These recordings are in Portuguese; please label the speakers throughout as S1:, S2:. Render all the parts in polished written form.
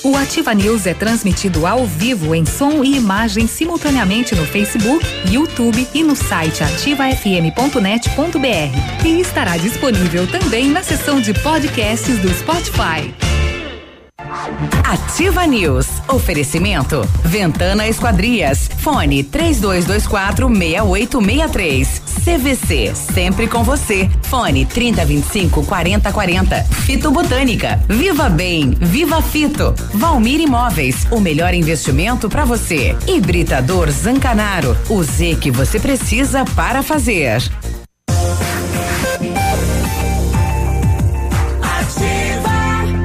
S1: O Ativa News é transmitido ao vivo em som e imagem simultaneamente no Facebook, YouTube e no site ativafm.net.br. E estará disponível também na seção de podcasts do Spotify.
S2: Ativa News. Oferecimento Ventana Esquadrias. Fone 3224-6863. CVC, sempre com você. Fone 3025-4040. Fito Botânica. Viva Bem, Viva Fito. Valmir Imóveis, o melhor investimento para você. Hibridador Zancanaro, o Z que você precisa para fazer.
S3: Ativa.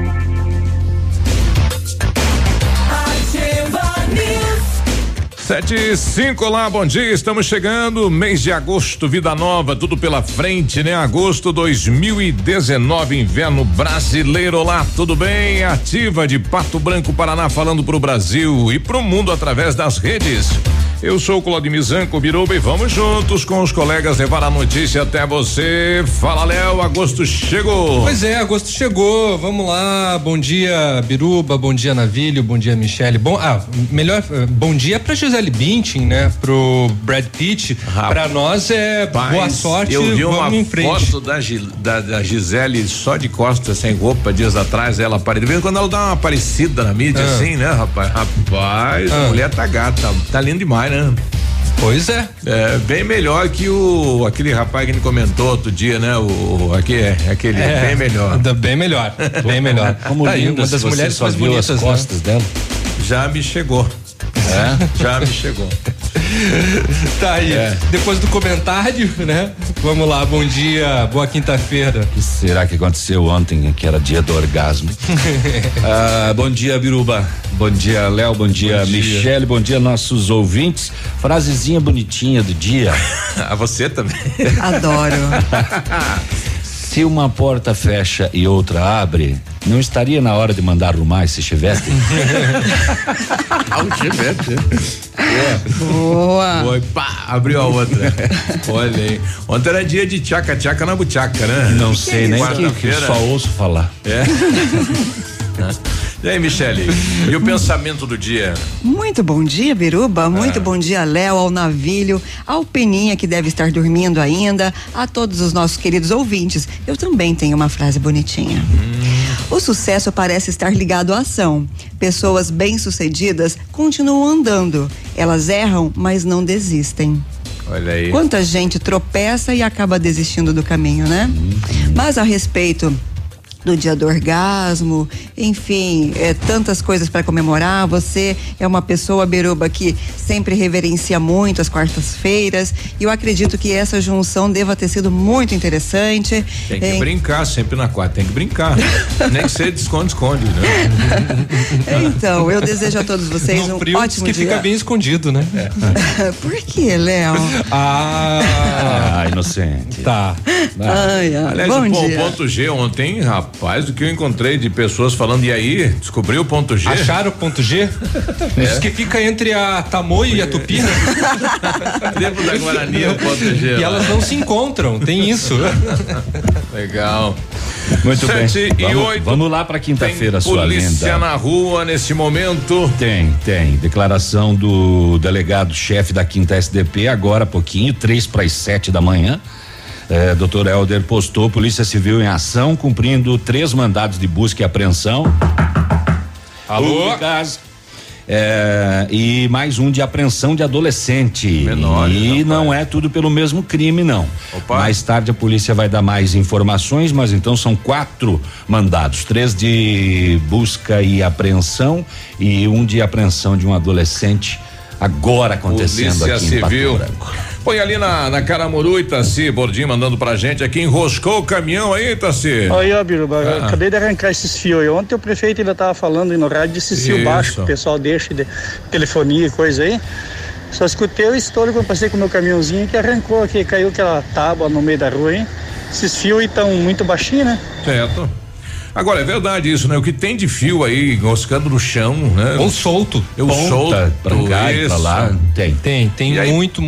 S4: 7:05, olá, bom dia, estamos chegando, mês de agosto, vida nova, tudo pela frente, né? Agosto 2019, inverno brasileiro, olá, tudo bem? Ativa de Pato Branco, Paraná, falando pro Brasil e pro mundo através das redes. Eu sou o Claudemir Zanco Biruba e vamos juntos com os colegas levar a notícia até você. Fala, Léo, agosto chegou.
S5: Pois é, agosto chegou, vamos lá, bom dia Biruba, bom dia Navilho, bom dia Michele, bom dia pra Gisele Bündchen, né, pro Brad Pitt, pra nós é boa sorte,
S4: eu vi uma
S5: em frente.
S4: foto da Gisele só de costas, sem roupa, dias atrás, ela apareceu, de vez em quando ela dá uma aparecida na mídia assim, né, rapaz, a mulher tá gata, tá linda demais, né?
S5: Pois é.
S4: É bem melhor que aquele rapaz que a gente comentou outro dia, né? Bem melhor.
S5: Bem melhor, bem melhor.
S6: Como
S5: tá
S6: linda,
S5: uma das mulheres
S6: só
S5: mais
S6: viu
S5: bonitas,
S6: as costas dela.
S4: Já me chegou. Já me chegou.
S5: Tá aí. Depois do comentário, né? Vamos lá, bom dia, boa quinta-feira.
S6: O que será que aconteceu ontem, que era dia do orgasmo? Bom dia, Biruba. Bom dia, Léo. Bom dia, Michele. Bom dia, nossos ouvintes. Frasezinha bonitinha do dia.
S4: A você também.
S1: Adoro.
S6: Se uma porta fecha e outra abre, não estaria na hora de mandar arrumar esse chivete?
S4: O chivete.
S1: Boa.
S4: Foi, pá, abriu a outra. Olha aí. Ontem era dia de tchaca-tchaca na buchaca, né?
S6: Não sei nem que eu só ouço falar.
S4: E aí, Michele, e o pensamento do dia?
S7: Muito bom dia, Biruba, muito bom dia, Léo, ao Navilho, ao Peninha, que deve estar dormindo ainda, a todos os nossos queridos ouvintes. Eu também tenho uma frase bonitinha. O sucesso parece estar ligado à ação. Pessoas bem-sucedidas continuam andando. Elas erram, mas não desistem.
S4: Olha aí.
S7: Quanta gente tropeça e acaba desistindo do caminho, né? Mas a respeito do dia do orgasmo, enfim, tantas coisas para comemorar. Você é uma pessoa, Biruba, que sempre reverencia muito as quartas-feiras, e eu acredito que essa junção deva ter sido muito interessante.
S4: Tem que brincar sempre na quarta, tem que brincar. Nem que ser de esconde, né?
S7: Então, eu desejo a todos vocês
S5: no
S7: um
S5: frio
S7: ótimo
S5: que
S7: dia.
S5: fica bem escondido, né?
S7: Por que, Léo?
S6: Inocente.
S5: Tá.
S4: Aliás,
S7: bom
S4: o
S7: dia.
S4: ponto G ontem, rapaz, do que eu encontrei de pessoas falando, e aí, descobriu o ponto G?
S5: Acharam o ponto G? Diz que fica entre a Tamoio e a Tupi, né?
S4: Devo da Guarani o ponto G.
S5: E elas não se encontram, tem isso.
S4: Legal.
S6: Muito
S4: 7
S6: bem.
S4: e 8.
S6: Vamos lá para quinta-feira, sua linda.
S4: Polícia na rua nesse momento.
S6: Tem. Declaração do delegado-chefe da 5ª SDP, agora há pouquinho, 6:03 da manhã. Dr. Helder postou: Polícia Civil em ação, cumprindo 3 mandados de busca e apreensão.
S5: Alô?
S6: E mais um de apreensão de adolescente.
S4: Menores,
S6: e
S4: rapaz.
S6: não é tudo pelo mesmo crime, não.
S4: Opa.
S6: Mais tarde a polícia vai dar mais informações, mas então são 4 mandados: 3 de busca e apreensão e um de apreensão de um adolescente, agora acontecendo
S4: Polícia
S6: aqui em
S4: Civil.
S6: Pato Branco.
S4: Põe ali na Caramuru, Itaci, Bordinho mandando pra gente aqui, enroscou o caminhão aí, Itaci.
S8: Oi, Biruba, acabei de arrancar esses fios aí. Ontem o prefeito ainda tava falando aí no rádio desses fios baixos que o pessoal deixa de telefonia e coisa aí. Só escutei o estouro quando passei com o meu caminhãozinho que arrancou aqui, caiu aquela tábua no meio da rua, hein? Esses fios aí estão muito baixinhos, né?
S4: Certo. Agora, é verdade isso, né? O que tem de fio aí enroscando no chão, né?
S5: Ou solto.
S4: Solto.
S6: Pra cá e pra lá.
S5: Tem muito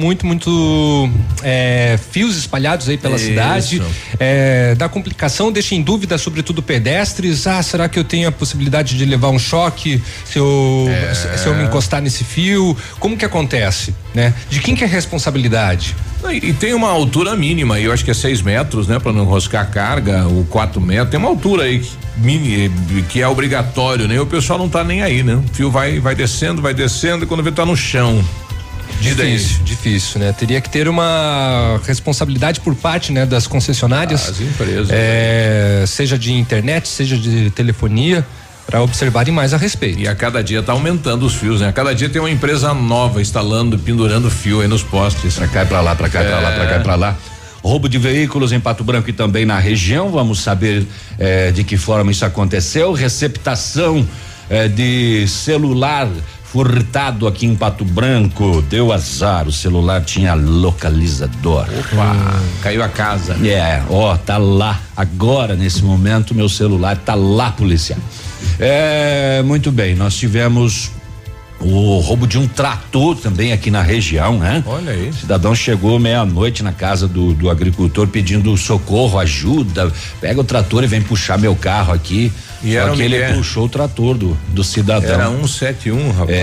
S5: fios espalhados aí pela cidade. Dá complicação, deixa em dúvida, sobretudo pedestres. Será que eu tenho a possibilidade de levar um choque se eu me encostar nesse fio? Como que acontece, né? De quem que é a responsabilidade?
S4: E tem uma altura mínima, eu acho que é 6 metros, né? Pra não enroscar a carga, ou 4 metros, tem uma altura aí que é obrigatório, né? O pessoal não tá nem aí, né? O fio vai descendo, e quando vê tá no chão.
S5: Difícil, né? Teria que ter uma responsabilidade por parte, né, das concessionárias.
S4: As empresas.
S5: Seja de internet, seja de telefonia, para observarem mais a respeito.
S4: E a cada dia tá aumentando os fios, né? A cada dia tem uma empresa nova instalando, pendurando fio aí nos postes.
S6: Pra cá e pra lá, pra cá e pra lá, pra cá e pra lá. Roubo de veículos em Pato Branco e também na região. Vamos saber de que forma isso aconteceu. Receptação de celular furtado aqui em Pato Branco. Deu azar, o celular tinha localizador.
S4: Opa, caiu a casa.
S6: Tá lá agora, nesse momento, meu celular tá lá, policial. Muito bem, nós tivemos o roubo de um trator também aqui na região, né?
S4: Olha aí.
S6: O cidadão chegou meia-noite na casa do agricultor pedindo socorro, ajuda, pega o trator e vem puxar meu carro aqui.
S4: E
S6: só que ele puxou o trator do cidadão.
S4: Era 171, rapaz.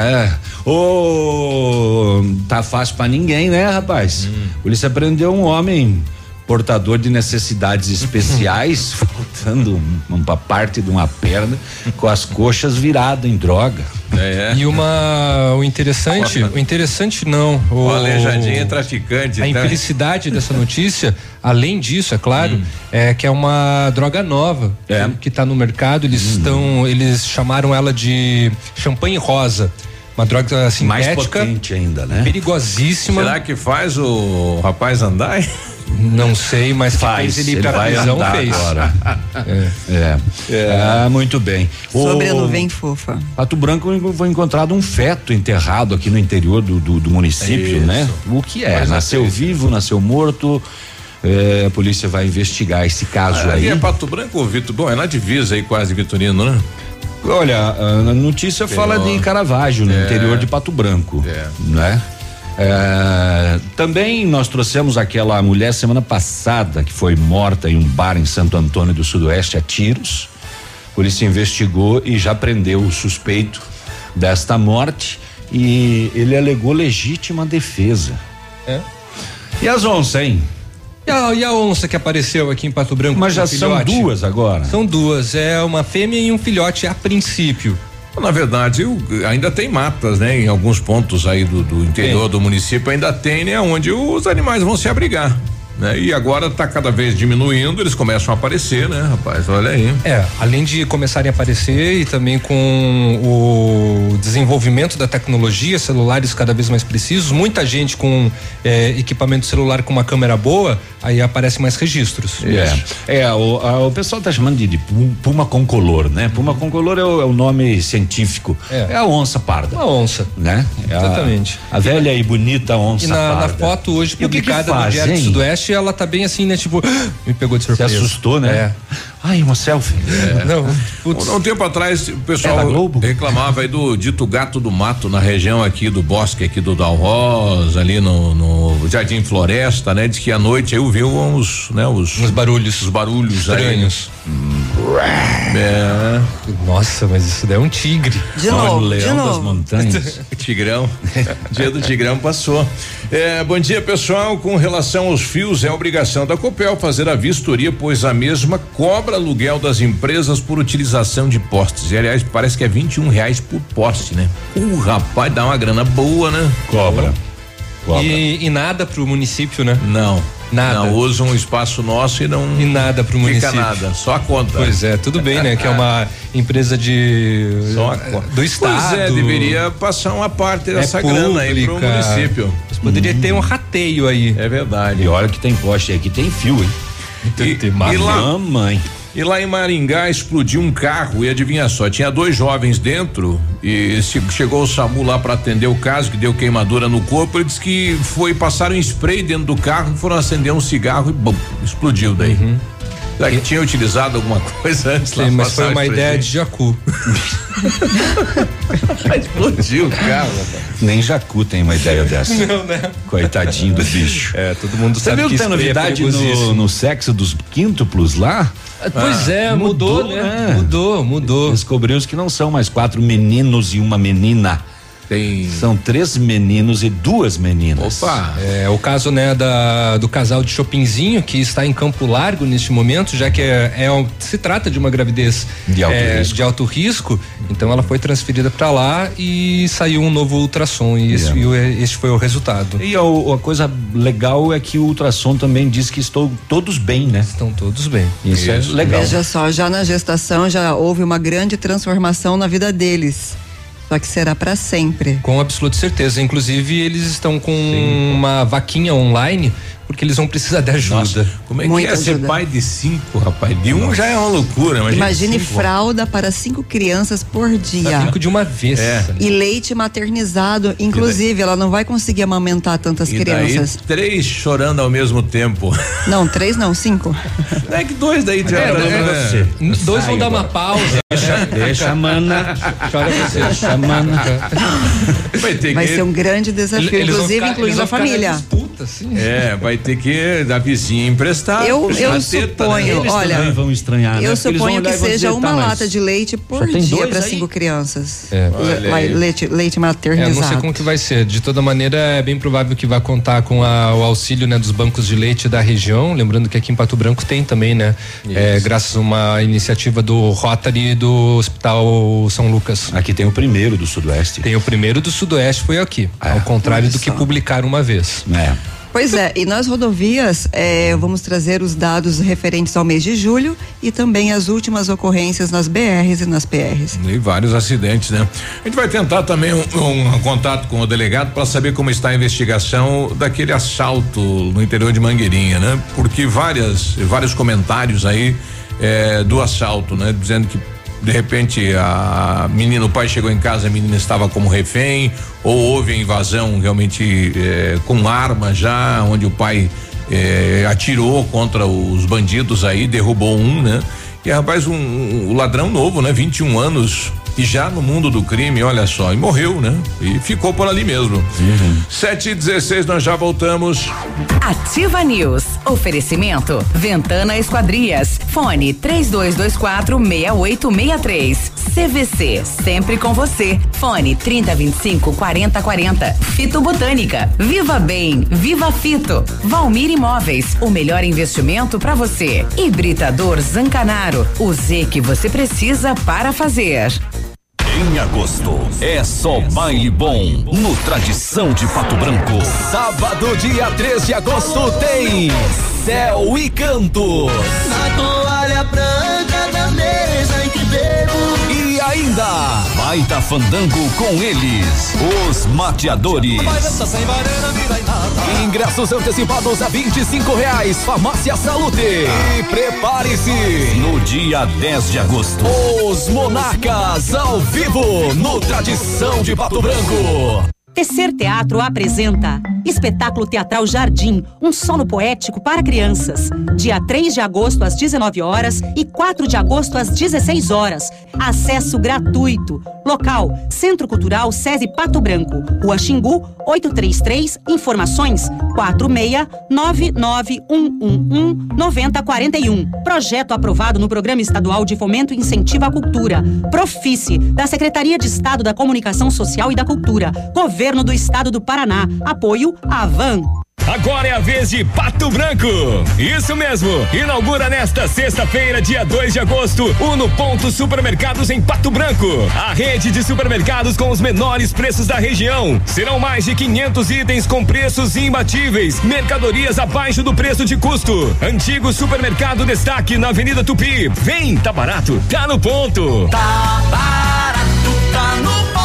S6: Tá fácil pra ninguém, né, rapaz? Polícia prendeu um homem portador de necessidades especiais, faltando uma parte de uma perna, com as coxas viradas em droga.
S5: E o interessante não.
S4: O aleijadinho é traficante.
S5: A infelicidade dessa notícia, além disso, é claro, é que é uma droga nova que está no mercado. Eles chamaram ela de champanhe rosa. Uma droga sintética.
S6: Mais potente ainda, né?
S5: Perigosíssima.
S4: Será que faz o rapaz andar?
S5: Não sei, mas
S6: faz.
S5: Ele pra prisão fez.
S6: Agora. Muito bem.
S7: Sobre a nuvem fofa.
S6: Pato Branco foi encontrado um feto enterrado aqui no interior do município, né? O que é? Nasceu vivo, nasceu morto? A polícia vai investigar esse caso aí.
S4: É Pato Branco ou Vitor? Bom, é na divisa aí, quase Vitorino, né?
S6: Olha, a notícia fala de Caravaggio, no interior de Pato Branco, né? Também nós trouxemos aquela mulher semana passada que foi morta em um bar em Santo Antônio do Sudoeste a tiros. A polícia investigou e já prendeu o suspeito desta morte e ele alegou legítima defesa. E as onças, hein?
S5: E a onça que apareceu aqui em Pato Branco?
S6: Mas já são duas agora.
S5: São duas, uma fêmea e um filhote a princípio.
S4: Na verdade, ainda tem matas, né? Em alguns pontos aí do interior do município ainda tem, né? Onde os animais vão se abrigar, né? E agora tá cada vez diminuindo, eles começam a aparecer, né, rapaz? Olha aí.
S5: Além de começarem a aparecer e também com o desenvolvimento da tecnologia, celulares cada vez mais precisos, muita gente com equipamento celular com uma câmera boa, aí aparecem mais registros.
S6: O pessoal tá chamando de puma concolor, né? Puma concolor é o nome científico. É a onça parda.
S5: Uma onça.
S6: Né?
S5: Exatamente.
S6: A velha e bonita onça parda.
S5: Na foto hoje publicada no Diário do Sudoeste, ela tá bem assim, né? Tipo, me pegou de surpresa.
S6: Se assustou, né? Ai, uma selfie.
S4: Um tempo atrás o pessoal reclamava aí do dito gato do mato na região aqui do bosque aqui do Dalrosa, ali no Jardim Floresta, né? Diz que à noite eu vi uns barulhos. Os barulhos
S5: estranhos. Nossa, mas isso daí é um tigre.
S7: De novo,
S6: leão das montanhas.
S4: Tigrão. Dia do Tigrão passou. Bom dia, pessoal. Com relação aos fios, é obrigação da Copel fazer a vistoria, pois a mesma cobra aluguel das empresas por utilização de postes. E, aliás, parece que é R$21 por poste, né? Rapaz, dá uma grana boa, né?
S6: Cobra.
S5: E nada pro município, né?
S4: Não.
S5: Nada.
S4: Não, usa um espaço nosso e não.
S5: E nada pro município.
S4: Fica nada, só a conta.
S5: Pois tudo bem, né? Que é uma empresa do estado.
S4: Pois deveria passar uma parte dessa grana aí pro município.
S5: Mas poderia ter um rateio aí.
S4: É verdade.
S6: E olha que tem poste aqui, tem fio, hein?
S4: E lá em Maringá explodiu um carro e adivinha só, tinha 2 jovens dentro e chegou o SAMU lá para atender o caso, que deu queimadura no corpo. Ele disse que passaram um spray dentro do carro, foram acender um cigarro e bum, explodiu daí. Será que tinha utilizado alguma coisa antes?
S5: Sim, mas foi uma ideia de Jacu.
S4: Explodiu o carro.
S6: Nem Jacu tem uma ideia dessa.
S5: Não, né?
S6: Coitadinho do bicho.
S5: Todo mundo
S6: Você
S5: sabe
S6: viu que tem novidade no sexo dos quíntuplos lá?
S5: Pois mudou, né? Mudou.
S6: Descobrimos que não são mais 4 meninos e uma menina. São 3 meninos e 2 meninas.
S5: Opa! É o caso, né, do casal de Chopinzinho, que está em Campo Largo neste momento, já que se trata de uma gravidez de alto risco, então ela foi transferida para lá e saiu um novo ultrassom e este foi o resultado.
S6: E a coisa legal é que o ultrassom também diz que estão todos bem, né?
S5: Estão todos bem.
S6: Isso é legal.
S7: Veja só, já na gestação já houve uma grande transformação na vida deles. Só que será para sempre.
S5: Com absoluta certeza. Inclusive, eles estão com uma vaquinha online, porque eles vão precisar de ajuda.
S4: Nossa, como é que é ser pai de 5, rapaz? De um já é uma loucura.
S7: Imagine fralda para 5 crianças por dia.
S5: 5 de uma vez.
S7: E leite maternizado. Inclusive, ela não vai conseguir amamentar tantas crianças.
S4: Daí 3 chorando ao mesmo tempo.
S7: Não, 3 não, 5.
S4: Não é que 2 daí
S6: você.
S5: 2 vão dar uma pausa.
S6: Deixa a mana.
S5: Chora você.
S6: Deixa a mana.
S7: Vai ser um grande desafio, inclusive incluindo a família.
S5: Disputa, assim.
S4: Vai ter que da vizinha emprestar.
S7: Eu suponho,
S6: eles
S7: olha,
S6: vão estranhar,
S7: eu
S6: né?
S7: suponho que seja uma lata de leite por dia para 5 crianças. Leite maternizado.
S5: Não sei como que vai ser. De toda maneira, é bem provável que vai contar com o auxílio, né, dos bancos de leite da região. Lembrando que aqui em Pato Branco tem também, né? Graças a uma iniciativa do Rotary e do Hospital São Lucas.
S6: Aqui tem o primeiro do Sudoeste.
S5: Tem o primeiro do Sudoeste, foi aqui. Ao contrário do que publicaram uma vez.
S7: Pois é, e nas rodovias vamos trazer os dados referentes ao mês de julho e também as últimas ocorrências nas BRs e nas PRs.
S4: E vários acidentes, né? A gente vai tentar também um contato com o delegado para saber como está a investigação daquele assalto no interior de Mangueirinha, né? Porque vários comentários aí do assalto, né? Dizendo que de repente o pai chegou em casa, a menina estava como refém, ou houve a invasão realmente com arma já, onde o pai atirou contra os bandidos aí, derrubou um, né? E rapaz, o ladrão novo, né? 21 anos e já no mundo do crime, olha só, e morreu, né? E ficou por ali mesmo. 7h16, nós já voltamos.
S2: Ativa News. Oferecimento Ventana Esquadrias. Fone 3224-6863. CVC, sempre com você. Fone 3025-4040. Fito Botânica. Viva Bem, Viva Fito. Valmir Imóveis, o melhor investimento para você. Hibridador Zancanaro, o Z que você precisa para fazer.
S3: Em agosto, é só baile bom no Tradição de Pato Branco. Sábado, dia 3 de agosto, tem Céu e Cantos.
S9: Na toalha branca da mesa em que bebo.
S3: E ainda, baita fandango com eles, os Mateadores. Ingressos antecipados a R$25. Farmácia Salute. E prepare-se, no dia 10 de agosto, os Monarcas ao vivo no Tradição de Pato Branco.
S10: Tecer Teatro apresenta Espetáculo Teatral Jardim, um solo poético para crianças. Dia 3 de agosto às 19 horas e 4 de agosto às 16 horas. Acesso gratuito. Local: Centro Cultural SESI Pato Branco, Rua Xingu, 833. Informações: 46991119041. Projeto aprovado no Programa Estadual de Fomento e Incentivo à Cultura. Profice, da Secretaria de Estado da Comunicação Social e da Cultura. Governo do Estado do Paraná. Apoio Avan.
S11: Agora é a vez de Pato Branco. Isso mesmo. Inaugura nesta sexta-feira, dia 2 de agosto, Uno Ponto Supermercados em Pato Branco. A rede de supermercados com os menores preços da região. Serão mais de 500 itens com preços imbatíveis. Mercadorias abaixo do preço de custo. Antigo Supermercado Destaque na Avenida Tupi. Vem, tá barato, tá no ponto.
S9: Tá barato, tá no ponto.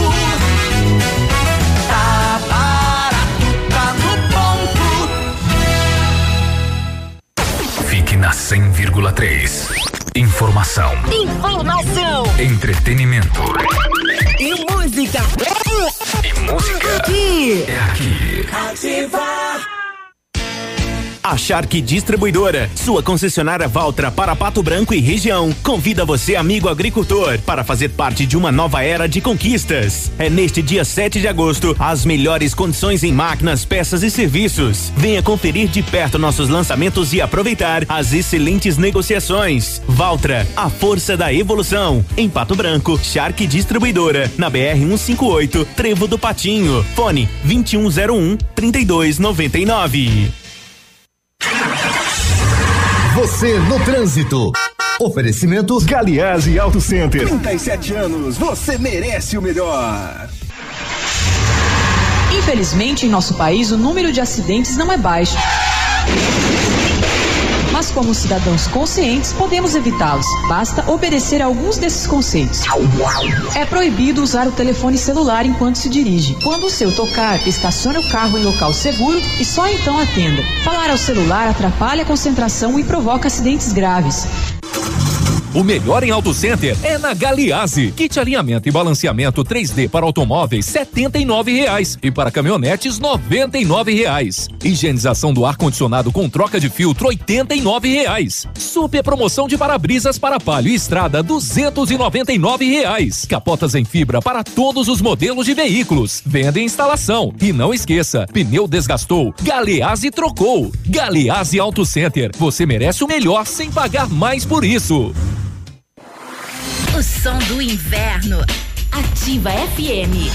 S11: Fique na 100,3. Informação. Entretenimento.
S9: E música.
S11: E música.
S9: Aqui.
S11: É aqui.
S9: Ativa.
S12: A Shark Distribuidora, sua concessionária Valtra para Pato Branco e região, convida você, amigo agricultor, para fazer parte de uma nova era de conquistas. É neste dia 7 de agosto, as melhores condições em máquinas, peças e serviços. Venha conferir de perto nossos lançamentos e aproveitar as excelentes negociações. Valtra, a força da evolução. Em Pato Branco, Shark Distribuidora, na BR-158, Trevo do Patinho. Fone 2101-3299.
S3: Você no trânsito. Oferecimento Galiase Auto Center.
S13: 37 anos, você merece o melhor.
S14: Infelizmente, em nosso país, o número de acidentes não é baixo. Mas como cidadãos conscientes, podemos evitá-los. Basta obedecer a alguns desses conceitos. É proibido usar o telefone celular enquanto se dirige. Quando o seu tocar, estacione o carro em local seguro e só então atenda. Falar ao celular atrapalha a concentração e provoca acidentes graves.
S11: O melhor em Auto Center é na Galiase. Kit alinhamento e balanceamento 3D para automóveis R$79 e para caminhonetes R$99. Higienização do ar condicionado com troca de filtro R$89. Super promoção de para-brisas para Palio e Estrada R$299. Capotas em fibra para todos os modelos de veículos. Venda e instalação. E não esqueça, pneu desgastou, Galiase trocou. Galiase Auto Center. Você merece o melhor sem pagar mais por isso.
S15: O som do inverno. Ativa FM.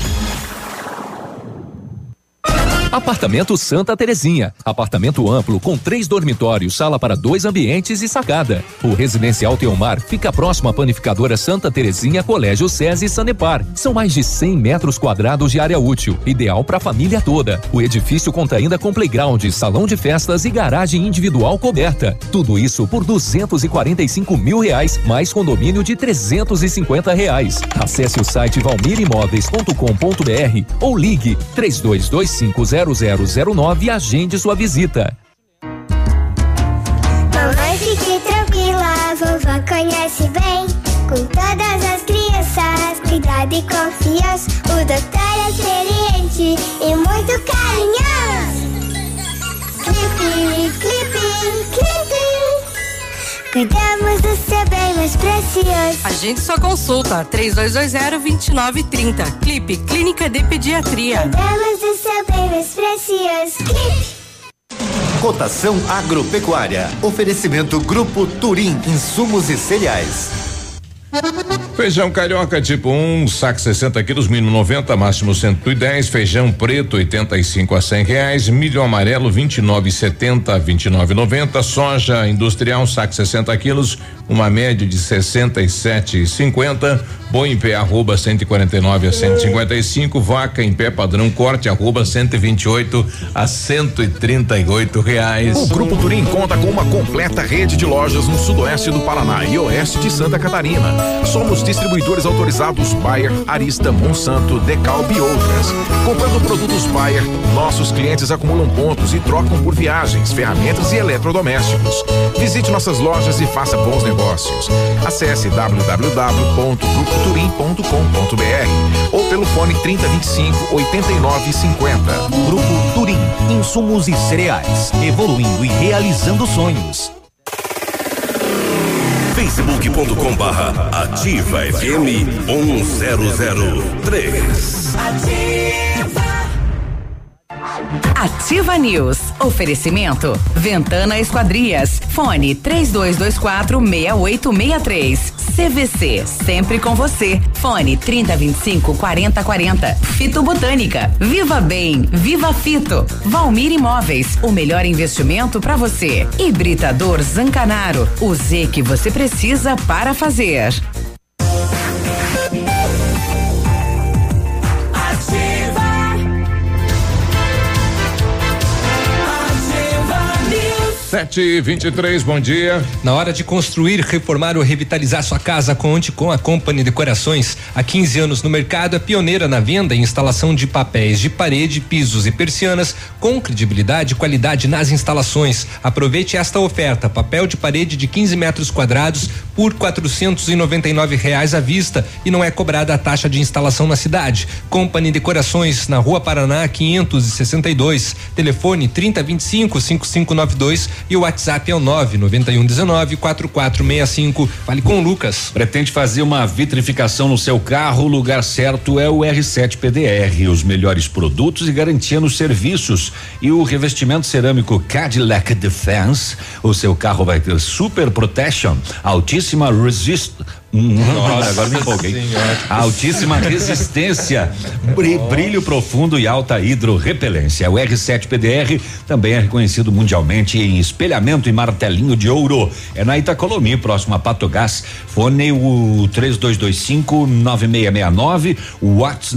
S11: Apartamento Santa Terezinha. Apartamento amplo com 3 dormitórios, sala para 2 ambientes e sacada. O Residencial Teomar fica próximo à Panificadora Santa Terezinha, Colégio SESI e Sanepar. São mais de 100 metros quadrados de área útil, ideal para a família toda. O edifício conta ainda com playground, salão de festas e garagem individual coberta. Tudo isso por R$245 mil, mais condomínio de R$350. Acesse o site valmirimóveis.com.br ou ligue 32250009 e agende sua visita.
S16: Mamãe, fique tranquila, vovó conhece bem. Com todas as crianças, cuidado e confiança. O doutor é experiente e muito carinhoso. Clipe, clipe, clipe. Cuidamos do seu bem mais precioso.
S17: Agende sua consulta, 3220-2930. Clipe, Clínica de Pediatria.
S16: Cuidamos do seu bem mais precioso. Clipe.
S3: Cotação agropecuária. Oferecimento Grupo Turim, insumos e cereais.
S4: Feijão carioca tipo 1, saco 60 quilos, mínimo 90, máximo 110. Feijão preto 85 a R$100. Milho amarelo 29,70 a 29,90. Soja industrial saco 60 quilos, uma média de 67,50. Boi em pé arroba 149 a 155. Vaca em pé padrão corte arroba 128 a R$138.
S3: O Grupo Turim conta com uma completa rede de lojas no sudoeste do Paraná e oeste de Santa Catarina. Somos distribuidores autorizados Bayer, Arista, Monsanto, Decalb e outras. Comprando produtos Bayer, nossos clientes acumulam pontos e trocam por viagens, ferramentas e eletrodomésticos. Visite nossas lojas e faça bons negócios. Acesse www.grupoturim.com.br ou pelo fone 3025-8950. Grupo Turim, insumos e cereais, evoluindo e realizando sonhos.
S18: Facebook.com/Ativa FM 1003.
S2: Ativa News. Oferecimento Ventana Esquadrias. Fone 3224-6863. CVC, sempre com você. Fone 3025-4040. Fito Botânica. Viva Bem, Viva Fito. Valmir Imóveis, o melhor investimento para você. Hibridador Zancanaro, o Z que você precisa para fazer.
S4: 7h23, bom dia.
S5: Na hora de construir, reformar ou revitalizar sua casa, conte com a Company Decorações. Há 15 anos no mercado, é pioneira na venda e instalação de papéis de parede, pisos e persianas com credibilidade e qualidade nas instalações. Aproveite esta oferta: papel de parede de 15 metros quadrados por R$499 à vista e não é cobrada a taxa de instalação na cidade. Company Decorações, na Rua Paraná 562, telefone 3025-5592 e o WhatsApp é o 99119-4465. Fale com o Lucas.
S6: Pretende fazer uma vitrificação no seu carro? O lugar certo é o R7 PDR. Os melhores produtos e garantia nos serviços. E o revestimento cerâmico Cadillac Defense. O seu carro vai ter Super Protection, altíssima Nossa, agora me empolguei. Altíssima resistência, brilho profundo e alta hidrorrepelência. O R7 PDR também é reconhecido mundialmente em espelhamento e martelinho de ouro. É na Itacolomi, próximo a Patogás. Fone o 3225-9669, o WhatsApp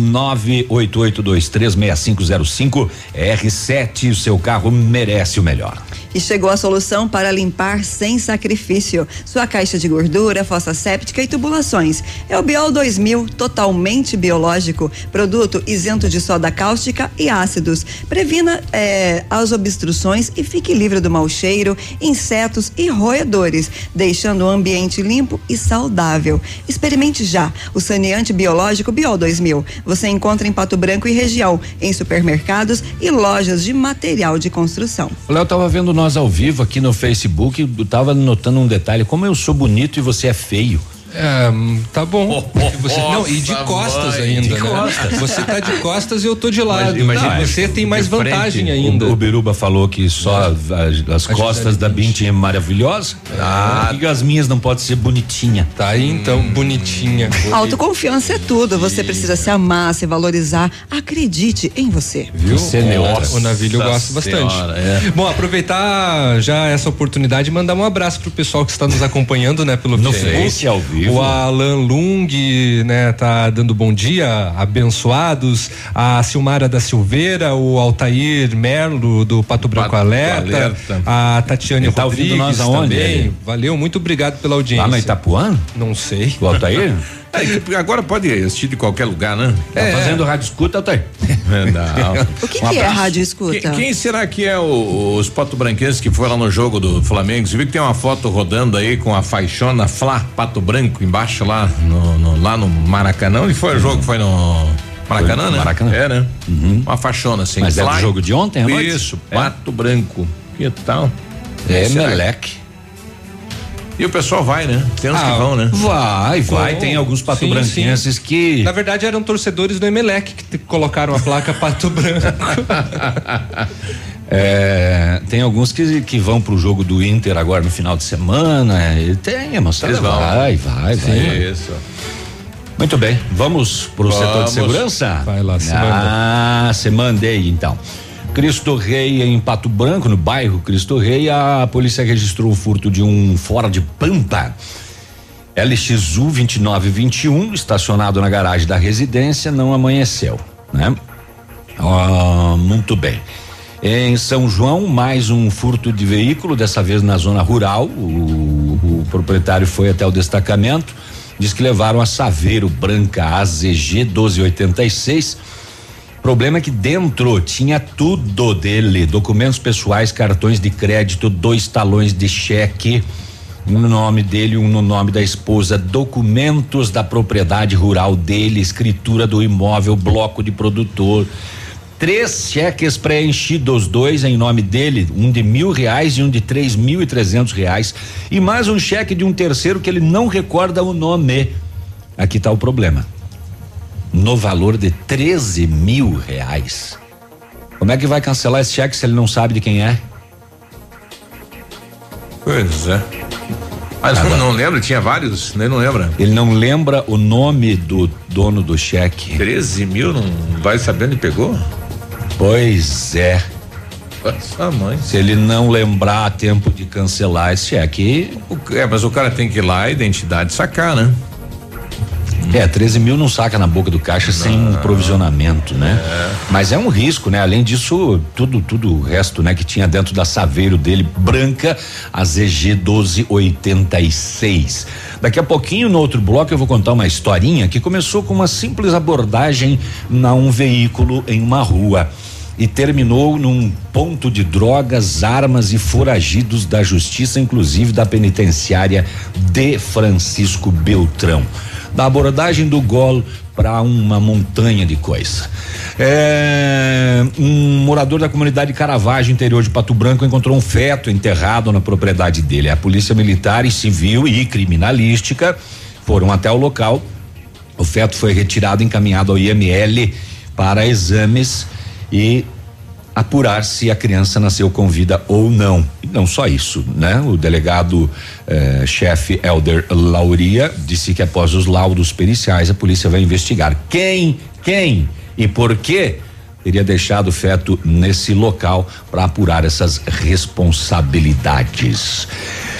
S6: 988236505. R7, o seu carro merece o melhor.
S7: E chegou a solução para limpar sem sacrifício sua caixa de gordura, fossa séptica e tubulações. É o Biol 2000, totalmente biológico, produto isento de soda cáustica e ácidos. Previna as obstruções e fique livre do mau cheiro, insetos e roedores, deixando o ambiente limpo e saudável. Experimente já o saneante biológico Biol 2000. Você encontra em Pato Branco e região, em supermercados e lojas de material de construção.
S6: O Léo tava vendo nós ao vivo aqui no Facebook, eu tava notando um detalhe: como eu sou bonito e você é feio.
S5: Tá bom. Não, e de costas ainda, de costas. Né? Você tá de costas e eu tô de lado. Você tem mais vantagem ainda.
S6: O Biruba falou que só as costas da Binti é maravilhosa. E as minhas não podem ser bonitinha.
S5: Tá aí então, bonitinha.
S7: Autoconfiança é tudo. Você precisa se amar, se valorizar. Acredite em você.
S5: Viu? O Navilho gosta bastante. Bom, aproveitar já essa oportunidade e mandar um abraço pro pessoal que está nos acompanhando, né, pelo
S6: Facebook ao vivo.
S5: O Alan Lung, né, tá dando bom dia, abençoados. A Silmara da Silveira, o Altair Merlo do Pato Branco Alerta. A Tatiane Rodrigues
S6: nós aonde,
S5: também. Valeu, muito obrigado pela audiência.
S6: Lá no Itapuã?
S5: Não sei.
S6: O Altair?
S4: Agora pode assistir de qualquer lugar, né?
S6: Tá fazendo rádio escuta, Altair?
S7: Não. O que é rádio escuta?
S4: Quem será que é os pato-branquenses que foi lá no jogo do Flamengo? Você viu que tem uma foto rodando aí com a faixona Flá Pato Branco embaixo lá lá no Maracanã? Onde foi o jogo? Foi no Maracanã, né?
S6: Maracanã.
S4: É, né? Uma faixona assim.
S6: Mas é do jogo de ontem, à noite?
S4: Isso, Pato Branco. Que tal?
S6: Meleque.
S4: E o pessoal vai, né? Tem uns que vão, né?
S6: Vai. Tem alguns pato-branquenses que...
S5: Na verdade eram torcedores do Emelec que colocaram a placa Pato Branco.
S6: Tem alguns que vão pro jogo do Inter agora no final de semana. Tem emoção.
S4: Eles vão.
S6: Vai.
S4: Isso.
S6: Muito bem, vamos pro setor de segurança?
S5: Vai lá,
S6: você manda aí então. Cristo Rei em Pato Branco, no bairro Cristo Rei, a polícia registrou o furto de um Ford Pampa LXU 2921, estacionado na garagem da residência, não amanheceu, né? Muito bem. Em São João, mais um furto de veículo, dessa vez na zona rural. O proprietário foi até o destacamento, diz que levaram a Saveiro branca AZG 1286. Problema é que dentro tinha tudo dele: documentos pessoais, cartões de crédito, 2 talões de cheque, um no nome dele, um no nome da esposa, documentos da propriedade rural dele, escritura do imóvel, bloco de produtor, 3 cheques preenchidos, 2 em nome dele, um de R$1.000 e um de R$3.300 e mais um cheque de um terceiro que ele não recorda o nome. Aqui tá o problema. No valor de R$13.000. Como é que vai cancelar esse cheque se ele não sabe de quem é?
S4: Pois é. Mas não lembra, tinha vários, nem não lembra.
S6: Ele não lembra o nome do dono do cheque.
S4: 13 mil, não vai sabendo e pegou?
S6: Pois é.
S4: Nossa mãe.
S6: Se ele não lembrar a tempo de cancelar esse cheque.
S4: Mas o cara tem que ir lá, a identidade sacar, né?
S6: 13 mil não saca na boca do caixa sem provisionamento, né? Mas é um risco, né? Além disso, tudo o resto, né? Que tinha dentro da Saveiro dele, branca, a ZG 1286. Daqui a pouquinho, no outro bloco, eu vou contar uma historinha que começou com uma simples abordagem a um veículo em uma rua e terminou num ponto de drogas, armas e foragidos da justiça, inclusive da penitenciária de Francisco Beltrão. Da abordagem do golo para uma montanha de coisa. Um morador da comunidade Caravaggio, interior de Pato Branco, encontrou um feto enterrado na propriedade dele. A polícia militar e civil e criminalística foram até o local. O feto foi retirado e encaminhado ao IML para exames e apurar se a criança nasceu com vida ou não. E não só isso, né? O delegado chefe Helder Lauria disse que após os laudos periciais a polícia vai investigar quem e por que teria deixado o feto nesse local para apurar essas responsabilidades.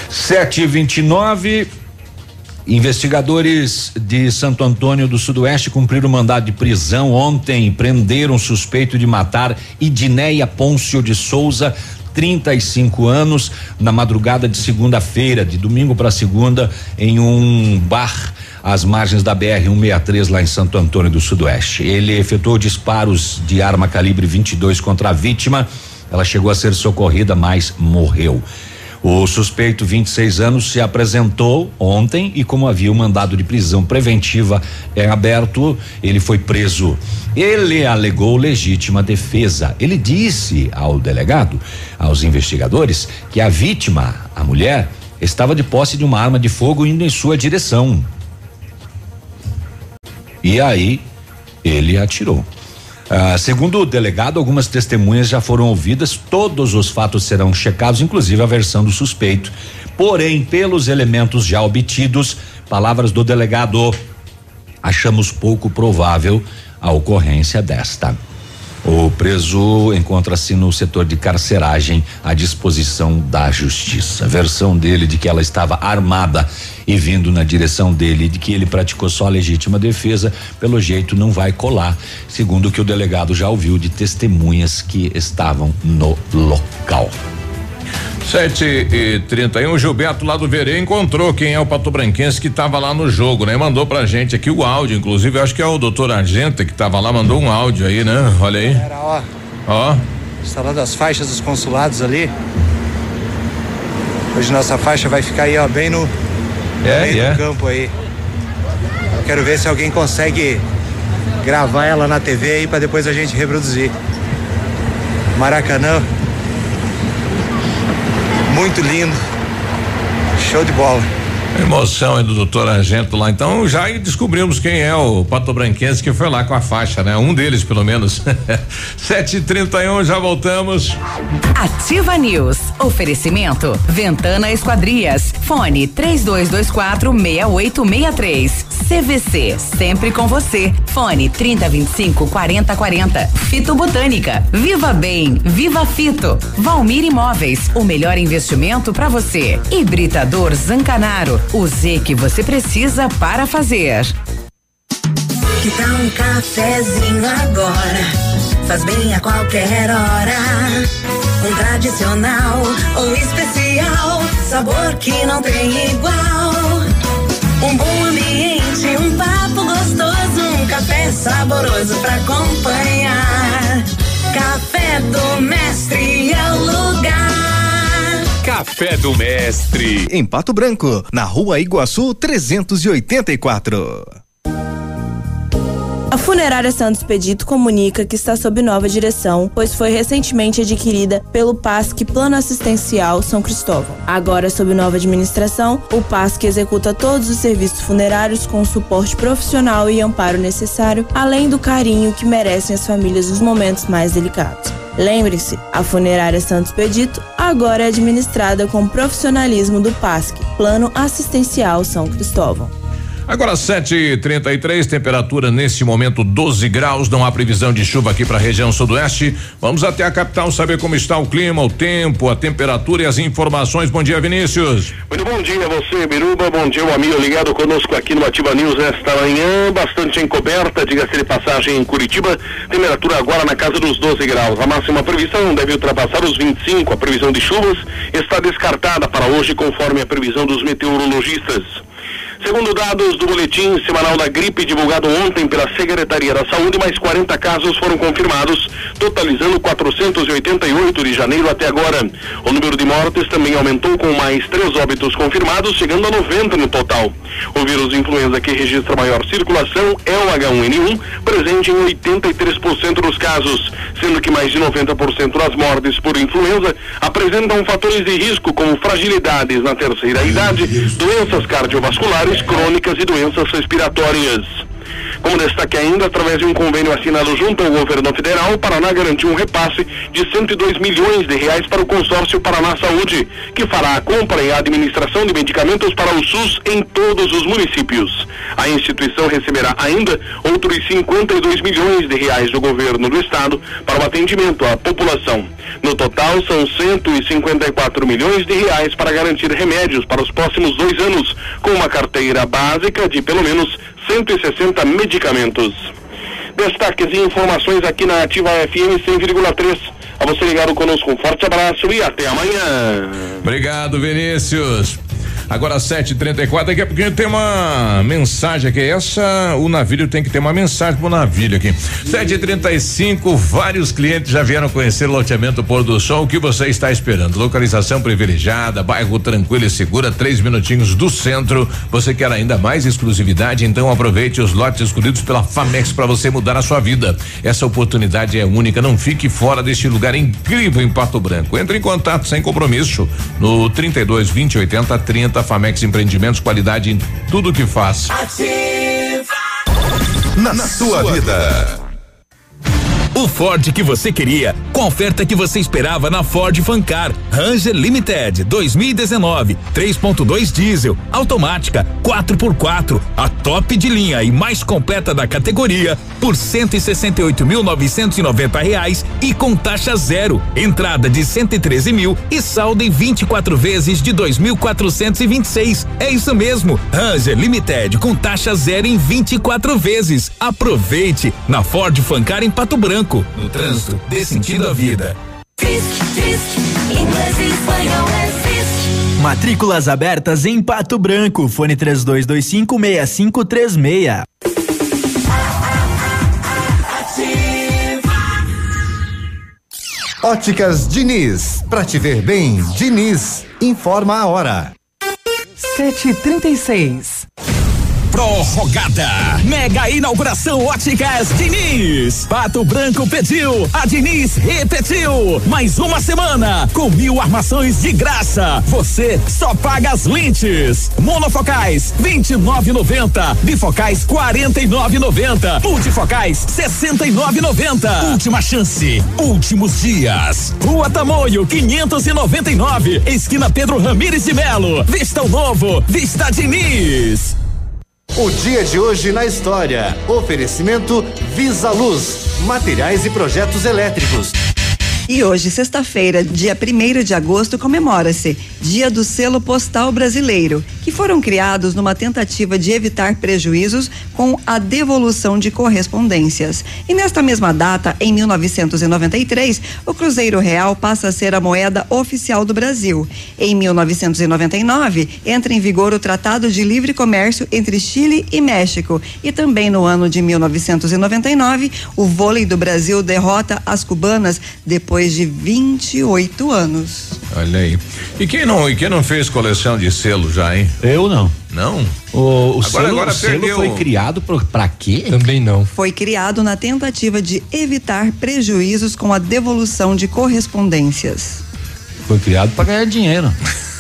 S6: 7h29. Investigadores de Santo Antônio do Sudoeste cumpriram mandado de prisão ontem, prenderam suspeito de matar Idineia Pôncio de Souza, 35 anos, na madrugada de segunda-feira, de domingo para segunda, em um bar às margens da BR-163 lá em Santo Antônio do Sudoeste. Ele efetuou disparos de arma calibre 22 contra a vítima. Ela chegou a ser socorrida, mas morreu. O suspeito, 26 anos, se apresentou ontem e, como havia um mandado de prisão preventiva aberto, ele foi preso. Ele alegou legítima defesa. Ele disse ao delegado, aos investigadores, que a vítima, a mulher, estava de posse de uma arma de fogo indo em sua direção. E aí, ele atirou. Segundo o delegado, algumas testemunhas já foram ouvidas, todos os fatos serão checados, inclusive a versão do suspeito. Porém, pelos elementos já obtidos, palavras do delegado, achamos pouco provável a ocorrência desta. O preso encontra-se no setor de carceragem à disposição da justiça. A versão dele de que ela estava armada e vindo na direção dele, de que ele praticou só a legítima defesa, pelo jeito não vai colar, segundo o que o delegado já ouviu de testemunhas que estavam no local.
S4: 7h31, o Gilberto lá do Verê encontrou quem é o patobranquense que estava lá no jogo, né? Mandou pra gente aqui o áudio, inclusive, eu acho que é o doutor Argenta que estava lá, mandou um áudio aí, né? Olha aí. Ó.
S18: Instalando as faixas dos consulados ali. Hoje nossa faixa vai ficar aí, ó, bem no meio do campo aí. Quero ver se alguém consegue gravar ela na TV aí pra depois a gente reproduzir. Maracanã. Muito lindo, show de bola.
S4: A emoção aí do doutor Argento lá, então já descobrimos quem é o patobranquense que foi lá com a faixa, né? Um deles, pelo menos. 7h31, já voltamos.
S2: Ativa News, oferecimento Ventana Esquadrias, fone 3224-6863. CVC, sempre com você, fone 3025-4040. Fito Botânica, Viva Bem, Viva Fito, Valmir Imóveis, o melhor investimento para você. Hibridador Zancanaro, o Z que você precisa para fazer.
S19: Que tal um cafezinho agora? Faz bem a qualquer hora. Um tradicional ou especial, sabor que não tem igual. Um bom ambiente, um papo gostoso, um café saboroso pra acompanhar. Café do Mestre é o lugar.
S3: Café do Mestre, em Pato Branco, na Rua Iguaçu 384.
S20: A Funerária Santos Expedito comunica que está sob nova direção, pois foi recentemente adquirida pelo PASC Plano Assistencial São Cristóvão. Agora, sob nova administração, o PASC executa todos os serviços funerários com o suporte profissional e amparo necessário, além do carinho que merecem as famílias nos momentos mais delicados. Lembre-se, a Funerária Santos Expedito agora é administrada com o profissionalismo do PASC, Plano Assistencial São Cristóvão.
S4: Agora 7:33, temperatura nesse momento 12 graus, não há previsão de chuva aqui para a região sudoeste. Vamos até a capital saber como está o clima, o tempo, a temperatura e as informações. Bom dia, Vinícius.
S21: Muito bom dia a você, Biruba. Bom dia, o amigo ligado conosco aqui no Ativa News nesta manhã, bastante encoberta, diga-se de passagem em Curitiba, temperatura agora na casa dos 12 graus. A máxima previsão deve ultrapassar os 25, a previsão de chuvas está descartada para hoje conforme a previsão dos meteorologistas. Segundo dados do boletim semanal da gripe divulgado ontem pela Secretaria da Saúde, mais 40 casos foram confirmados, totalizando 488 de janeiro até agora. O número de mortes também aumentou com mais 3 óbitos confirmados, chegando a 90 no total. O vírus influenza que registra maior circulação é o H1N1, presente em 83% dos casos, sendo que mais de 90% das mortes por influenza apresentam fatores de risco como fragilidades na terceira idade, doenças cardiovasculares, crônicas e doenças respiratórias. Como destaque ainda, através de um convênio assinado junto ao governo federal, o Paraná garantiu um repasse de 102 milhões de reais para o consórcio Paraná Saúde, que fará a compra e a administração de medicamentos para o SUS em todos os municípios. A instituição receberá ainda outros 52 milhões de reais do governo do estado para o atendimento à população. No total, são 154 milhões de reais para garantir remédios para os próximos 2 anos, com uma carteira básica de pelo menos 160 medicamentos. Destaques e informações aqui na Ativa FM 100,3. A você ligado conosco, um forte abraço e até amanhã.
S4: Obrigado, Vinícius. Agora 7:34, daqui a pouquinho tem uma mensagem aqui. O Navírio tem que ter uma mensagem pro Navírio aqui. 7:35, vários clientes já vieram conhecer o loteamento Pôr do Sol. O que você está esperando? Localização privilegiada, bairro tranquilo e segura, 3 minutinhos do centro. Você quer ainda mais exclusividade? Então aproveite os lotes escolhidos pela Famex para você mudar a sua vida. Essa oportunidade é única, não fique fora deste lugar incrível em Pato Branco. Entre em contato sem compromisso no 32 20 80 30. Famex Empreendimentos, qualidade em tudo que faz.
S3: Na sua vida.
S11: O Ford que você queria, com a oferta que você esperava na Ford Fancar. Ranger Limited 2019, 3.2 diesel, automática, 4x4, a top de linha e mais completa da categoria, por R$168.990 e com taxa zero. Entrada de 113 mil e saldo em 24 vezes de 2.426. É isso mesmo, Ranger Limited com taxa zero em 24 vezes. Aproveite na Ford Fancar em Pato Branco. No trânsito, dê sentido à vida.
S22: Matrículas abertas em Pato Branco. Fone 3225-6536.
S3: Óticas Diniz. Pra te ver bem, Diniz. Informa a hora.
S23: 7:36.
S11: Prorrogada. Mega inauguração Óticas Diniz. Pato Branco pediu, a Diniz repetiu. Mais uma semana com 1000 armações de graça. Você só paga as lentes. Monofocais R$29,90. Bifocais R$49,90. Multifocais R$69,90. Última chance, últimos dias. Rua Tamoio 599, esquina Pedro Ramires de Melo. Vista o novo, Vista Diniz.
S3: O dia de hoje na história. Oferecimento Visa Luz, materiais e projetos elétricos.
S7: E hoje, sexta-feira, dia 1º de agosto, comemora-se Dia do Selo Postal Brasileiro, que foram criados numa tentativa de evitar prejuízos com a devolução de correspondências. E nesta mesma data, em 1993, o Cruzeiro Real passa a ser a moeda oficial do Brasil. Em 1999, entra em vigor o Tratado de Livre Comércio entre Chile e México. E também no ano de 1999, o vôlei do Brasil derrota as cubanas depois de 28 anos.
S4: Olha aí. E quem não fez coleção de selo já, hein?
S6: Eu não.
S4: Não?
S6: O selo foi criado pra quê?
S5: Também não.
S7: Foi criado na tentativa de evitar prejuízos com a devolução de correspondências.
S6: Foi criado pra ganhar dinheiro.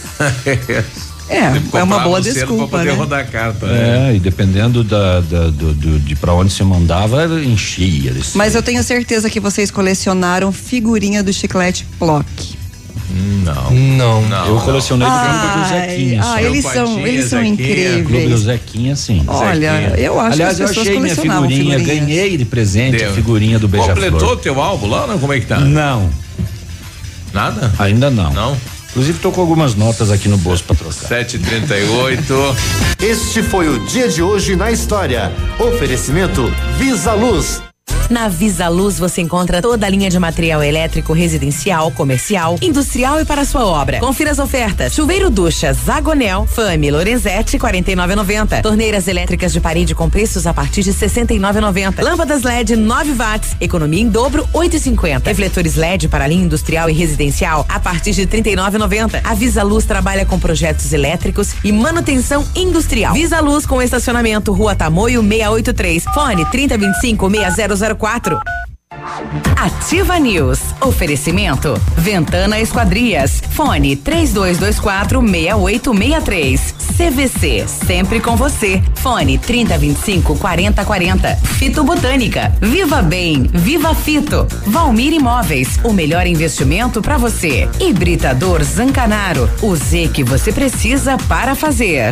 S7: É uma boa desculpa,
S4: pra poder
S7: né?
S4: rodar a carta.
S6: E dependendo de pra onde você mandava, enchia.
S7: Mas eu tenho certeza que vocês colecionaram figurinha do chiclete Plock.
S6: Não. Eu colecionei do Clube do Zequinha.
S7: Eles são incríveis.
S6: Clube do Zequinha, sim.
S7: Olha, eu acho
S6: Aliás,
S7: que as
S6: eu
S7: pessoas
S6: achei minha figurinha, ganhei de presente a figurinha do Beija-Flor.
S4: Completou teu álbum lá, não? Como é que tá?
S6: Não.
S4: Nada?
S6: Ainda não.
S4: Não?
S6: Inclusive, tô com algumas notas aqui no bolso pra trocar.
S4: 7h38.
S1: Este foi o Dia de Hoje na História. Oferecimento Visa Luz.
S2: Na Visa Luz você encontra toda a linha de material elétrico residencial, comercial, industrial e para sua obra. Confira as ofertas. Chuveiro ducha Zagonel, Fame, Lorenzetti, 49,90. Torneiras elétricas de parede com preços a partir de 69,90. Lâmpadas LED 9 watts, economia em dobro 8,50. Refletores LED para linha industrial e residencial a partir de 39,90. A Visa Luz trabalha com projetos elétricos e manutenção industrial. Visa Luz com estacionamento Rua Tamoio 683. Fone 3025-6004. Ativa News. Oferecimento Ventana Esquadrias. Fone 3224-6863. CVC, sempre com você. Fone 3025-4040. Fito Botânica. Viva Bem, Viva Fito. Valmir Imóveis, o melhor investimento para você. Hibridador Zancanaro, o Z que você precisa para fazer.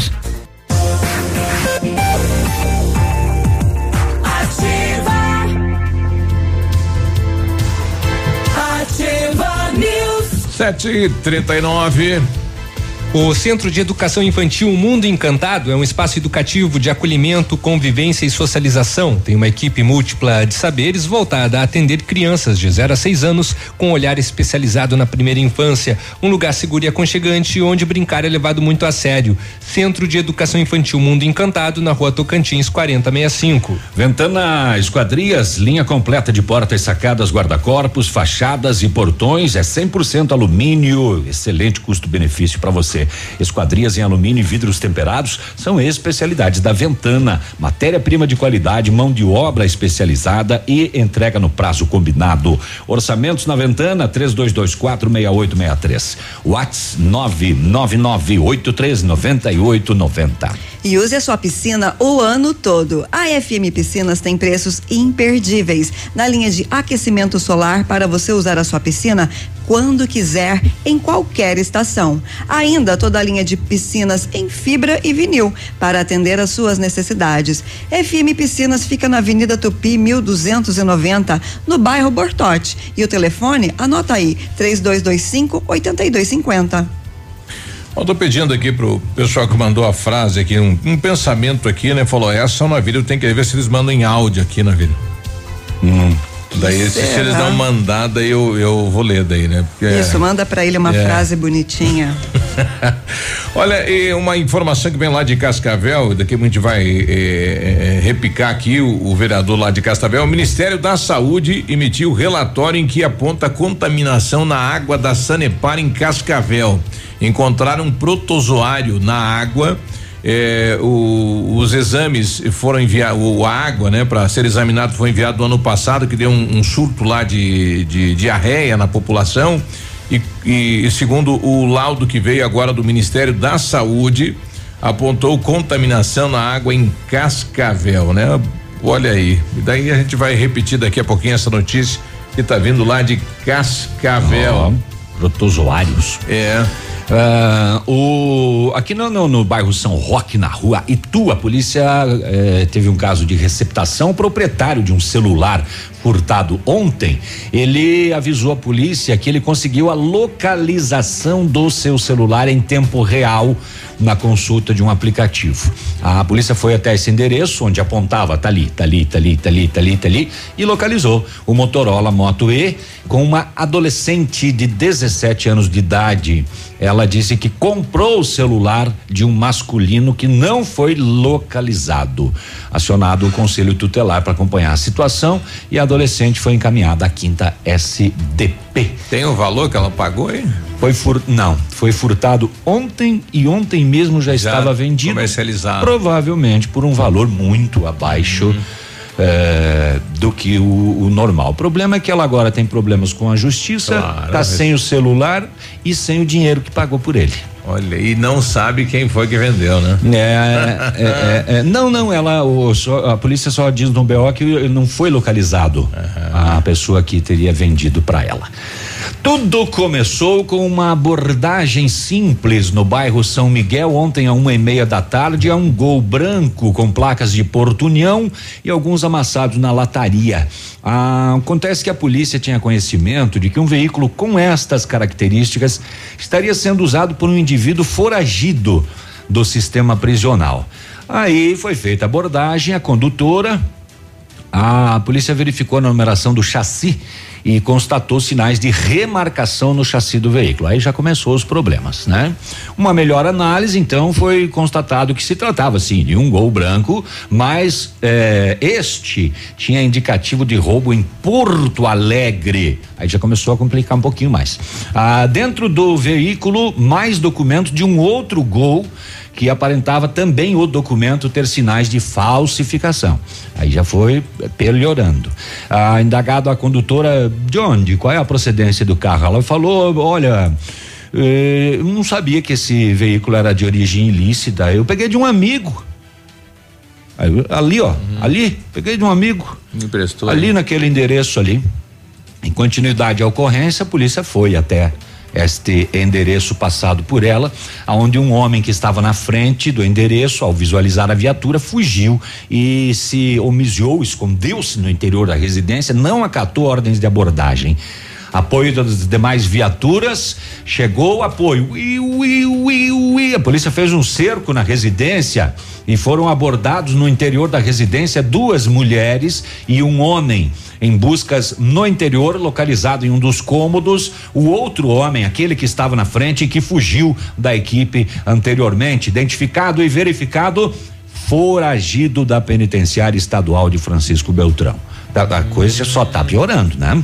S17: Ativa News.
S4: 7h39.
S5: O Centro de Educação Infantil Mundo Encantado é um espaço educativo de acolhimento, convivência e socialização. Tem uma equipe múltipla de saberes voltada a atender crianças de 0 a 6 anos com olhar especializado na primeira infância. Um lugar seguro e aconchegante onde brincar é levado muito a sério. Centro de Educação Infantil Mundo Encantado, na Rua Tocantins, 4065.
S6: Ventana Esquadrias, linha completa de portas, sacadas, guarda-corpos, fachadas e portões, é 100% alumínio, excelente custo-benefício para você. Esquadrias em alumínio e vidros temperados são especialidades da Ventana. Matéria-prima de qualidade, mão de obra especializada e entrega no prazo combinado. Orçamentos na Ventana 3224-6863. WhatsApp 999839890.
S7: E use a sua piscina o ano todo. A FM Piscinas tem preços imperdíveis na linha de aquecimento solar para você usar a sua piscina quando quiser, em qualquer estação. Ainda toda a linha de piscinas em fibra e vinil para atender às suas necessidades. FM Piscinas fica na Avenida Tupi 1290, no bairro Bortote. E o telefone, anota aí, 3225-8250.
S4: Eu tô pedindo aqui pro pessoal que mandou a frase aqui, um pensamento aqui, né? Falou, essa na vida eu tenho que ver se eles mandam em áudio aqui na vida. Daí se eles dão mandada eu vou ler daí, né? Porque
S7: isso, manda pra ele uma frase bonitinha.
S4: Olha, e uma informação que vem lá de Cascavel, daqui a gente vai repicar aqui o vereador lá de Cascavel. O Ministério da Saúde emitiu relatório em que aponta contaminação na água da Sanepar em Cascavel. Encontraram um protozoário na água. Os exames foram enviados, a água, né, para ser examinado foi enviado no ano passado, que deu um surto lá de diarreia na população e segundo o laudo que veio agora do Ministério da Saúde, apontou contaminação na água em Cascavel, né? Olha aí, e daí a gente vai repetir daqui a pouquinho essa notícia que tá vindo lá de Cascavel.
S6: Protozoários. Aqui no bairro São Roque, na rua Itu, a polícia teve um caso de receptação. O proprietário de um celular furtado ontem, ele avisou a polícia que ele conseguiu a localização do seu celular em tempo real na consulta de um aplicativo. A polícia foi até esse endereço onde apontava, tá ali, e localizou o Motorola Moto E com uma adolescente de 17 anos de idade. Ela disse que comprou o celular de um masculino que não foi localizado. Acionado o conselho tutelar para acompanhar a situação e a adolescente foi encaminhada à 5ª SDP.
S4: Tem o valor que ela pagou aí?
S6: Foi furtado ontem e ontem mesmo já estava vendido.
S4: Comercializado.
S6: Provavelmente por um valor muito abaixo do que o normal. O problema é que ela agora tem problemas com a justiça, tá sem o celular e sem o dinheiro que pagou por ele.
S4: Olha, e não sabe quem foi que vendeu, né?
S6: Não, a polícia só diz no BO que não foi localizado a pessoa que teria vendido para ela. Tudo começou com uma abordagem simples no bairro São Miguel ontem à 1:30 da tarde, a um Gol branco com placas de Porto União e alguns amassados na lataria. Acontece que a polícia tinha conhecimento de que um veículo com estas características estaria sendo usado por um indivíduo foragido do sistema prisional. Aí foi feita a abordagem, a condutora, a polícia verificou a numeração do chassi e constatou sinais de remarcação no chassi do veículo. Aí já começou os problemas, né? Uma melhor análise, então, foi constatado que se tratava, sim, de um Gol branco, mas este tinha indicativo de roubo em Porto Alegre. Aí já começou a complicar um pouquinho mais. Dentro do veículo, mais documentos de um outro Gol que aparentava também o documento ter sinais de falsificação. Aí já foi piorando. Indagado a condutora de onde, qual é a procedência do carro, ela falou, olha, eu não sabia que esse veículo era de origem ilícita, eu peguei de um amigo. Ali, ó, ali, peguei de um amigo.
S4: Me emprestou.
S6: Ali naquele endereço ali. Em continuidade à ocorrência, a polícia foi até este endereço passado por ela, aonde um homem que estava na frente do endereço, ao visualizar a viatura, fugiu e se omissiou, escondeu-se no interior da residência, não acatou ordens de abordagem. Apoio das demais viaturas, chegou o apoio. A polícia fez um cerco na residência e foram abordados no interior da residência 2 mulheres e um homem. Em buscas no interior, localizado em um dos cômodos, o outro homem, aquele que estava na frente e que fugiu da equipe anteriormente, identificado e verificado, foragido da penitenciária estadual de Francisco Beltrão. A coisa só tá piorando, né?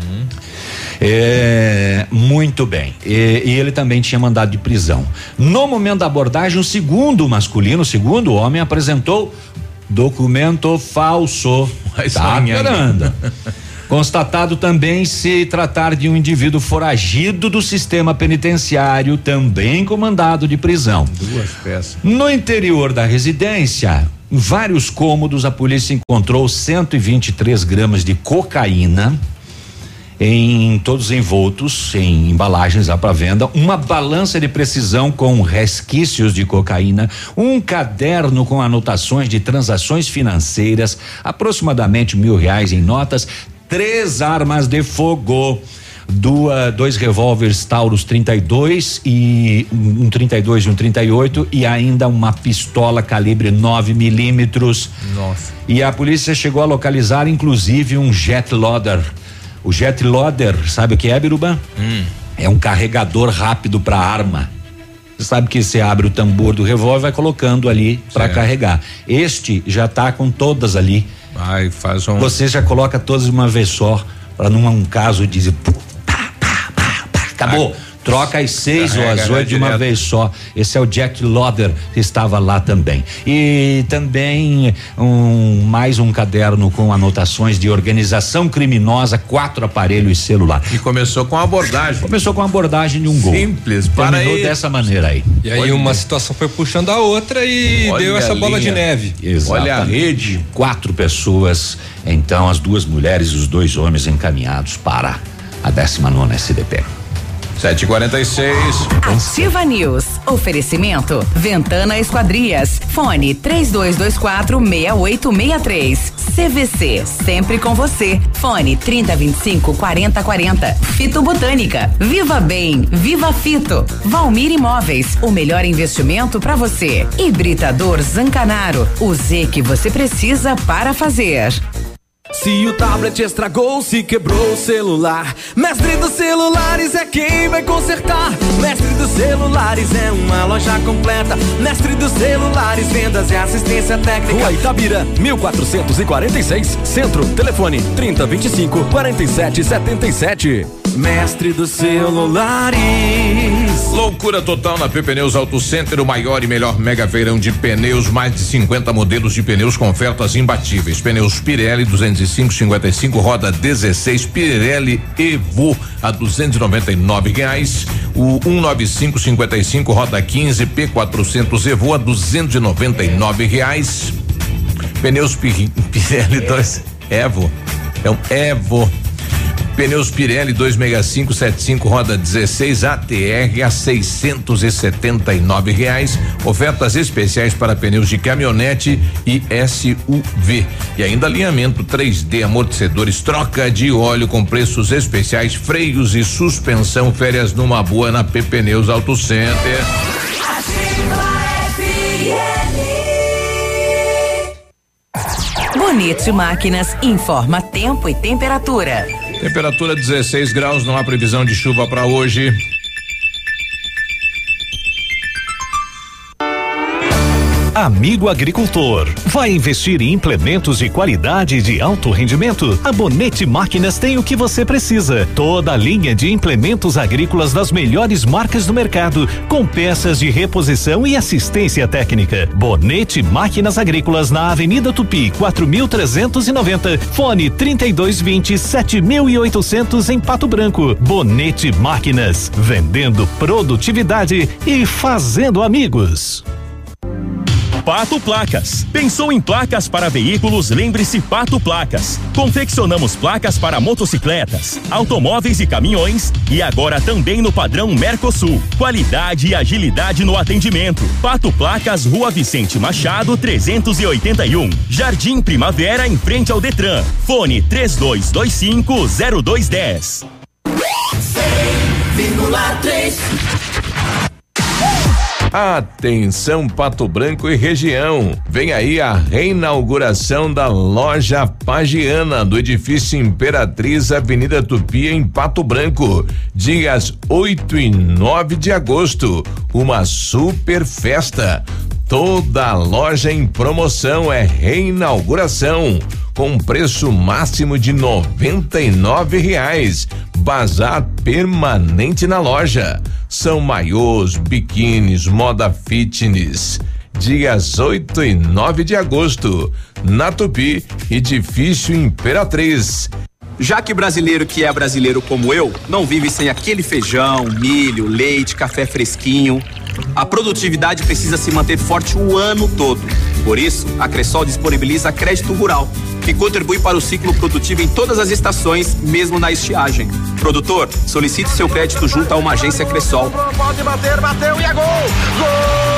S6: Muito bem. E ele também tinha mandado de prisão. No momento da abordagem, o segundo homem apresentou documento falso. Tá piorando. Constatado também se tratar de um indivíduo foragido do sistema penitenciário, também com mandado de prisão.
S4: 2 peças.
S6: No interior da residência, em vários cômodos, a polícia encontrou 123 gramas de cocaína em todos envoltos em embalagens lá para venda, uma balança de precisão com resquícios de cocaína, um caderno com anotações de transações financeiras, aproximadamente R$1.000 em notas, 3 armas de fogo, 2 revólveres Taurus 32 e um 32 e um 38 e ainda uma pistola calibre 9mm.
S4: Nossa.
S6: E a polícia chegou a localizar inclusive um jet loader. O jet loader, sabe o que é, Biruba? É um carregador rápido para arma. Você sabe que você abre o tambor do revólver e vai colocando ali para carregar. Este já tá com todas ali.
S4: Vai, faz um.
S6: Você já coloca todas de uma vez só, para num caso dizer acabou. Troca as 6 ou as 8 de uma vez só. Esse é o jet loader que estava lá também. E também mais um caderno com anotações de organização criminosa, 4 aparelhos celular.
S4: E começou com a abordagem.
S6: Começou com a abordagem de um Gol.
S4: Simples,
S6: terminou dessa maneira aí.
S5: E aí uma situação foi puxando a outra e deu essa bola de neve.
S6: Exatamente. Olha a rede. 4 pessoas, então as 2 mulheres e os 2 homens encaminhados para a 19ª SDP.
S4: 7h46.
S2: Ativa News. Oferecimento Ventana Esquadrias. Fone 3224-6863. CVC. Sempre com você. Fone 3025-4040. Fito Botânica. Viva Bem. Viva Fito. Valmir Imóveis. O melhor investimento para você. Hibridador Zancanaro. O Z que você precisa para fazer.
S8: Se o tablet estragou, se quebrou o celular, Mestre dos Celulares é quem vai consertar. Mestre dos Celulares é uma loja completa. Mestre dos Celulares, vendas e assistência técnica.
S11: Rua Itabira, 1446, Centro. Telefone 3025-4777.
S8: Mestre dos Celulares.
S4: Loucura total na PP Pneus Auto Center, o maior e melhor mega feirão de pneus, mais de 50 modelos de pneus com ofertas imbatíveis. Pneus Pirelli 205/55, roda 16, Pirelli Evo a R$299. O 195/55, roda 15, P400 Evo a R$299. Pneus Pirelli 2 Evo. É um Evo. Pneus Pirelli 265/75 roda 16 ATR a R$679. Ofertas especiais para pneus de caminhonete e SUV. E ainda alinhamento 3D, amortecedores, troca de óleo com preços especiais, freios e suspensão. Férias numa boa na P Pneus Auto Center.
S2: Bonito Máquinas informa tempo e temperatura.
S4: Temperatura 16 graus, não há previsão de chuva para hoje.
S3: Amigo agricultor, vai investir em implementos de qualidade e de alto rendimento? A Bonete Máquinas tem o que você precisa. Toda a linha de implementos agrícolas das melhores marcas do mercado, com peças de reposição e assistência técnica. Bonete Máquinas Agrícolas na Avenida Tupi, 4.390, fone 3220-7800 em Pato Branco. Bonete Máquinas, vendendo produtividade e fazendo amigos.
S11: Pato Placas. Pensou em placas para veículos? Lembre-se Pato Placas. Confeccionamos placas para motocicletas, automóveis e caminhões e agora também no padrão Mercosul. Qualidade e agilidade no atendimento. Pato Placas, Rua Vicente Machado, 381. Jardim Primavera, em frente ao Detran. Fone 3225-0210.
S19: 100,3.
S4: Atenção Pato Branco e região, vem aí a reinauguração da loja Pagiana do edifício Imperatriz, Avenida Tupi, em Pato Branco, dias 8 e 9 de agosto, uma super festa. Toda a loja em promoção, é reinauguração com preço máximo de R$99. Bazar permanente na loja. São maiôs, biquínis, moda fitness. Dias 8 e 9 de agosto, na Tupi, edifício Imperatriz.
S9: Já que brasileiro que é brasileiro como eu, não vive sem aquele feijão, milho, leite, café fresquinho. A produtividade precisa se manter forte o ano todo. Por isso, a Cressol disponibiliza crédito rural, que contribui para o ciclo produtivo em todas as estações, mesmo na estiagem. Produtor, solicite seu crédito junto a uma agência Cressol.
S19: Pode bater, bateu e é gol! Gol!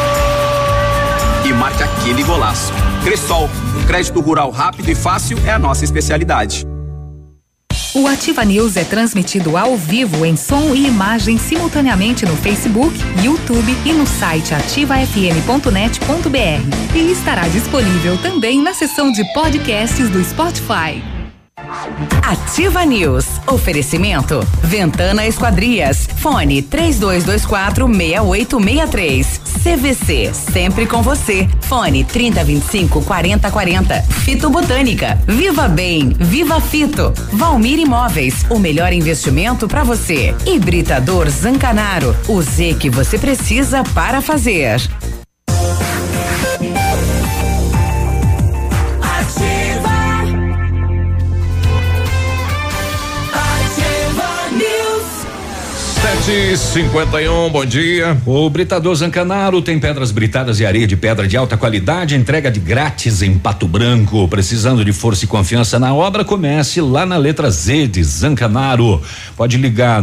S9: E marque aquele golaço. Cressol, um crédito rural rápido e fácil é a nossa especialidade.
S10: O Ativa News é transmitido ao vivo em som e imagem simultaneamente no Facebook, YouTube e no site ativafm.net.br. E estará disponível também na seção de podcasts do Spotify.
S2: Ativa News. Oferecimento Ventana Esquadrias. Fone 3224-6863. CVC, sempre com você. Fone 3025-4040. Fito Botânica. Viva Bem, Viva Fito. Valmir Imóveis, o melhor investimento para você. Hibridador Zancanaro, o Z que você precisa para fazer.
S4: Sete 51, bom dia.
S6: O Britador Zancanaro tem pedras britadas e areia de pedra de alta qualidade, entrega de grátis em Pato Branco. Precisando de força e confiança na obra? Comece lá na letra Z de Zancanaro. Pode ligar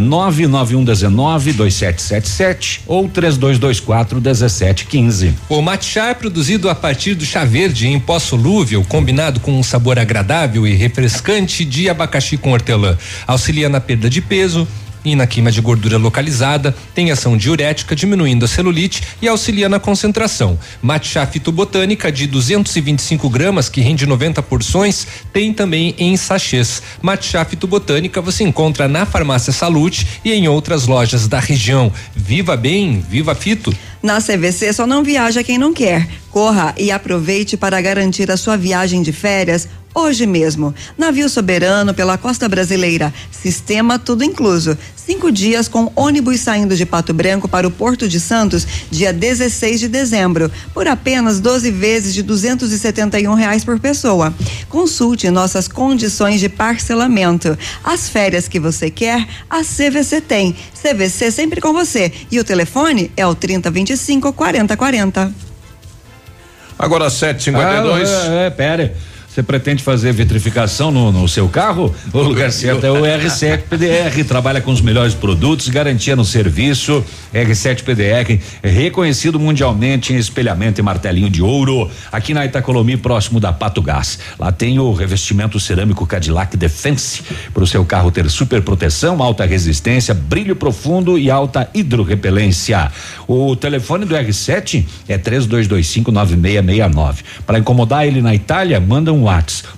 S6: 99119-2777 ou 3224-1715.
S5: O matcha é produzido a partir do chá verde em pó solúvel, combinado com um sabor agradável e refrescante de abacaxi com hortelã. Auxilia na perda de peso e na queima de gordura localizada, tem ação diurética, diminuindo a celulite e auxilia na concentração. Matcha fitobotânica de 225 gramas, que rende 90 porções, tem também em sachês. Matcha fitobotânica você encontra na Farmácia Salute e em outras lojas da região. Viva Bem, Viva Fito.
S7: Na CVC só não viaja quem não quer. Corra e aproveite para garantir a sua viagem de férias hoje mesmo. Navio soberano pela costa brasileira. Sistema tudo incluso. 5 dias com ônibus saindo de Pato Branco para o Porto de Santos, dia 16 de dezembro, por apenas 12 vezes de R$271 por pessoa. Consulte nossas condições de parcelamento. As férias que você quer, a CVC tem. CVC sempre com você. E o telefone é o 3025-4040.
S4: Agora 7:52.
S6: Pera. Você pretende fazer vitrificação no seu carro? O lugar certo é o R7 PDR. Trabalha com os melhores produtos, garantia no serviço. R7 PDR, reconhecido mundialmente em espelhamento e martelinho de ouro. Aqui na Itacolomi, próximo da Pato Gás. Lá tem o revestimento cerâmico Cadillac Defense, para o seu carro ter super proteção, alta resistência, brilho profundo e alta hidrorrepelência. O telefone do R7 é 32259669. Para incomodar ele na Itália, manda um WhatsApp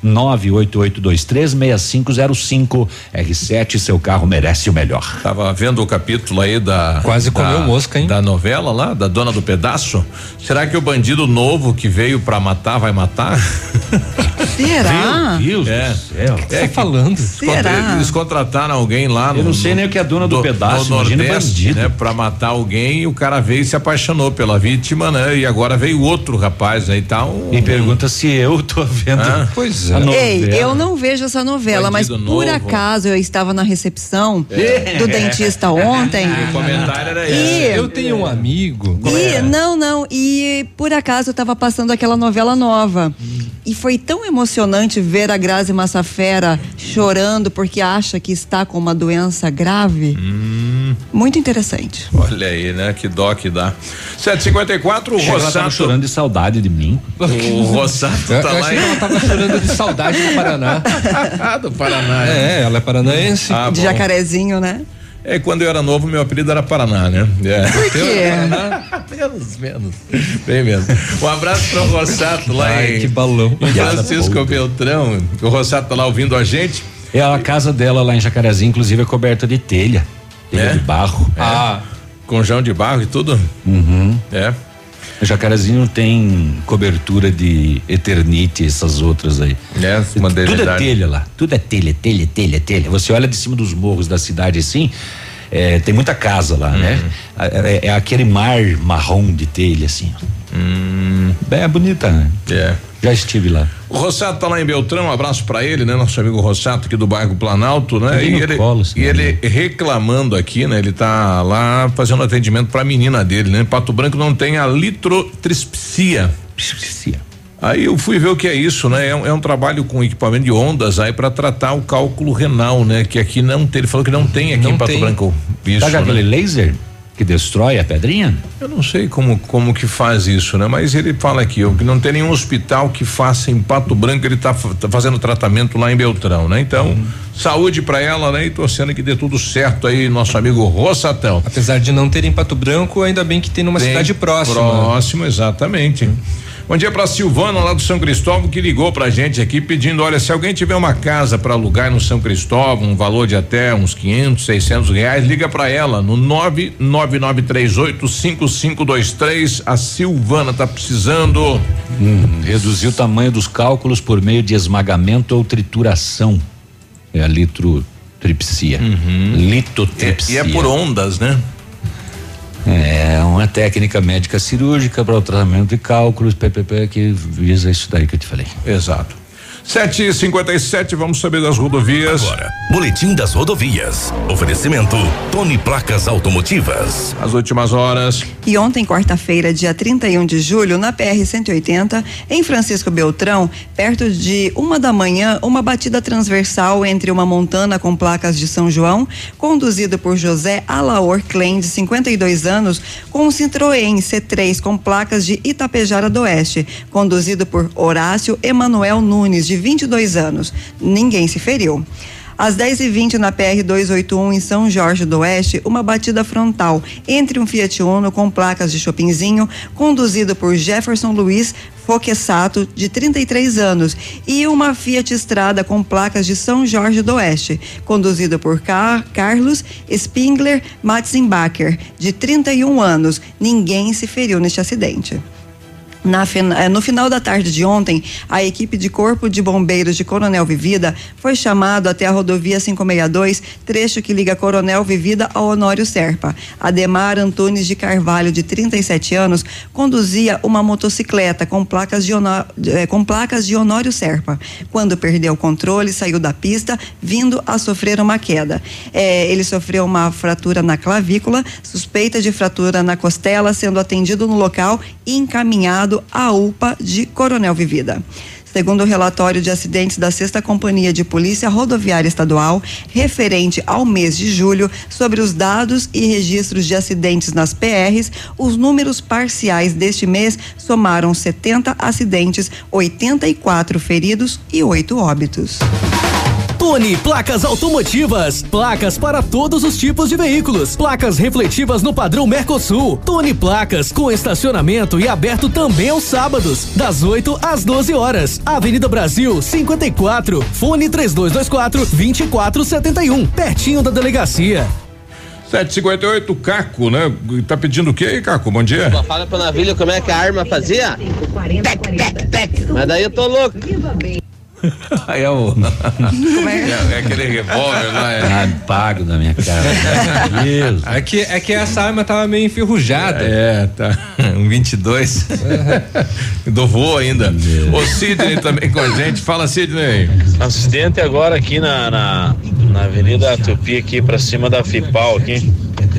S6: 988236505. R7, seu carro merece o melhor.
S4: Tava vendo o capítulo aí da
S5: quase comeu mosca, hein?
S4: Da novela lá, da Dona do Pedaço. Será que o bandido novo que veio pra matar vai matar?
S7: Será?
S6: Meu Deus do céu.
S5: O que tá falando?
S7: Será?
S4: Eles contrataram alguém lá
S6: Eu não sei nem o que é a Dona do Pedaço,
S4: no
S6: imagina
S4: Nordeste,
S6: bandido.
S4: né? Pra matar alguém, e o cara veio e se apaixonou pela vítima, né? E agora veio outro rapaz aí, tá?
S6: E pergunta se eu tô vendo.
S5: Pois é.
S7: Ei, eu não vejo essa novela,
S4: Bandido
S7: mas por
S4: novo.
S7: acaso eu estava na recepção do dentista ontem.
S4: O comentário era
S7: E-
S4: esse.
S5: Eu tenho um amigo.
S7: E por acaso eu estava passando aquela novela nova. E foi tão emocionante ver a Grazi Massafera chorando porque acha que está com uma doença grave. Muito interessante.
S4: Olha aí, né? Que dó que dá. 7h54, o
S6: Ela tava
S4: Rossato.
S6: chorando de saudade de mim.
S4: O Rossato
S5: Eu
S4: tá lá
S5: achei que ela
S4: em.
S5: tava chorando de saudade do Paraná.
S4: do Paraná.
S5: Ela é paranaense.
S7: De
S4: bom.
S7: Jacarezinho, né?
S4: É, quando eu era novo, meu apelido era Paraná, né?
S7: Por quê?
S4: menos. Bem menos. Um abraço pro Rossato lá
S5: Ai,
S4: em
S5: que balão.
S4: em Francisco Beltrão. O Rossato tá lá ouvindo a gente.
S6: É a casa dela lá em Jacarezinho, inclusive é coberta de telha. Telha de barro.
S4: Conjão de barro e tudo? É.
S6: O Jacarezinho tem cobertura de Eternite, essas outras aí. Tudo é telha lá, tudo é telha. Você olha de cima dos morros da cidade assim, tem muita casa lá, né? É aquele mar marrom de telha assim. É bonita, né? Já estive lá.
S4: O Rossato tá lá em Beltrão, um abraço pra ele, né? Nosso amigo Rossato aqui do bairro Planalto, né? E ele reclamando aqui, né? Ele tá lá fazendo atendimento pra menina dele, né? Pato Branco não tem a litrotripsia. Aí eu fui ver o que é isso, né? É um trabalho com equipamento de ondas aí pra tratar o cálculo renal, né? Que aqui não tem, ele falou que não tem aqui em Pato Branco. Isso,
S6: Tá com aquele
S4: né?
S6: laser que destrói a pedrinha?
S4: Eu não sei como que faz isso, né? Mas ele fala aqui, que não tem nenhum hospital que faça em Pato Branco, ele tá fazendo tratamento lá em Beltrão, né? Então, saúde pra ela, né? E torcendo que dê tudo certo aí, nosso amigo Rossatão.
S5: Apesar de não ter em Pato Branco, ainda bem que tem numa cidade próxima.
S4: Próximo, exatamente. Bom dia pra Silvana lá do São Cristóvão, que ligou pra gente aqui pedindo, olha, se alguém tiver uma casa pra alugar no São Cristóvão, um valor de até uns 500, 600 reais, liga pra ela no 999385523. A Silvana tá precisando.
S6: Reduzir o tamanho dos cálculos por meio de esmagamento ou trituração. É a litrotripsia. Litotripsia.
S4: E é por ondas, né?
S6: É uma técnica médica cirúrgica para o tratamento de cálculos, PPP, que visa isso daí que eu te falei.
S4: Exato. 7h57, vamos saber das rodovias.
S3: Agora, Boletim das Rodovias. Oferecimento Tony Placas Automotivas.
S4: As últimas horas.
S7: E ontem, quarta-feira, dia 31 de julho, na PR-180, em Francisco Beltrão, perto de 1h, uma batida transversal entre uma montana com placas de São João, conduzido por José Alaor Klein, de 52 anos, com um Citroën C3 com placas de Itapejara do Oeste, conduzido por Horácio Emanuel Nunes, de 22 anos. Ninguém se feriu. Às 10h20, na PR-281, em São Jorge do Oeste, uma batida frontal entre um Fiat Uno com placas de Chopinzinho, conduzido por Jefferson Luiz Foquessato, de 33 anos, e uma Fiat Estrada com placas de São Jorge do Oeste, conduzido por Carlos Spingler Matzenbacher, de 31 anos. Ninguém se feriu neste acidente. No final da tarde de ontem, a equipe de Corpo de Bombeiros de Coronel Vivida foi chamado até a rodovia 562, trecho que liga Coronel Vivida ao Honório Serpa. Ademar Antunes de Carvalho, de 37 anos, conduzia uma motocicleta com placas de Honório Serpa. Quando perdeu o controle, saiu da pista, vindo a sofrer uma queda. Ele sofreu uma fratura na clavícula, suspeita de fratura na costela, sendo atendido no local e encaminhado à UPA de Coronel Vivida. Segundo o relatório de acidentes da 6ª Companhia de Polícia Rodoviária Estadual, referente ao mês de julho, sobre os dados e registros de acidentes nas PRs, os números parciais deste mês somaram 70 acidentes, 84 feridos e 8 óbitos.
S12: Tony Placas Automotivas, placas para todos os tipos de veículos, placas refletivas no padrão Mercosul. Tony Placas com estacionamento e aberto também aos sábados, das 8 às 12 horas. Avenida Brasil 54, fone 3224-2471, pertinho da delegacia.
S4: 758, Caco, né? Tá pedindo o quê aí, Caco? Bom dia.
S13: Fala pra Navilho como é que a arma fazia? Tec, tec, tec. Mas daí eu tô louco.
S6: Aí é o.
S4: É aquele revólver lá.
S6: Pago na minha cara.
S5: É que essa arma tava meio enferrujada.
S4: Tá. Um 22. Do voo ainda. O Sidney também com a gente. Fala, Sidney.
S23: Acidente agora aqui na Avenida Tupi, aqui pra cima da FIPAL aqui.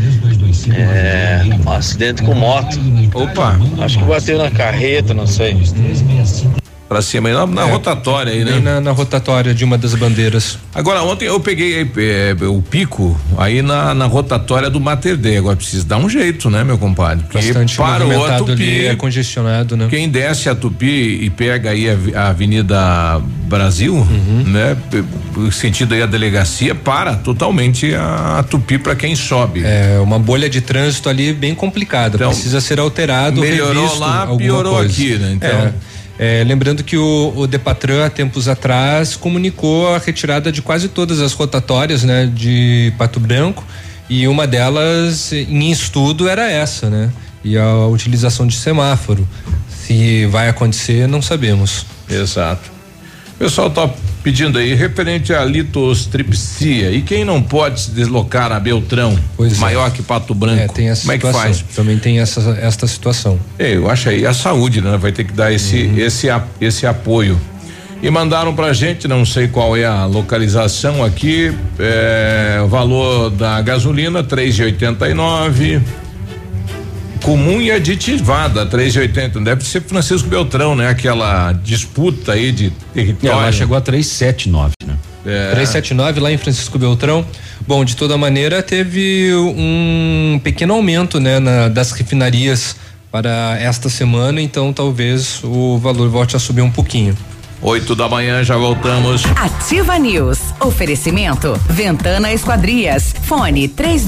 S23: Um acidente com moto.
S4: Opa.
S23: Acho que bateu na carreta, não sei.
S4: Pra cima aí, na rotatória aí, né?
S5: Na rotatória de uma das bandeiras.
S4: Agora, ontem eu peguei o pico aí na rotatória do Mater Dei. Agora precisa dar um jeito, né, meu compadre?
S5: Bastante
S4: parou a Tupi,
S5: ali, é congestionado, né?
S4: Quem desce a Tupi e pega aí a Avenida Brasil, né? No sentido aí a delegacia, para totalmente a Tupi para quem sobe.
S5: É uma bolha de trânsito ali bem complicada, então, precisa ser alterado,
S4: melhorou
S5: revisto,
S4: lá, piorou coisa aqui, né? Então...
S5: lembrando que o Depatran, há tempos atrás, comunicou a retirada de quase todas as rotatórias, né, de Pato Branco, e uma delas em estudo era essa, né? E a utilização de semáforo. Se vai acontecer, não sabemos.
S4: Exato. O pessoal tá pedindo aí, referente à litostripsia, e quem não pode se deslocar a Beltrão, maior que Pato Branco,
S5: tem essa
S4: como
S5: situação.
S4: É que faz?
S5: Também tem esta situação.
S4: Eu acho aí a saúde, né? Vai ter que dar esse apoio. E mandaram pra gente, não sei qual é a localização aqui, o valor da gasolina, 3,89. Comum e aditivada, 3,80. Deve ser Francisco Beltrão, né? Aquela disputa aí de território.
S6: Ela chegou a 3,79, né?
S5: 3,79 lá em Francisco Beltrão. Bom, de toda maneira, teve um pequeno aumento, né, das refinarias para esta semana, então talvez o valor volte a subir um pouquinho.
S4: 8 da manhã, já voltamos.
S2: Ativa News. Oferecimento Ventana Esquadrias. Fone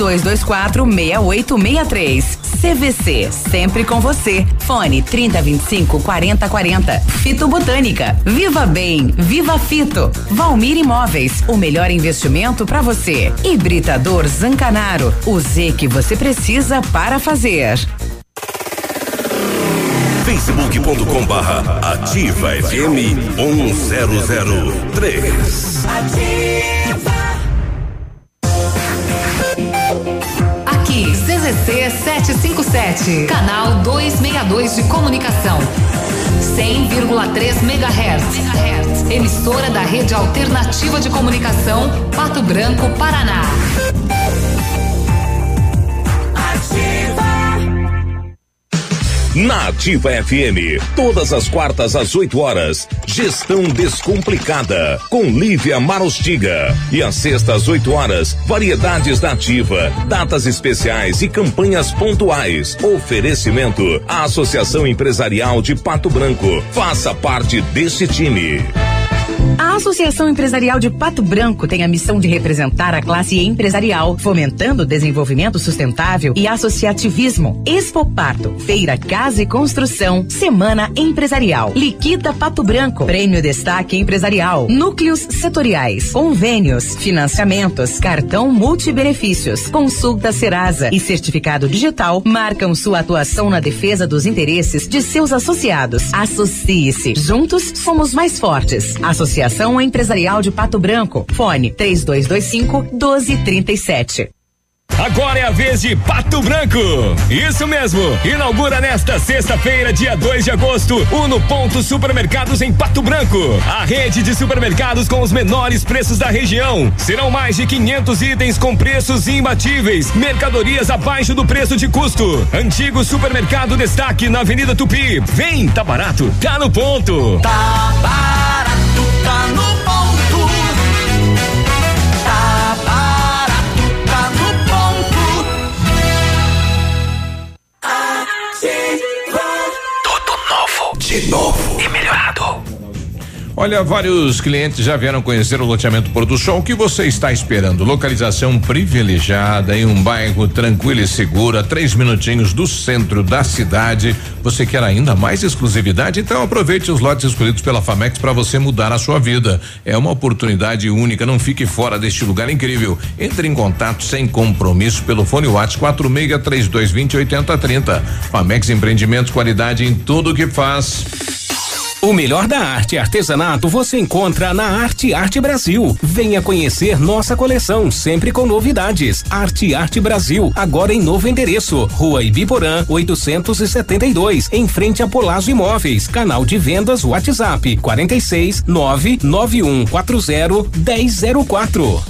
S2: 3224-6863. CVC, sempre com você. Fone 3025-4040. Fito Botânica. Viva Bem, Viva Fito. Valmir Imóveis, o melhor investimento para você. Hibridador Zancanaro, o Z que você precisa para fazer.
S3: Facebook.com/Ativa FM 1003.
S10: Aqui, CZC 757, canal 262 de comunicação. 100,3 MHz. Emissora da Rede Alternativa de Comunicação, Pato Branco, Paraná.
S3: Na Ativa FM, todas as quartas às 8 horas, Gestão Descomplicada, com Lívia Marostiga. E às sextas às 8 horas, variedades da Ativa, datas especiais e campanhas pontuais. Oferecimento à Associação Empresarial de Pato Branco. Faça parte desse time.
S2: A Associação Empresarial de Pato Branco tem a missão de representar a classe empresarial, fomentando o desenvolvimento sustentável e associativismo. Expo Pato, Feira Casa e Construção, Semana Empresarial, Liquida Pato Branco, Prêmio Destaque Empresarial, Núcleos Setoriais, Convênios, Financiamentos, Cartão Multibenefícios, Consulta Serasa e Certificado Digital marcam sua atuação na defesa dos interesses de seus associados. Associe-se. Juntos somos mais fortes. Associação Empresarial de Pato Branco. Fone 3225-1237.
S11: Agora é a vez de Pato Branco. Isso mesmo. Inaugura nesta sexta-feira, dia 2 de agosto, o No Ponto Supermercados em Pato Branco. A rede de supermercados com os menores preços da região. Serão mais de 500 itens com preços imbatíveis. Mercadorias abaixo do preço de custo. Antigo Supermercado Destaque na Avenida Tupi. Vem, tá barato, tá no ponto.
S19: Tá barato, tá no ponto. Tá barato, tá no ponto. Ativa.
S3: Tudo novo. De novo. E melhorado.
S4: Olha, vários clientes já vieram conhecer o loteamento Pôr do Sol. O que você está esperando? Localização privilegiada em um bairro tranquilo e seguro, a 3 minutinhos do centro da cidade. Você quer ainda mais exclusividade? Então aproveite os lotes escolhidos pela Famex para você mudar a sua vida. É uma oportunidade única, não fique fora deste lugar incrível. Entre em contato sem compromisso pelo fone WhatsApp 4632208030. Famex Empreendimentos, qualidade em tudo que faz.
S14: O melhor da arte e artesanato você encontra na Arte Brasil. Venha conhecer nossa coleção, sempre com novidades. Arte Brasil, agora em novo endereço, Rua Ibiporã, 872, em frente a Polazo Imóveis. Canal de vendas WhatsApp 46 99140 1004.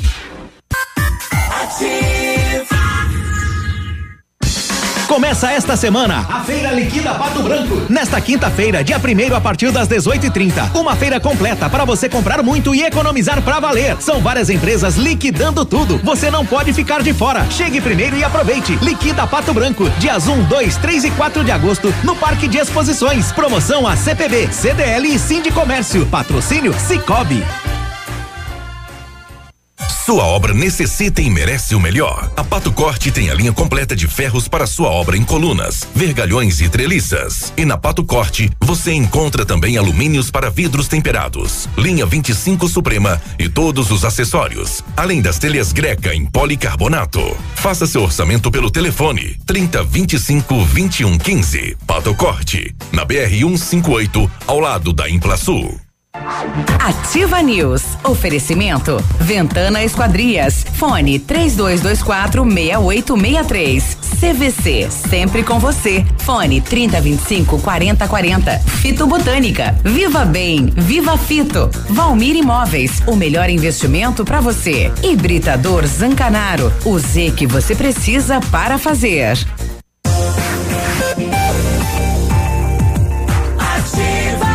S15: Começa esta semana a Feira Liquida Pato Branco. Nesta quinta-feira, dia 1º, a partir das 18h30. Uma feira completa para você comprar muito e economizar pra valer. São várias empresas liquidando tudo. Você não pode ficar de fora. Chegue primeiro e aproveite. Liquida Pato Branco. Dias 1, 2, 3 e 4 de agosto no Parque de Exposições. Promoção a CPB, CDL e Sindicomércio. Patrocínio Cicobi.
S3: Sua obra necessita e merece o melhor. A Pato Corte tem a linha completa de ferros para sua obra em colunas, vergalhões e treliças. E na Pato Corte você encontra também alumínios para vidros temperados, linha 25 Suprema e todos os acessórios, além das telhas Greca em policarbonato. Faça seu orçamento pelo telefone 3025-2115. Pato Corte, na BR 158, ao lado da Implasul.
S2: Ativa News. Oferecimento Ventana Esquadrias. Fone 3224-6863. CVC, sempre com você. Fone 3025-4040. Fito Botânica. Viva Bem, Viva Fito. Valmir Imóveis, o melhor investimento para você. Hibridador Zancanaro, o Z que você precisa para fazer.
S19: Ativa.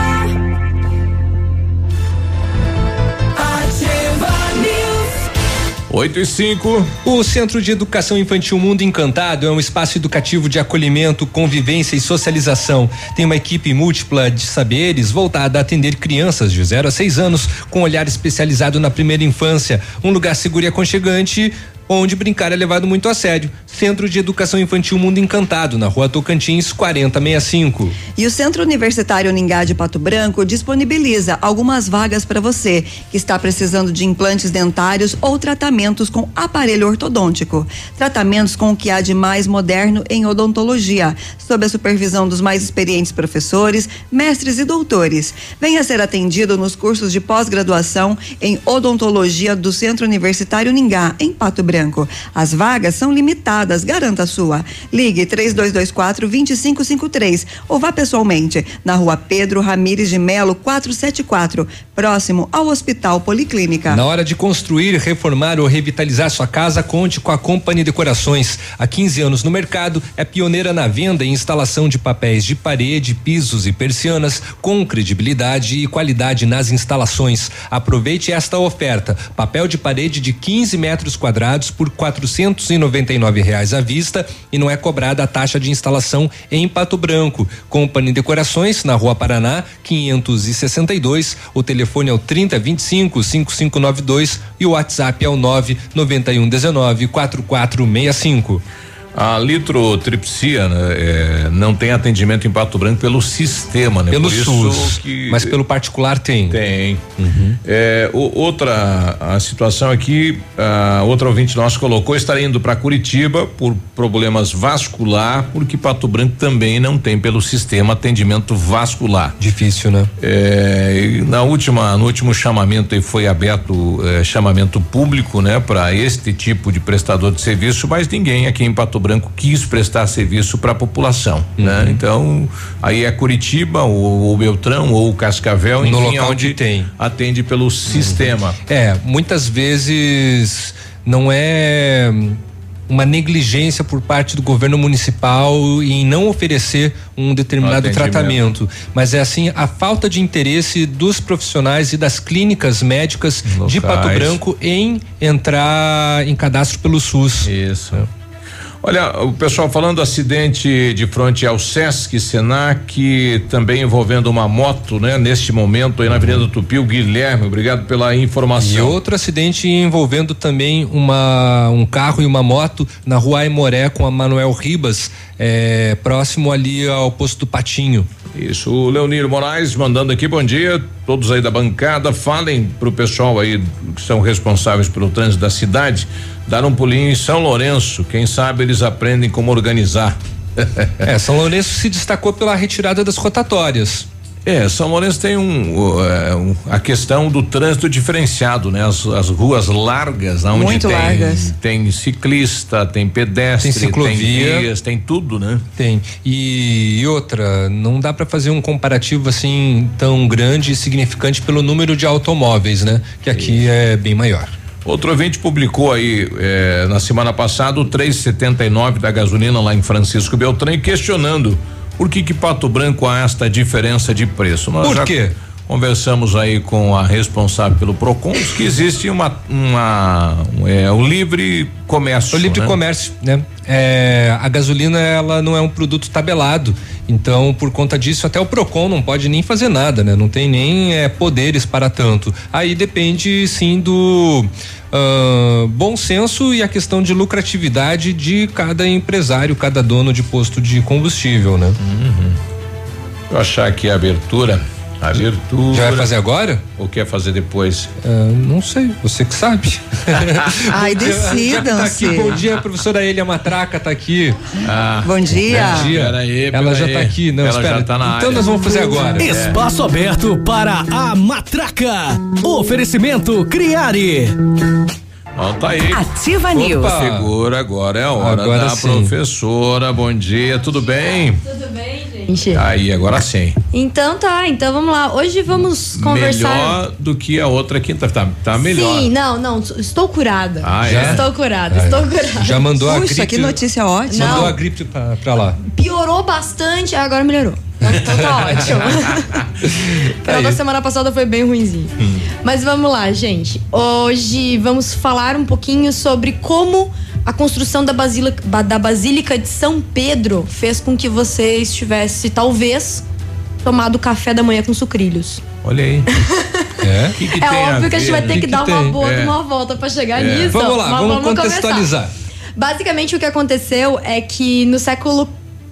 S4: 8:05.
S5: O Centro de Educação Infantil Mundo Encantado é um espaço educativo de acolhimento, convivência e socialização. Tem uma equipe múltipla de saberes voltada a atender crianças de 0 a 6 anos com olhar especializado na primeira infância. Um lugar seguro e aconchegante, onde brincar é levado muito a sério. Centro de Educação Infantil Mundo Encantado, na Rua Tocantins, 4065.
S7: E o Centro Universitário Ningá de Pato Branco disponibiliza algumas vagas para você que está precisando de implantes dentários ou tratamentos com aparelho ortodôntico. Tratamentos com o que há de mais moderno em odontologia, sob a supervisão dos mais experientes professores, mestres e doutores. Venha ser atendido nos cursos de pós-graduação em odontologia do Centro Universitário Ningá, em Pato Branco. As vagas são limitadas, garanta a sua. Ligue 3224-2553 ou vá pessoalmente na Rua Pedro Ramires de Melo 474, próximo ao Hospital Policlínica.
S5: Na hora de construir, reformar ou revitalizar sua casa, conte com a Company Decorações. Há 15 anos no mercado, é pioneira na venda e instalação de papéis de parede, pisos e persianas com credibilidade e qualidade nas instalações. Aproveite esta oferta: papel de parede de 15 metros quadrados por R$499 à vista e não é cobrada a taxa de instalação em Pato Branco. Company Decorações, na Rua Paraná 562, o telefone é o 3025-5592 e o WhatsApp é o 99119-4465.
S4: A litrotripsia, né, não tem atendimento em Pato Branco pelo sistema, né?
S5: Pelo
S4: Por
S5: SUS,
S4: que,
S5: mas pelo particular tem.
S4: Tem. A situação aqui, outra ouvinte nossa colocou, estaria indo para Curitiba por problemas vascular, porque Pato Branco também não tem pelo sistema atendimento vascular.
S5: Difícil, né?
S4: No último chamamento aí foi aberto chamamento público, né, para este tipo de prestador de serviço, mas ninguém aqui em Pato Branco quis prestar serviço para a população, né? Então, aí é Curitiba, ou Beltrão, ou Cascavel,
S5: no
S4: enfim,
S5: local onde tem.
S4: Atende pelo sistema.
S5: Muitas vezes não é uma negligência por parte do governo municipal em não oferecer um determinado tratamento, mas é assim a falta de interesse dos profissionais e das clínicas médicas locais de Pato Branco em entrar em cadastro pelo SUS.
S4: Isso. Olha, o pessoal falando do acidente de frente ao Sesc Senac, também envolvendo uma moto, né? Neste momento aí na Avenida Tupi, o Guilherme, obrigado pela informação.
S5: E outro acidente envolvendo também um carro e uma moto na Rua Aimoré com a Manuel Ribas, próximo ali ao posto do Patinho.
S4: Isso, o Leonir Moraes mandando aqui, bom dia, todos aí da bancada, falem pro pessoal aí que são responsáveis pelo trânsito da cidade, dar um pulinho em São Lourenço, quem sabe eles aprendem como organizar.
S5: São Lourenço se destacou pela retirada das rotatórias.
S4: São Lourenço tem a questão do trânsito diferenciado, né? As ruas largas, onde
S7: muito largas.
S4: Tem ciclista, tem pedestre,
S5: tem ciclovia,
S4: tem vias, tem tudo, né?
S5: Tem. E outra, não dá para fazer um comparativo assim tão grande e significante pelo número de automóveis, né? Que aqui é bem maior.
S4: Outro ouvinte publicou aí na semana passada o 3,79 da gasolina lá em Francisco Beltrão, questionando por que Pato Branco há esta diferença de preço. Nós
S5: por quê?
S4: Conversamos aí com a responsável pelo Procon, que existe o livre comércio.
S5: O livre comércio, né? A gasolina, ela não é um produto tabelado, então por conta disso até o Procon não pode nem fazer nada, né? Não tem nem poderes para tanto. Aí depende sim do bom senso e a questão de lucratividade de cada empresário, cada dono de posto de combustível, né?
S4: Eu achar aqui a abertura.
S5: Já vai fazer agora?
S4: Ou quer fazer depois?
S5: Não sei, você que sabe.
S7: Ai, decidam-se.
S5: Bom dia, a professora Elia Matraca tá aqui.
S7: Bom dia.
S5: Bom dia. Ela já tá aqui, não,
S4: ela
S5: espera.
S4: Já tá na
S5: então
S4: área.
S5: Nós vamos fazer agora.
S12: Espaço aberto para a Matraca. Oferecimento Criare.
S4: Tá aí.
S2: Ativa News.
S4: Segura, agora é a hora
S5: agora
S4: da
S5: sim.
S4: Professora. Bom dia, tudo bem?
S16: Tudo bem, gente?
S4: Aí, agora sim.
S16: Então vamos lá. Hoje vamos conversar.
S4: Melhor do que a outra quinta, tá melhor.
S16: Sim, não, estou curada.
S4: Já?
S16: Estou curada, estou curada.
S5: Já mandou a
S7: Puxa,
S5: gripe.
S7: que notícia ótima.
S5: Mandou a gripe pra lá.
S16: Piorou bastante, agora melhorou. Então tá ótimo. Final da semana passada foi bem ruinzinho. Mas vamos lá, gente. Hoje vamos falar um pouquinho sobre como a construção da Basílica de São Pedro fez com que você estivesse, talvez, tomado café da manhã com sucrilhos.
S4: Olha aí. Que tem
S16: óbvio que a gente vai ter que dar uma volta pra chegar nisso.
S5: Vamos lá, vamos contextualizar.
S16: Começar. Basicamente o que aconteceu é que no século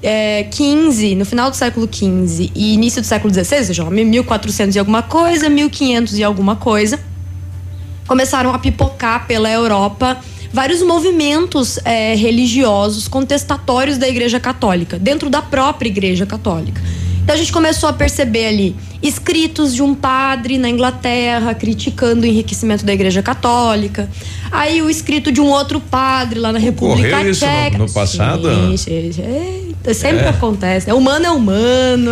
S16: XV, no final do século XV e início do século XVI, ou seja, 1400 e alguma coisa, 1500 e alguma coisa, começaram a pipocar pela Europa vários movimentos religiosos contestatórios da Igreja Católica, dentro da própria Igreja Católica. Então a gente começou a perceber ali escritos de um padre na Inglaterra criticando o enriquecimento da Igreja Católica. Aí o escrito de um outro padre lá na República Tcheca.
S4: Isso no passado?
S16: Sempre acontece. Humano é humano.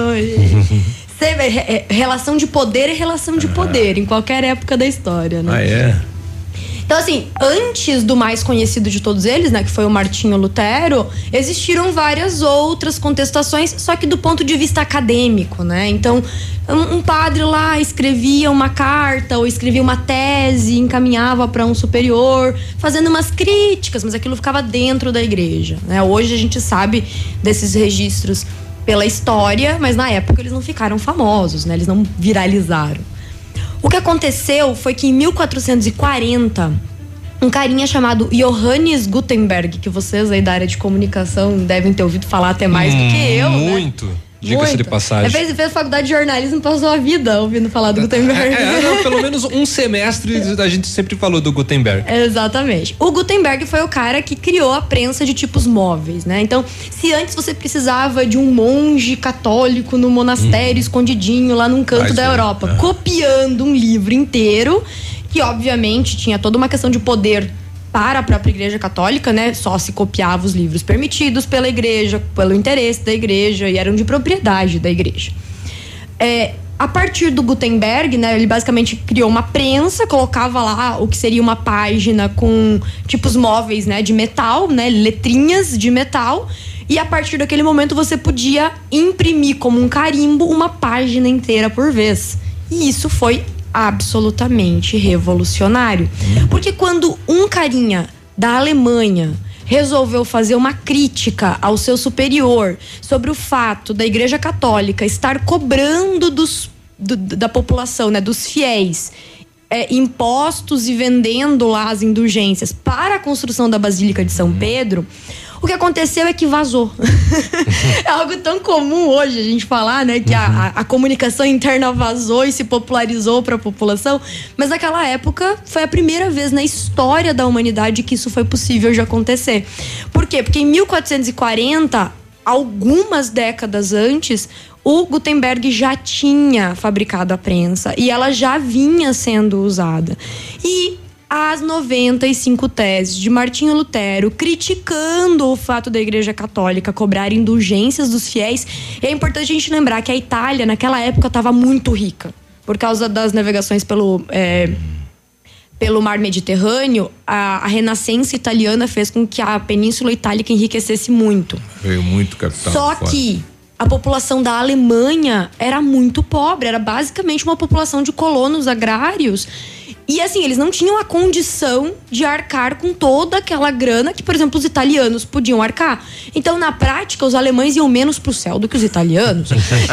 S16: Relação de poder é relação de poder em qualquer época da história, né? Então, assim, antes do mais conhecido de todos eles, né, que foi o Martinho Lutero, existiram várias outras contestações, só que do ponto de vista acadêmico, né? Então, um padre lá escrevia uma carta ou escrevia uma tese, encaminhava para um superior, fazendo umas críticas, mas aquilo ficava dentro da igreja, né? Hoje a gente sabe desses registros pela história, mas na época eles não ficaram famosos, né? Eles não viralizaram. O que aconteceu foi que em 1440, um carinha chamado Johannes Gutenberg, que vocês aí da área de comunicação devem ter ouvido falar até mais do que eu,
S5: muito.
S16: né?
S5: Diga-se de passagem.
S16: Fez faculdade de jornalismo e passou a vida ouvindo falar do Gutenberg.
S5: Não, pelo menos um semestre a gente sempre falou do Gutenberg.
S16: Exatamente. O Gutenberg foi o cara que criou a prensa de tipos móveis, né? Então, se antes você precisava de um monge católico no monastério escondidinho lá num canto da Europa, copiando um livro inteiro, que obviamente tinha toda uma questão de poder para a própria Igreja Católica, né? Só se copiava os livros permitidos pela Igreja, pelo interesse da Igreja, e eram de propriedade da Igreja. A partir do Gutenberg, né? Ele basicamente criou uma prensa, colocava lá o que seria uma página com tipos móveis, né? De metal, né? Letrinhas de metal. E a partir daquele momento você podia imprimir como um carimbo uma página inteira por vez. E isso foi absolutamente revolucionário. Porque quando um carinha da Alemanha resolveu fazer uma crítica ao seu superior sobre o fato da Igreja Católica estar cobrando da população, né, dos fiéis, impostos e vendendo lá as indulgências para a construção da Basílica de São Pedro, o que aconteceu é que vazou. É algo tão comum hoje a gente falar, né? Que a comunicação interna vazou e se popularizou para a população. Mas naquela época foi a primeira vez na história da humanidade que isso foi possível de acontecer. Por quê? Porque em 1440, algumas décadas antes, o Gutenberg já tinha fabricado a prensa e ela já vinha sendo usada. E as 95 teses de Martinho Lutero criticando o fato da Igreja Católica cobrar indulgências dos fiéis. E é importante a gente lembrar que a Itália naquela época estava muito rica por causa das navegações pelo Mar Mediterrâneo. A Renascença italiana fez com que a Península Itálica enriquecesse muito.
S4: Veio muito capital.
S16: Só que a população da Alemanha era muito pobre, era basicamente uma população de colonos agrários. E assim, eles não tinham a condição de arcar com toda aquela grana que, por exemplo, os italianos podiam arcar. Então, na prática, os alemães iam menos pro céu do que os italianos.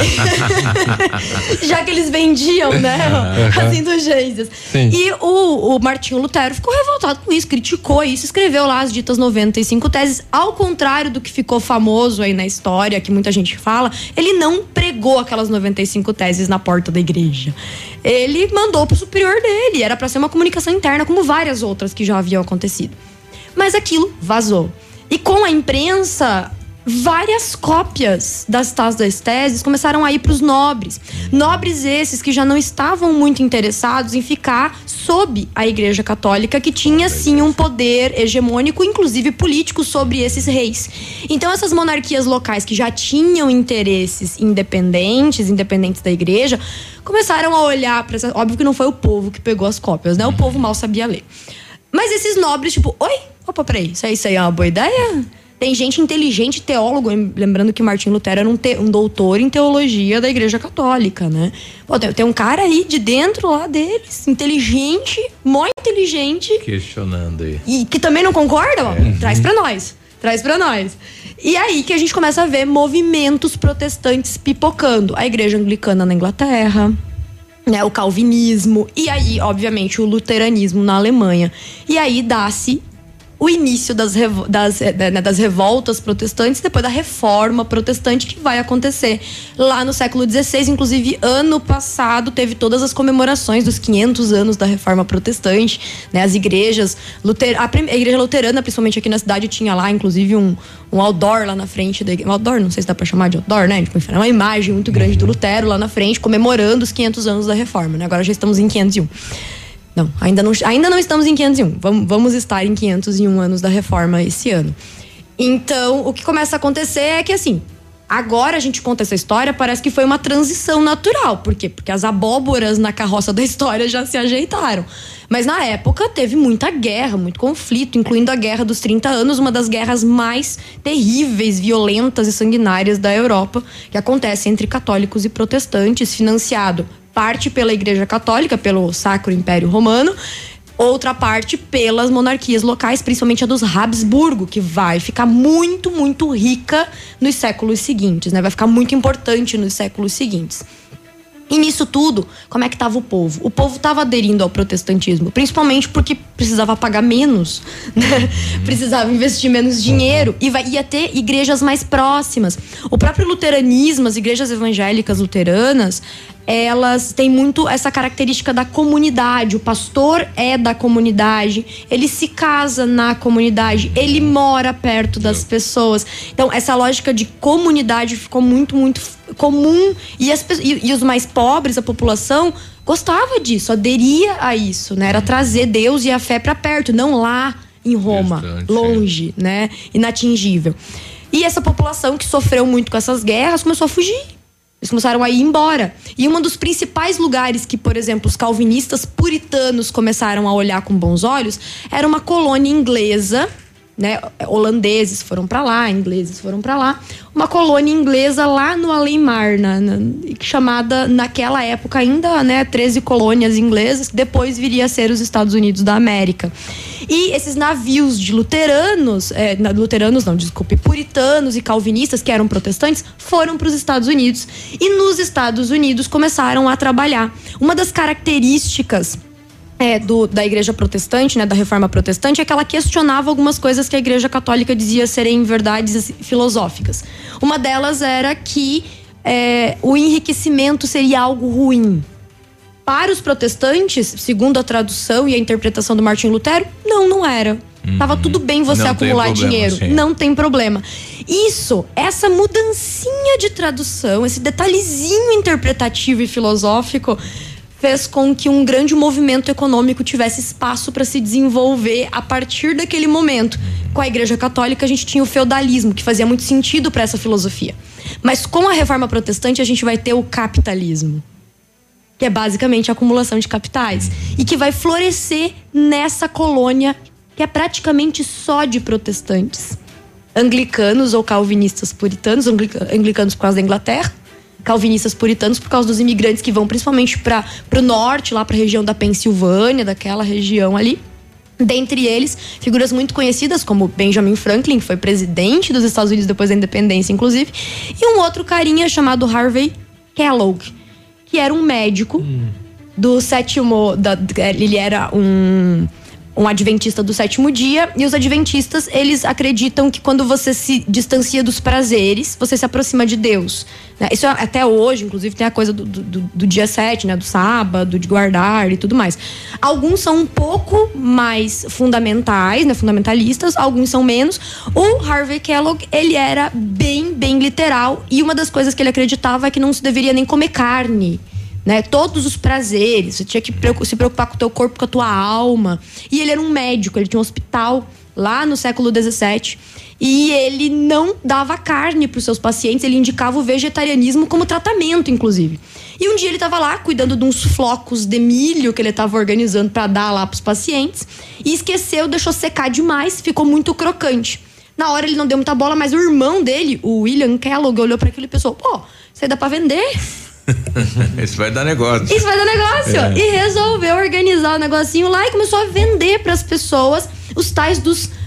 S16: Já que eles vendiam, né, as indulgências. Sim. E o Martinho Lutero ficou revoltado com isso, criticou isso, escreveu lá as ditas 95 teses. Ao contrário do que ficou famoso aí na história, que muita gente fala, ele não pregou aquelas 95 teses na porta da igreja. Ele mandou pro superior dele, era para ser uma comunicação interna, como várias outras que já haviam acontecido. Mas aquilo vazou. E com a imprensa, várias cópias das tais das teses começaram a ir para os nobres. Nobres esses que já não estavam muito interessados em ficar sob a Igreja Católica, que tinha sim um poder hegemônico, inclusive político, sobre esses reis. Então essas monarquias locais que já tinham interesses independentes da Igreja, começaram a olhar para essa... Óbvio que não foi o povo que pegou as cópias, né? O povo mal sabia ler. Mas esses nobres, tipo, opa, peraí, isso aí é uma boa ideia? Tem gente inteligente, teólogo, lembrando que Martinho Lutero era um doutor em teologia da Igreja Católica, né? Pô, tem um cara aí de dentro lá deles, inteligente, mó inteligente.
S4: Questionando aí.
S16: E que também não concorda? Ó, traz pra nós. E aí que a gente começa a ver movimentos protestantes pipocando. A Igreja Anglicana na Inglaterra, né, o calvinismo, e aí, obviamente, o luteranismo na Alemanha. E aí dá-se o início das revoltas protestantes, depois da reforma protestante que vai acontecer lá no século XVI. Inclusive, ano passado teve todas as comemorações dos 500 anos da reforma protestante, né? As igrejas, a igreja luterana, principalmente aqui na cidade, tinha lá, inclusive, um outdoor lá na frente da igreja. Um outdoor, não sei se dá pra chamar de outdoor, né? Tipo, enfim, uma imagem muito grande do Lutero lá na frente, comemorando os 500 anos da reforma, né? Agora já estamos em 501. Não, ainda não estamos em 501. Vamos estar em 501 anos da reforma esse ano. Então, o que começa a acontecer é que, assim, agora a gente conta essa história, parece que foi uma transição natural. Por quê? Porque as abóboras na carroça da história já se ajeitaram. Mas na época teve muita guerra, muito conflito, incluindo a Guerra dos 30 Anos, uma das guerras mais terríveis, violentas e sanguinárias da Europa, que acontece entre católicos e protestantes, financiado parte pela Igreja Católica, pelo Sacro Império Romano, outra parte pelas monarquias locais, principalmente a dos Habsburgo, que vai ficar muito, muito rica nos séculos seguintes, né? Vai ficar muito importante nos séculos seguintes. E nisso tudo, como é que estava o povo? O povo estava aderindo ao protestantismo, principalmente porque precisava pagar menos, né? Precisava investir menos dinheiro e ia ter igrejas mais próximas. O próprio luteranismo, as igrejas evangélicas luteranas, elas têm muito essa característica da comunidade. O pastor é da comunidade, ele se casa na comunidade, ele mora perto das pessoas. Então, essa lógica de comunidade ficou muito, muito comum. E os mais pobres, a população, gostava disso, aderia a isso, né? Era trazer Deus e a fé para perto, não lá em Roma, longe, né? Inatingível. E essa população que sofreu muito com essas guerras começou a fugir. Eles começaram a ir embora. E um dos principais lugares que, por exemplo, os calvinistas puritanos começaram a olhar com bons olhos era uma colônia inglesa, né? Holandeses foram para lá, ingleses foram para lá. Uma colônia inglesa lá no além-mar, chamada naquela época ainda, né, 13 colônias inglesas, depois viria a ser os Estados Unidos da América. E esses navios de puritanos e calvinistas, que eram protestantes, foram para os Estados Unidos. E nos Estados Unidos começaram a trabalhar. Uma das características da igreja protestante, né, da reforma protestante, é que ela questionava algumas coisas que a igreja católica dizia serem verdades filosóficas. Uma delas era que o enriquecimento seria algo ruim. Para os protestantes, segundo a tradução e a interpretação do Martim Lutero, não era. Tava tudo bem você acumular dinheiro, não tem problema. Essa mudancinha de tradução, esse detalhezinho interpretativo e filosófico fez com que um grande movimento econômico tivesse espaço para se desenvolver a partir daquele momento. Com a Igreja Católica, a gente tinha o feudalismo, que fazia muito sentido para essa filosofia. Mas com a Reforma Protestante, a gente vai ter o capitalismo, que é basicamente a acumulação de capitais, e que vai florescer nessa colônia que é praticamente só de protestantes. Anglicanos ou calvinistas puritanos, anglicanos por causa da Inglaterra, calvinistas puritanos por causa dos imigrantes que vão principalmente para o norte, lá para a região da Pensilvânia, daquela região ali. Dentre eles, figuras muito conhecidas como Benjamin Franklin, que foi presidente dos Estados Unidos depois da independência, inclusive, e um outro carinha chamado Harvey Kellogg, que era um médico do sétimo... ele era um adventista do sétimo dia, e os adventistas, eles acreditam que quando você se distancia dos prazeres, você se aproxima de Deus, né? Isso até hoje, inclusive, tem a coisa do dia 7, né? Do sábado, de guardar e tudo mais. Alguns são um pouco mais fundamentais, né? Fundamentalistas, alguns são menos. O Harvey Kellogg, ele era bem, bem literal, e uma das coisas que ele acreditava é que não se deveria nem comer carne, né? Todos os prazeres, você tinha que se preocupar com o teu corpo, com a tua alma. E ele era um médico, ele tinha um hospital lá no século XVII, e ele não dava carne para os seus pacientes, ele indicava o vegetarianismo como tratamento, inclusive. E um dia ele estava lá cuidando de uns flocos de milho que ele estava organizando para dar lá para os pacientes, e esqueceu, deixou secar demais, ficou muito crocante. Na hora ele não deu muita bola, mas o irmão dele, o William Kellogg, olhou para aquilo e pensou: pô, isso aí dá para vender?
S4: Isso vai dar negócio.
S16: Isso vai dar negócio. E resolveu organizar o negocinho lá e começou a vender para as pessoas os tais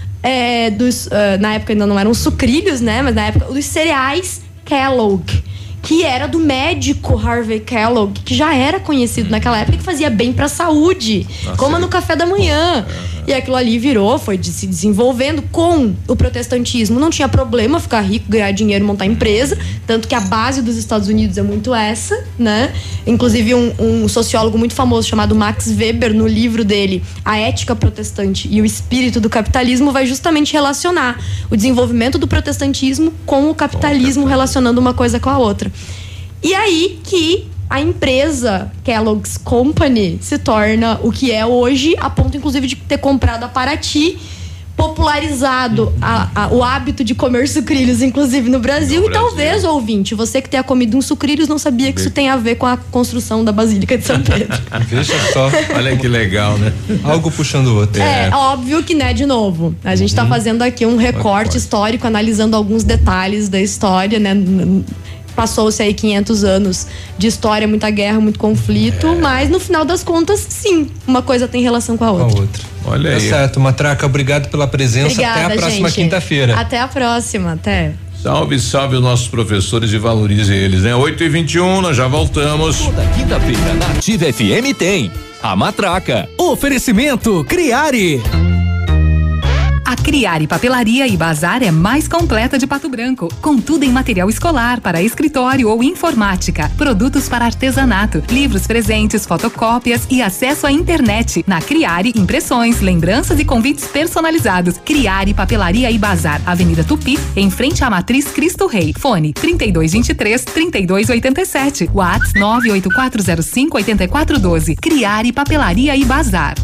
S16: na época ainda não eram sucrilhos, né? Mas na época, dos cereais Kellogg, que era do médico Harvey Kellogg, que já era conhecido naquela época, que fazia bem para a saúde. Coma no café da manhã. E aquilo ali foi se desenvolvendo com o protestantismo. Não tinha problema ficar rico, ganhar dinheiro, montar empresa. Tanto que a base dos Estados Unidos é muito essa, né? Inclusive um sociólogo muito famoso chamado Max Weber, no livro dele, A Ética Protestante e o Espírito do Capitalismo, vai justamente relacionar o desenvolvimento do protestantismo com o capitalismo, relacionando uma coisa com a outra. E aí que a empresa Kellogg's Company se torna o que é hoje, a ponto inclusive de ter comprado a Paraty, popularizado o hábito de comer sucrilhos, inclusive no Brasil. E talvez, ouvinte, você que tenha comido uns sucrilhos não sabia que isso tem a ver com a construção da Basílica de São Pedro.
S5: Veja só.
S4: Olha que legal, né?
S5: Algo puxando o outro.
S16: É óbvio que, né, de novo, a gente tá fazendo aqui um recorte histórico, analisando alguns detalhes da história, né? Passou-se aí 500 anos de história, muita guerra, muito conflito, mas no final das contas, sim, uma coisa tem relação com a outra.
S4: Olha aí.
S5: Tá certo, Matraca, obrigado pela presença.
S16: Obrigada,
S5: até a próxima quinta-feira.
S16: Até a próxima, até.
S4: Salve, salve os nossos professores e valorize eles, né? 8h21, nós já voltamos.
S3: Toda quinta-feira na Ativa FM tem a Matraca.
S12: Oferecimento Criare.
S10: A Criare Papelaria e Bazar é mais completa de Pato Branco, com tudo em material escolar para escritório ou informática, produtos para artesanato, livros presentes, fotocópias e acesso à internet. Na Criare, impressões, lembranças e convites personalizados. Criare Papelaria e Bazar, Avenida Tupi, em frente à Matriz Cristo Rei. Fone 3223-3287. WhatsApp 98405-8412. Criare Papelaria e Bazar.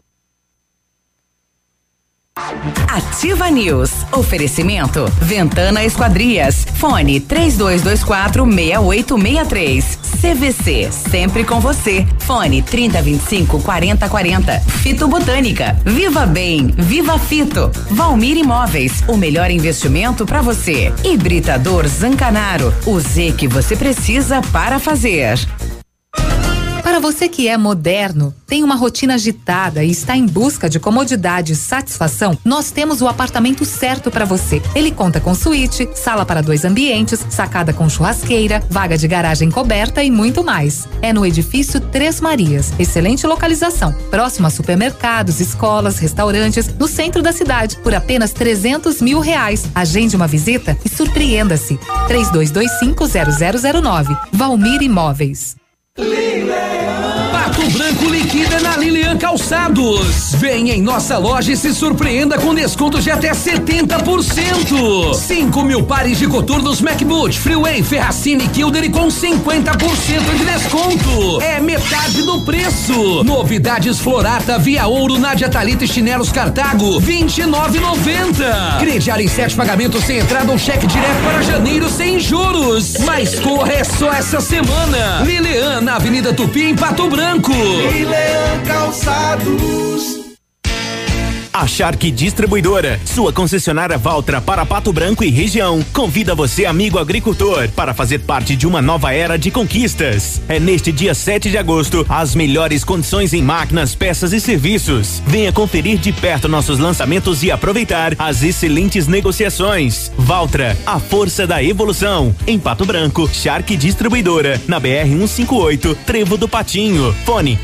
S2: Ativa News. Oferecimento Ventana Esquadrias. Fone 3224-6863. CVC, sempre com você. Fone 3025-4040. Fito Botânica. Viva Bem, Viva Fito. Valmir Imóveis, o melhor investimento para você. Hibridador Zancanaro, o Z que você precisa para fazer.
S10: Para você que é moderno, tem uma rotina agitada e está em busca de comodidade e satisfação, nós temos o apartamento certo para você. Ele conta com suíte, sala para 2 ambientes, sacada com churrasqueira, vaga de garagem coberta e muito mais. É no edifício Três Marias, excelente localização, próximo a supermercados, escolas, restaurantes, no centro da cidade, por apenas R$300 mil. Agende uma visita e surpreenda-se. 3225-0009. Valmir Imóveis.
S18: Pato Branco liquida na Lilian Calçados. Venha em nossa loja e se surpreenda com descontos de até 70%. 5 mil pares de coturnos MacBoot, Freeway, Ferracini, Kilder com 50% de desconto. É metade do preço. Novidades Florata, Via Ouro, Nádia Talita e chinelos Cartago, R$29,90. Crediário em 7 pagamentos sem entrada ou cheque direto para janeiro sem juros. Mas corra, é só essa semana. Lilian, na Avenida Tupi, em Pato Branco.
S19: Lilian Calçados.
S20: A Shark Distribuidora, sua concessionária Valtra para Pato Branco e região, convida você, amigo agricultor, para fazer parte de uma nova era de conquistas. É neste dia 7 de agosto, as melhores condições em máquinas, peças e serviços. Venha conferir de perto nossos lançamentos e aproveitar as excelentes negociações. Valtra, a força da evolução. Em Pato Branco, Shark Distribuidora, na BR-158, Trevo do Patinho. Fone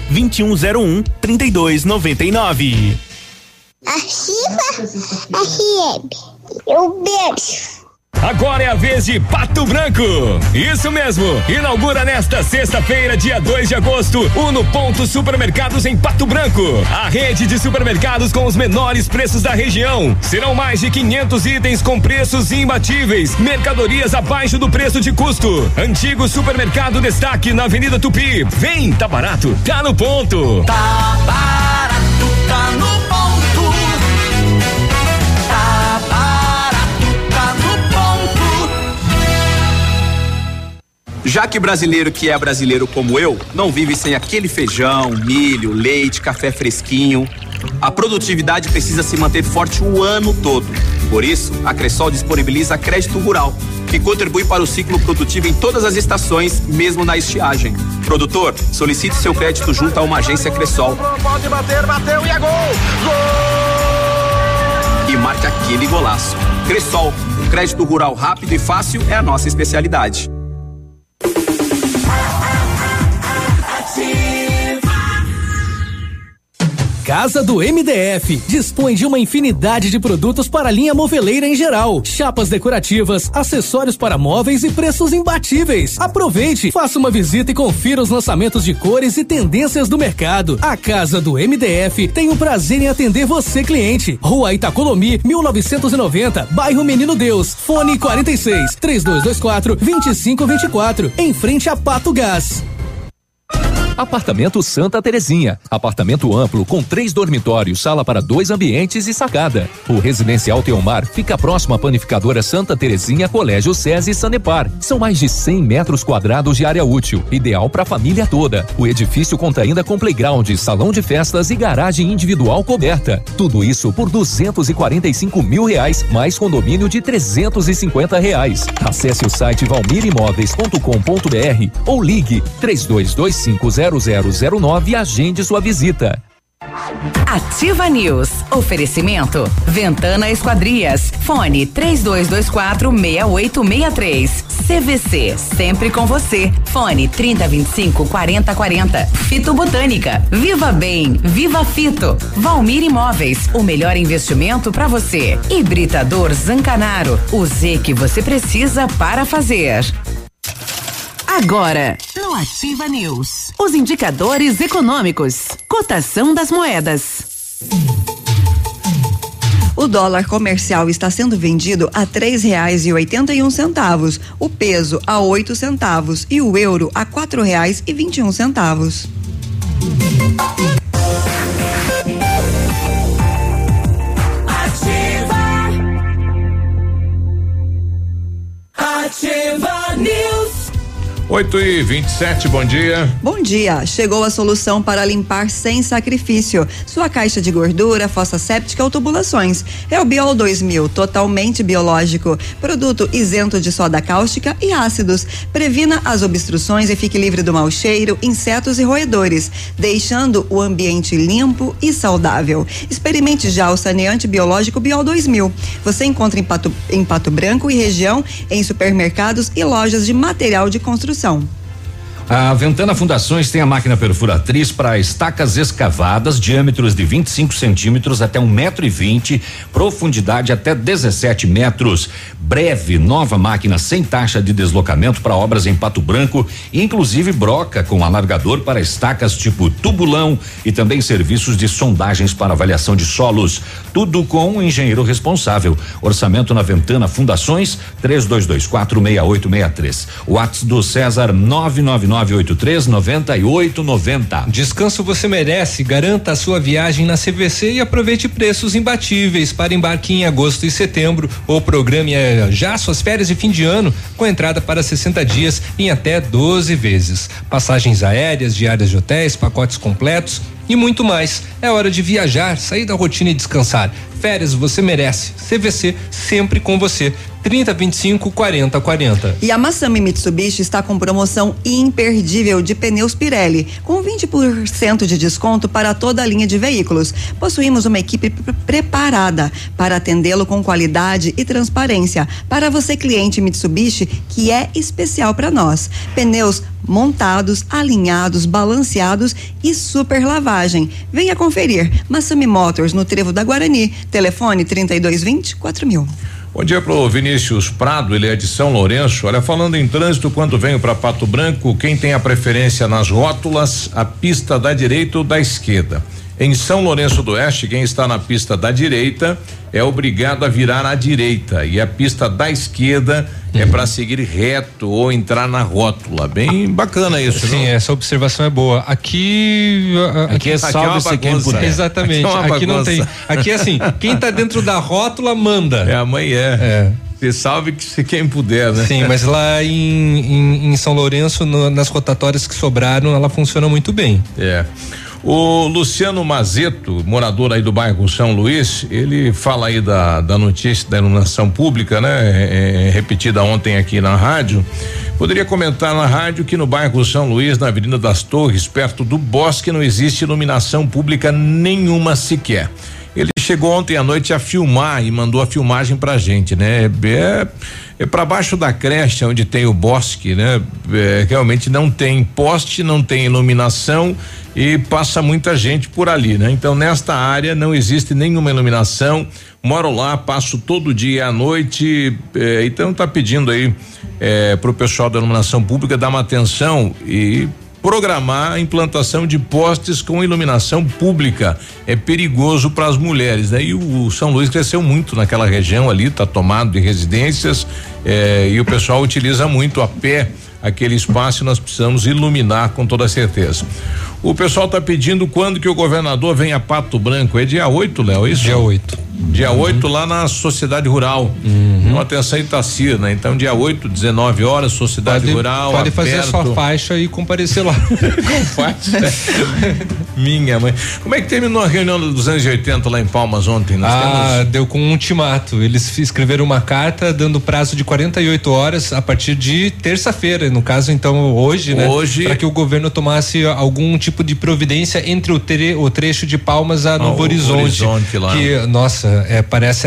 S20: 2101-3299.
S21: Ativa FM. Um beijo.
S11: Agora é a vez de Pato Branco. Isso mesmo. Inaugura nesta sexta-feira, dia 2 de agosto, o No Ponto Supermercados em Pato Branco. A rede de supermercados com os menores preços da região. Serão mais de 500 itens com preços imbatíveis. Mercadorias abaixo do preço de custo. Antigo Supermercado Destaque na Avenida Tupi. Vem, tá barato, tá no ponto.
S19: Tá barato, tá no ponto. Tá barato, tá no ponto.
S9: Já que brasileiro que é brasileiro como eu, não vive sem aquele feijão, milho, leite, café fresquinho. A produtividade precisa se manter forte o ano todo. Por isso, a Cressol disponibiliza crédito rural, que contribui para o ciclo produtivo em todas as estações, mesmo na estiagem. Produtor, solicite seu crédito junto a uma agência Cressol.
S19: Pode bater, bateu e é gol! Gol!
S9: E marque aquele golaço. Cressol, o crédito rural rápido e fácil é a nossa especialidade.
S12: Casa do MDF dispõe de uma infinidade de produtos para a linha moveleira em geral, chapas decorativas, acessórios para móveis e preços imbatíveis. Aproveite, faça uma visita e confira os lançamentos de cores e tendências do mercado. A Casa do MDF tem o prazer em atender você, cliente. Rua Itacolomi, 1990, bairro Menino Deus. Fone 46-3224-2524, em frente a Pato Gás.
S3: Apartamento Santa Terezinha. Apartamento amplo com 3 dormitórios, sala para 2 ambientes e sacada. O Residencial Teomar fica próximo à Panificadora Santa Terezinha, Colégio SESI e Sanepar. São mais de 100 metros quadrados de área útil, ideal para a família toda. O edifício conta ainda com playground, salão de festas e garagem individual coberta. Tudo isso por R$245 mil, mais condomínio de R$350. Acesse o site valmirimóveis.com.br ou ligue 32250009 e agende sua visita.
S2: Ativa News. Oferecimento Ventana Esquadrias. Fone 3224-6863. CVC, sempre com você. Fone 3025-4040. Fito Botânica. Viva Bem, Viva Fito. Valmir Imóveis, o melhor investimento para você. Hibridador Zancanaro, o Z que você precisa para fazer. Agora, no Ativa News, os indicadores econômicos, cotação das moedas.
S7: O dólar comercial está sendo vendido a R$3,81, o peso a 8 centavos e o euro a R$4,21.
S19: Ativa News.
S4: 8h27, bom dia.
S7: Bom dia. Chegou a solução para limpar sem sacrifício sua caixa de gordura, fossa séptica ou tubulações. É o Biol 2000, totalmente biológico. Produto isento de soda cáustica e ácidos. Previna as obstruções e fique livre do mau cheiro, insetos e roedores, deixando o ambiente limpo e saudável. Experimente já o saneante biológico Biol 2000. Você encontra em Pato Branco e região, em supermercados e lojas de material de construção.
S6: A Ventana Fundações tem a máquina perfuratriz para estacas escavadas, diâmetros de 25 centímetros até 1,20 m, profundidade até 17 metros. Breve, nova máquina sem taxa de deslocamento para obras em Pato Branco, inclusive broca com alargador para estacas tipo tubulão e também serviços de sondagens para avaliação de solos. Tudo com um engenheiro responsável. Orçamento na Ventana Fundações 32246863. WhatsApp do César 999839890.
S5: Descanso você merece, garanta a sua viagem na CVC e aproveite preços imbatíveis para embarque em agosto e setembro. O programa é já suas férias de fim de ano, com entrada para 60 dias em até 12 vezes. Passagens aéreas, diárias de hotéis, pacotes completos e muito mais. É hora de viajar, sair da rotina e descansar. Férias você merece. CVC, sempre com você. 3025-4040.
S7: E a Massami Mitsubishi está com promoção imperdível de pneus Pirelli, com 20% de desconto para toda a linha de veículos. Possuímos uma equipe preparada para atendê-lo com qualidade e transparência. Para você, cliente Mitsubishi, que é especial para nós. Pneus montados, alinhados, balanceados e super lavagem. Venha conferir. Massami Motors, no Trevo da Guarani. Telefone 3220-4000.
S4: Bom dia pro Vinícius Prado, ele é de São Lourenço. Olha, falando em trânsito, quando venho para Pato Branco, quem tem a preferência nas rótulas, a pista da direita ou da esquerda. Em São Lourenço do Oeste, quem está na pista da direita é obrigado a virar à direita e a pista da esquerda é para seguir reto ou entrar na rótula. Bem bacana isso,
S5: sim,
S4: não?
S5: Essa observação é boa. Aqui
S6: é salve-se quem puder.
S5: Exatamente. Aqui não tem. Aqui é assim, quem tá dentro da rótula manda.
S4: É, amanhã. Você salve-se quem puder, né?
S5: Sim, mas lá em São Lourenço, nas rotatórias que sobraram, ela funciona muito bem.
S4: É. O Luciano Mazeto, morador aí do bairro São Luís, ele fala aí da notícia da iluminação pública, né? Repetida ontem aqui na rádio. Poderia comentar na rádio que no bairro São Luís, na Avenida das Torres, perto do Bosque, não existe iluminação pública nenhuma sequer. Ele chegou ontem à noite a filmar e mandou a filmagem pra gente, né? É para baixo da creche onde tem o Bosque, né? Realmente não tem poste, não tem iluminação e passa muita gente por ali, né? Então nesta área não existe nenhuma iluminação. Moro lá, passo todo dia à noite, então tá pedindo aí pro pessoal da iluminação pública dar uma atenção e programar a implantação de postes com iluminação pública. É perigoso para as mulheres, né? E o São Luís cresceu muito naquela região ali, tá tomado de residências, e o pessoal utiliza muito a pé aquele espaço e nós precisamos iluminar com toda certeza. O pessoal tá pedindo quando que o governador vem a Pato Branco. É dia 8, Léo, isso?
S5: Dia 8.
S4: Dia 8 lá na Sociedade Rural. Então, atenção Itacina. Então, dia 8, 19 horas, Sociedade Rural.
S5: Pode fazer a sua faixa e comparecer lá.
S4: Minha mãe. Como é que terminou a reunião dos 280 lá em Palmas ontem?
S5: Deu com um ultimato. Eles escreveram uma carta dando prazo de 48 horas a partir de terça-feira, no caso, então, hoje, né? Para que o governo tomasse algum tipo de providência entre o trecho de Palmas a Novo Horizonte lá. Que, nossa, parece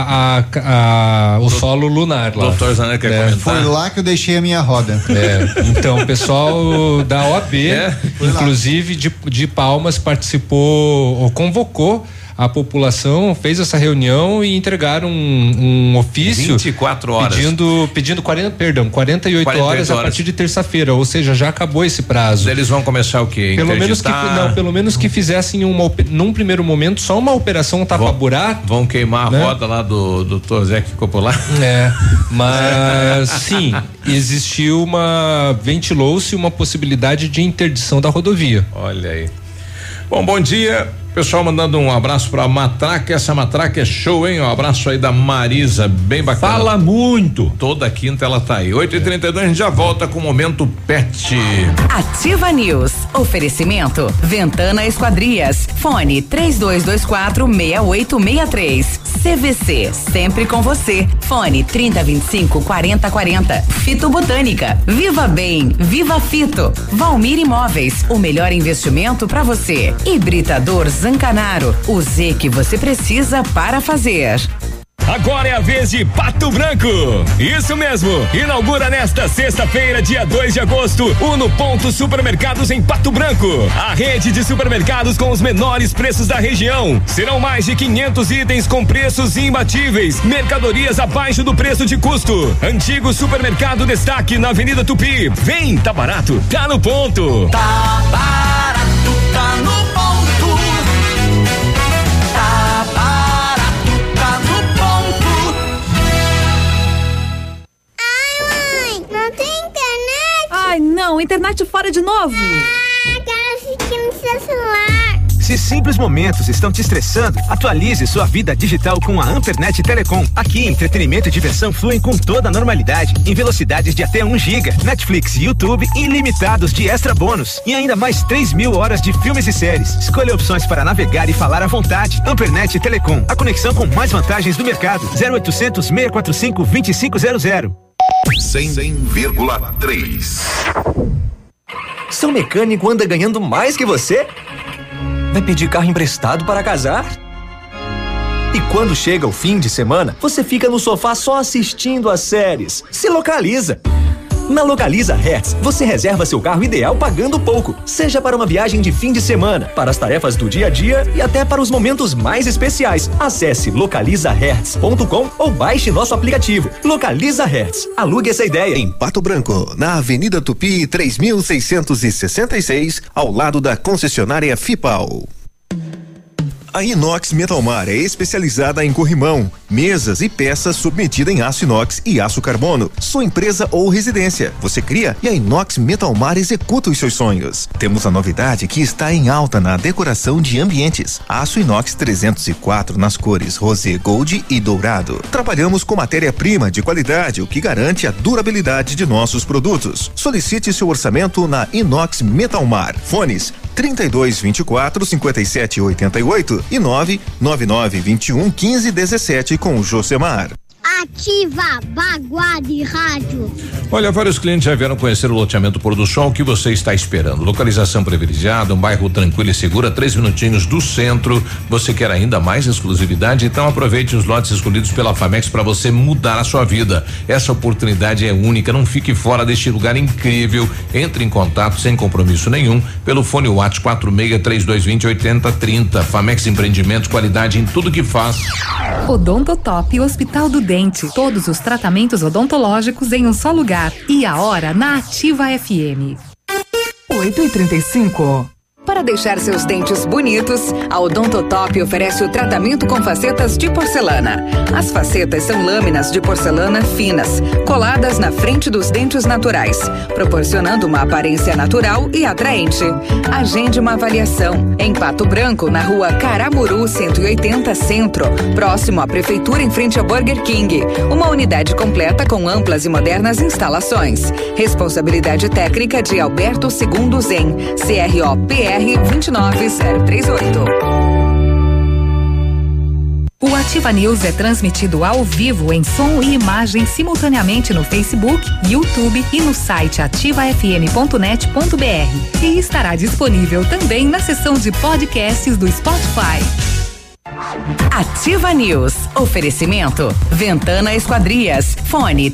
S5: o solo lunar lá.
S4: Doutor Zané quer comentar?
S1: Foi lá que eu deixei a minha roda.
S5: Então, o pessoal da OAB, inclusive de Palmas, participou ou convocou a população, fez essa reunião e entregaram um ofício
S4: 24 horas
S5: pedindo 48 horas a partir de terça-feira, ou seja, já acabou esse prazo.
S4: Eles vão começar o quê?
S5: Pelo menos que fizessem num primeiro momento só uma operação tapa-buraco.
S4: Vão queimar a roda lá do Dr. Zé que ficou por lá?
S5: Mas sim, ventilou-se uma possibilidade de interdição da rodovia.
S4: Olha aí. Bom dia. Pessoal mandando um abraço pra Matraca, essa Matraca é show, hein? Um abraço aí da Marisa, bem bacana.
S6: Fala muito.
S4: Toda quinta ela tá aí. 8h32 a gente já volta com o Momento Pet.
S2: Ativa News. Oferecimento Ventana Esquadrias. Fone 3224-6863. CVC, sempre com você. Fone 3025-4040. Fito Botânica. Viva Bem, Viva Fito. Valmir Imóveis, o melhor investimento pra você. Hibridador Zancanaro, o Z que você precisa para fazer.
S11: Agora é a vez de Pato Branco. Isso mesmo. Inaugura nesta sexta-feira, dia 2 de agosto, o Ponto Supermercados em Pato Branco. A rede de supermercados com os menores preços da região. Serão mais de 500 itens com preços imbatíveis. Mercadorias abaixo do preço de custo. Antigo Supermercado Destaque na Avenida Tupi. Vem, tá barato, tá no ponto.
S19: Tá barato, tá no ponto.
S10: Ai, não, internet fora de novo.
S21: Quero assistir no seu celular.
S17: Se simples momentos estão te estressando, atualize sua vida digital com a Ampernet Telecom. Aqui, entretenimento e diversão fluem com toda a normalidade, em velocidades de até 1 GB, Netflix e YouTube ilimitados de extra bônus e ainda mais 3.000 horas de filmes e séries. Escolha opções para navegar e falar à vontade. Ampernet Telecom, a conexão com mais vantagens do mercado. 0800 645 2500.
S22: 100,3.
S24: Seu mecânico anda ganhando mais que você? Vai pedir carro emprestado para casar? E quando chega o fim de semana, você fica no sofá só assistindo às séries. Se localiza! Na Localiza Hertz, você reserva seu carro ideal pagando pouco, seja para uma viagem de fim de semana, para as tarefas do dia a dia e até para os momentos mais especiais. Acesse localizahertz.com ou baixe nosso aplicativo. Localiza Hertz. Alugue essa ideia.
S22: Em Pato Branco, na Avenida Tupi 3666, ao lado da concessionária Fipal. A Inox Metalmar é especializada em corrimão, mesas e peças submetida em aço inox e aço carbono. Sua empresa ou residência, você cria e a Inox Metalmar executa os seus sonhos. Temos a novidade que está em alta na decoração de ambientes. Aço inox 304 nas cores rosé, gold e dourado. Trabalhamos com matéria-prima de qualidade, o que garante a durabilidade de nossos produtos. Solicite seu orçamento na Inox Metalmar. Fones 3224-5788 e 99921-1517 com o Josemar.
S21: Ativa Baguá de Rádio.
S4: Olha, vários clientes já vieram conhecer o loteamento Pôr do Sol. O que você está esperando? Localização privilegiada, um bairro tranquilo e seguro, a 3 minutinhos do centro. Você quer ainda mais exclusividade? Então aproveite os lotes escolhidos pela Famex para você mudar a sua vida. Essa oportunidade é única, não fique fora deste lugar incrível. Entre em contato sem compromisso nenhum pelo fone WhatsApp 463220-8030. Famex Empreendimentos, qualidade em tudo que faz.
S10: Odontotop Hospital do Dente. Todos os tratamentos odontológicos em um só lugar. E a hora na Ativa FM.
S25: 8h35.
S10: Para deixar seus dentes bonitos, a Odontotop oferece o tratamento com facetas de porcelana. As facetas são lâminas de porcelana finas, coladas na frente dos dentes naturais, proporcionando uma aparência natural e atraente. Agende uma avaliação em Pato Branco, na rua Caramuru 180 Centro, próximo à Prefeitura, em frente a Burger King. Uma unidade completa com amplas e modernas instalações. Responsabilidade técnica de Alberto II Zen, CROPR 29038. O Ativa News é transmitido ao vivo em som e imagem simultaneamente no Facebook, YouTube e no site ativafm.net.br. E estará disponível também na seção de podcasts do Spotify.
S2: Ativa News. Oferecimento Ventana Esquadrias. Fone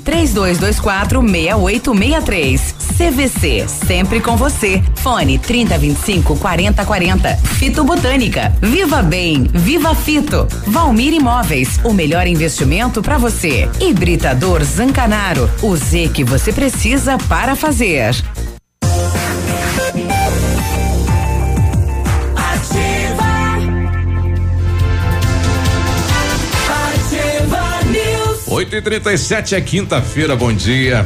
S2: 3224-6863. CVC, sempre com você. Fone 3025-4040. Fito Botânica. Viva Bem, Viva Fito. Valmir Imóveis, o melhor investimento para você. Hibridador Zancanaro, o Z que você precisa para fazer.
S4: 8h37 é quinta-feira, bom dia.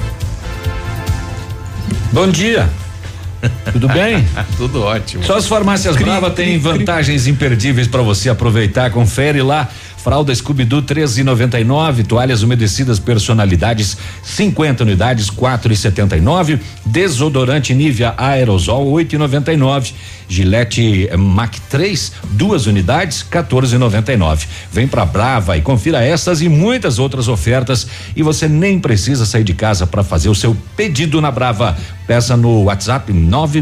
S6: Bom dia. Tudo bem?
S4: Tudo ótimo.
S6: Só as farmácias Brava têm vantagens imperdíveis para você aproveitar. Confere lá. Fralda Scooby-Doo 13,99, toalhas umedecidas personalidades 50 unidades 4,79, desodorante Nivea Aerosol 8,99, Gillette Mac 3 2 unidades 14,99. Vem pra Brava e confira essas e muitas outras ofertas e você nem precisa sair de casa para fazer o seu pedido na Brava. Peça no WhatsApp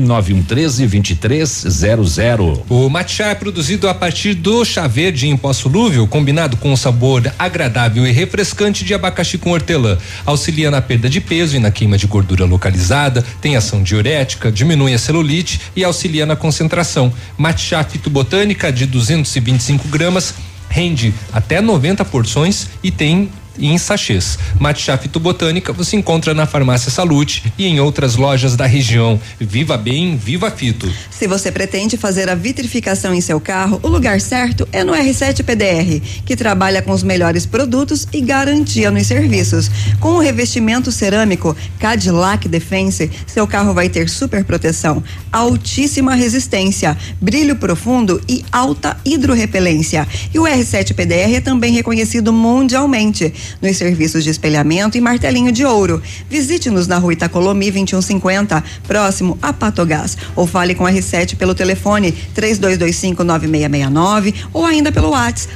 S6: 99113-2300.
S5: O matcha é produzido a partir do chá verde em pó solúvel, combinado com um sabor agradável e refrescante de abacaxi com hortelã. Auxilia na perda de peso e na queima de gordura localizada, tem ação diurética, diminui a celulite e auxilia na concentração. Matcha fitobotânica de 225 gramas, rende até 90 porções e tem em sachês. Matcha fitobotânica você encontra na Farmácia Salute e em outras lojas da região. Viva Bem, Viva Fito.
S7: Se você pretende fazer a vitrificação em seu carro, o lugar certo é no R7 PDR, que trabalha com os melhores produtos e garantia nos serviços. Com o revestimento cerâmico Cadillac Defense, seu carro vai ter super proteção, altíssima resistência, brilho profundo e alta hidrorrepelência. E o R7 PDR é também reconhecido mundialmente nos serviços de espelhamento e martelinho de ouro. Visite-nos na rua Itacolomi 2150, próximo a Patogás, ou fale com a R7 pelo telefone 3225-9669 ou ainda pelo WhatsApp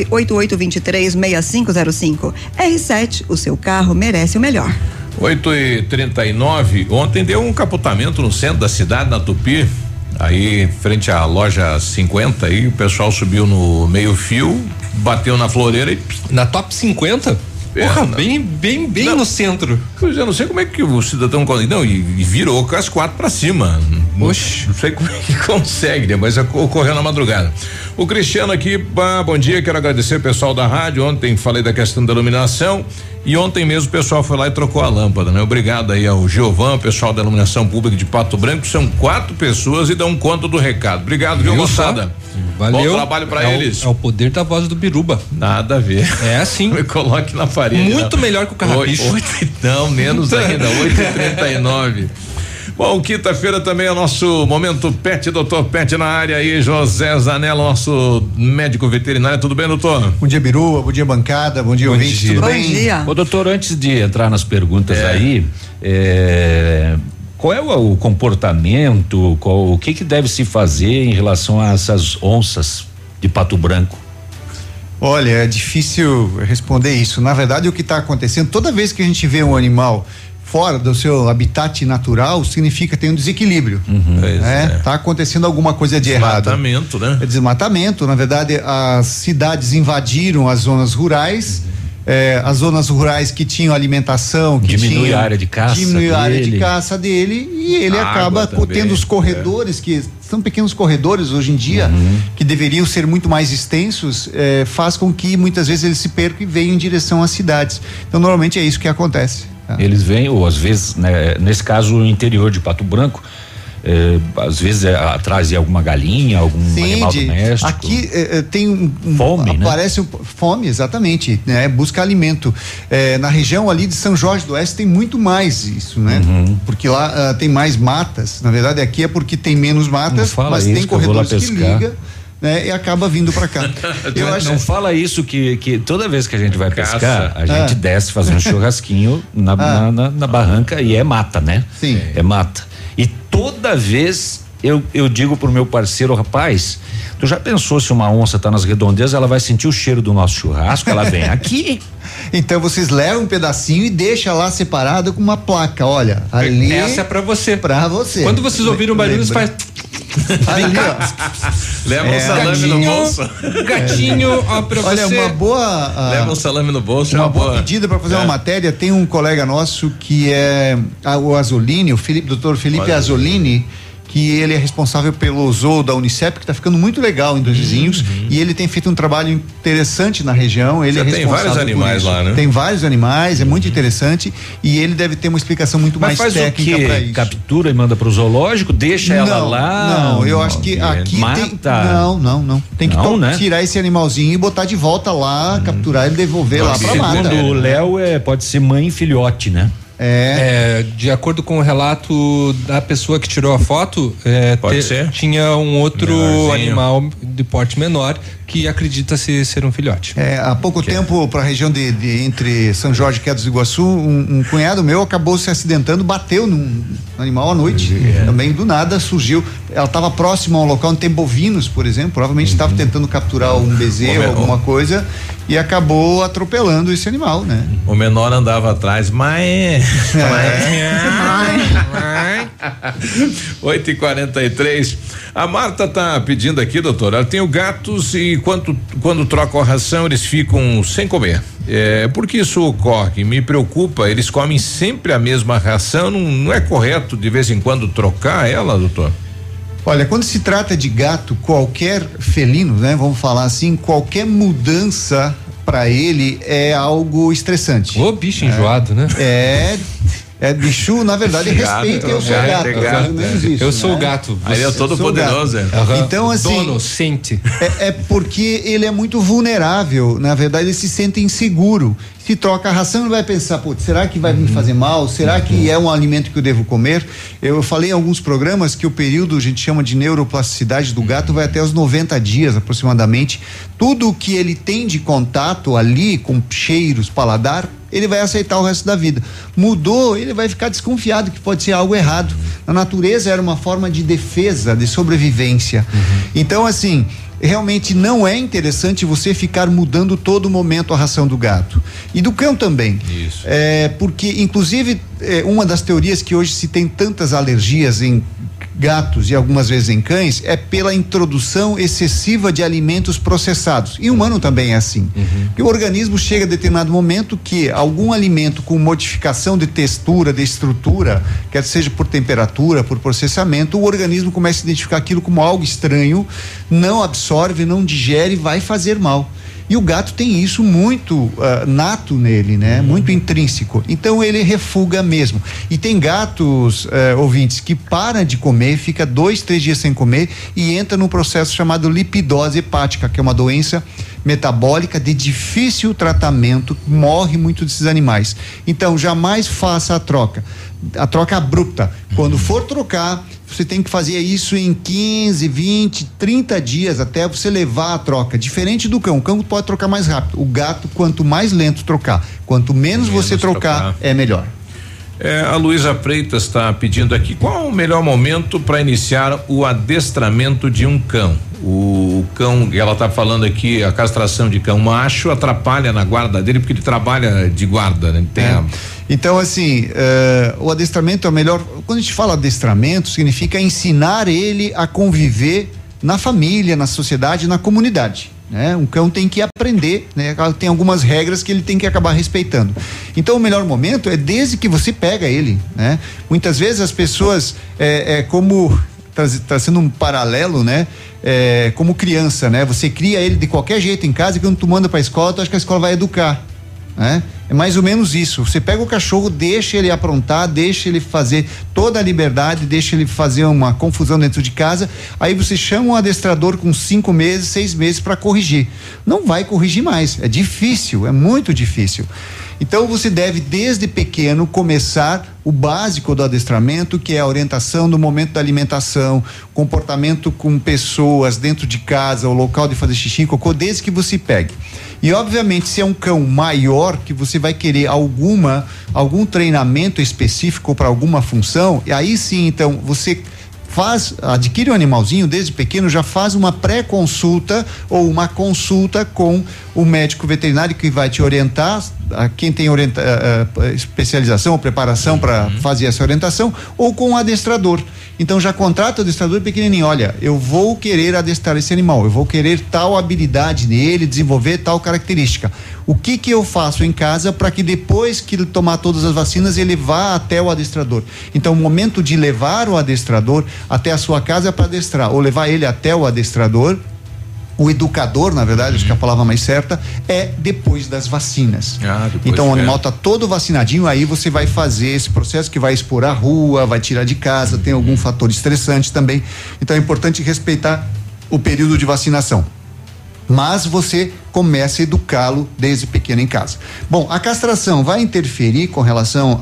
S7: 988236505. R7, o seu carro merece o melhor.
S4: 8h39, ontem deu um capotamento no centro da cidade, na Tupi, aí frente à loja 50, aí o pessoal subiu no meio fio, bateu na floreira e
S5: na top 50? Porra, bem não, no centro.
S4: Pois eu não sei como é que o cidadão não, e virou com as 4 pra cima.
S5: Oxe.
S4: Não sei como é que consegue, né? Mas ocorreu na madrugada. O Cristiano aqui, bom dia, quero agradecer o pessoal da rádio. Ontem falei da questão da iluminação e ontem mesmo o pessoal foi lá e trocou a lâmpada, né? Obrigado aí ao Giovan, pessoal da iluminação pública de Pato Branco, são 4 pessoas e dão conta do recado. Obrigado, viu, moçada?
S5: Valeu.
S4: Bom trabalho pra eles.
S5: É o poder da voz do Biruba.
S4: Nada a ver.
S5: É assim.
S4: Me coloque na parede.
S5: Muito melhor que o Carrapicho.
S4: Não, menos ainda, 8h39. Bom, quinta-feira também é o nosso momento pet, doutor Pet na área aí, José Zanella, nosso médico veterinário. Tudo bem, doutor?
S1: Bom dia, Biruba, bom dia, bancada, bom dia, ouvinte, tudo bem?
S7: Bom dia.
S6: Ô, doutor, antes de entrar nas perguntas aí, qual é o comportamento, o que deve se fazer em relação a essas onças de Pato Branco?
S1: Olha, é difícil responder isso. Na verdade, o que está acontecendo, toda vez que a gente vê um animal fora do seu habitat natural, significa que tem um desequilíbrio. Tá acontecendo alguma coisa de errado.
S4: Desmatamento, né?
S1: É desmatamento. Na verdade, as cidades invadiram as zonas rurais. As zonas rurais que tinham alimentação, que
S6: diminui a área de caça,
S1: dele e ele acaba tendo os corredores que são pequenos corredores hoje em dia, que deveriam ser muito mais extensos, faz com que muitas vezes eles se percam e venham em direção às cidades. Então normalmente é isso que acontece.
S6: Eles vêm, ou às vezes, né, nesse caso o interior de Pato Branco, às vezes trazia alguma galinha, algum animal doméstico.
S1: Aqui tem
S6: fome,
S1: aparece fome, exatamente, né? Busca alimento. Na região ali de São Jorge do Oeste tem muito mais isso, né? Porque lá tem mais matas. Na verdade, aqui é porque tem menos matas, mas tem corredores que liga. Né, e acaba vindo pra cá.
S6: Não fala isso que toda vez que a gente vai pescar, a gente desce fazer um churrasquinho na barranca e é mata, né?
S1: Sim.
S6: É mata. E toda vez eu digo pro meu parceiro, rapaz, tu já pensou se uma onça tá nas redondezas, ela vai sentir o cheiro do nosso churrasco, ela vem aqui.
S1: Então vocês levam um pedacinho e deixa lá separado com uma placa, olha, ali.
S5: Essa é pra você.
S1: Pra você.
S5: Quando vocês ouviram o barulho, você faz...
S1: Ali, ó.
S4: Leva um salame no bolso.
S5: Gatinho, ó, pra
S1: olha,
S5: você.
S1: Uma boa.
S4: Leva um salame no bolso.
S1: Uma boa pedida para fazer uma matéria. Tem um colega nosso que é o Azzolini, o Dr. Felipe Azzolini, que ele é responsável pelo zoo da Unicep, que está ficando muito legal em Dois Vizinhos, e ele tem feito um trabalho interessante na região. Ele
S4: tem vários animais lá, né?
S1: Tem vários animais, é muito interessante, e ele deve ter uma explicação muito mais técnica para isso.
S6: Captura e manda para o zoológico, deixa ela lá?
S1: Não, eu acho que aqui
S6: mata.
S1: Não. Tem que tirar esse animalzinho e botar de volta lá, capturar e devolver lá para mata.
S6: Segundo o Léo, pode ser mãe e filhote, né?
S5: De acordo com o relato da pessoa que tirou a foto, tinha um outro animal de porte menor que acredita-se ser um filhote.
S1: Há pouco tempo, para a região de entre São Jorge e Quedas do Iguaçu, um cunhado meu acabou se acidentando, bateu num animal à noite, também do nada surgiu. Ela estava próxima a um local onde tem bovinos, por exemplo, provavelmente estava tentando capturar um bezerro, alguma coisa, e acabou atropelando esse animal, né?
S4: O menor andava atrás, mas 8h43. A Marta tá pedindo aqui, doutor, ela tem gatos e quando trocam a ração eles ficam sem comer. Por que isso ocorre? Me preocupa, eles comem sempre a mesma ração, não é correto de vez em quando trocar ela, doutor?
S1: Olha, quando se trata de gato, qualquer felino, né? Vamos falar assim, qualquer mudança para ele é algo estressante.
S5: Ô, bicho enjoado, né?
S1: Bicho, na verdade, respeita eu sou gato.
S5: Eu sou o gato.
S4: Aí ele é todo poderoso.
S1: Então, assim.
S5: Dono, sente.
S1: É porque ele é muito vulnerável. Na verdade, ele se sente inseguro. Se troca a ração, ele vai pensar, putz, será que vai me fazer mal? Será que é um alimento que eu devo comer? Eu falei em alguns programas que o período, a gente chama de neuroplasticidade do gato, vai até os 90 dias aproximadamente. Tudo que ele tem de contato ali, com cheiros, paladar, ele vai aceitar o resto da vida. Mudou, ele vai ficar desconfiado que pode ser algo errado. Na natureza era uma forma de defesa, de sobrevivência. Então, assim, realmente não é interessante você ficar mudando todo momento a ração do gato. E do cão também.
S4: Isso.
S1: Porque, inclusive, uma das teorias que hoje se tem tantas alergias em gatos e algumas vezes em cães é pela introdução excessiva de alimentos processados. E humano também é assim. Porque o organismo chega a determinado momento que algum alimento com modificação de textura, de estrutura, quer seja por temperatura, por processamento, o organismo começa a identificar aquilo como algo estranho, não absorve, não digere, vai fazer mal. E o gato tem isso muito nato nele, né? Muito intrínseco. Então ele refuga mesmo. E tem gatos, ouvintes, que param de comer, fica 2-3 dias sem comer e entra num processo chamado lipidose hepática, que é uma doença metabólica de difícil tratamento, morre muito desses animais. Então jamais faça a troca abrupta. Quando for trocar, você tem que fazer isso em 15, 20, 30 dias até você levar a troca. Diferente do cão. O cão pode trocar mais rápido. O gato, quanto mais lento trocar, quanto menos você trocar, é melhor.
S4: A Luísa Freitas está pedindo aqui, qual o melhor momento para iniciar o adestramento de um cão? O cão, ela está falando aqui, a castração de cão macho atrapalha na guarda dele porque ele trabalha de guarda, né?
S1: Então, assim, o adestramento é o melhor. Quando a gente fala adestramento, significa ensinar ele a conviver na família, na sociedade, na comunidade. Né? Um cão tem que aprender, né? Tem algumas regras que ele tem que acabar respeitando. Então o melhor momento é desde que você pega ele, né? Muitas vezes as pessoas como trazendo um paralelo, né? Como criança, né? Você cria ele de qualquer jeito em casa e quando tu manda pra escola, tu acha que a escola vai educar. né? É mais ou menos isso. Você pega o cachorro, deixa ele aprontar, deixa ele fazer toda a liberdade, deixa ele fazer uma confusão dentro de casa. Aí você chama um adestrador com 5 meses, 6 meses para corrigir. Não vai corrigir mais. É difícil, é muito difícil. Então você deve desde pequeno começar o básico do adestramento, que é a orientação no momento da alimentação, comportamento com pessoas dentro de casa, o local de fazer xixi e cocô, desde que você pegue. E obviamente, se é um cão maior, que você vai querer algum treinamento específico para alguma função, e aí sim, então, você adquire um animalzinho desde pequeno, já faz uma pré-consulta ou uma consulta com o médico veterinário que vai te orientar, quem tem especialização ou preparação para fazer essa orientação, ou com o adestrador. Então já contrata o adestrador pequenininho, olha, eu vou querer adestrar esse animal, eu vou querer tal habilidade nele, desenvolver tal característica. O que eu faço em casa para que depois que ele tomar todas as vacinas, ele vá até o adestrador? Então o momento de levar o adestrador até a sua casa para adestrar, ou levar ele até o adestrador, o educador, na verdade, acho que a palavra mais certa, é depois das vacinas. Então o animal está todo vacinadinho, aí você vai fazer esse processo que vai expor a rua, vai tirar de casa, tem algum fator estressante também. Então é importante respeitar o período de vacinação. Mas você começa a educá-lo desde pequeno em casa. Bom, a castração vai interferir com relação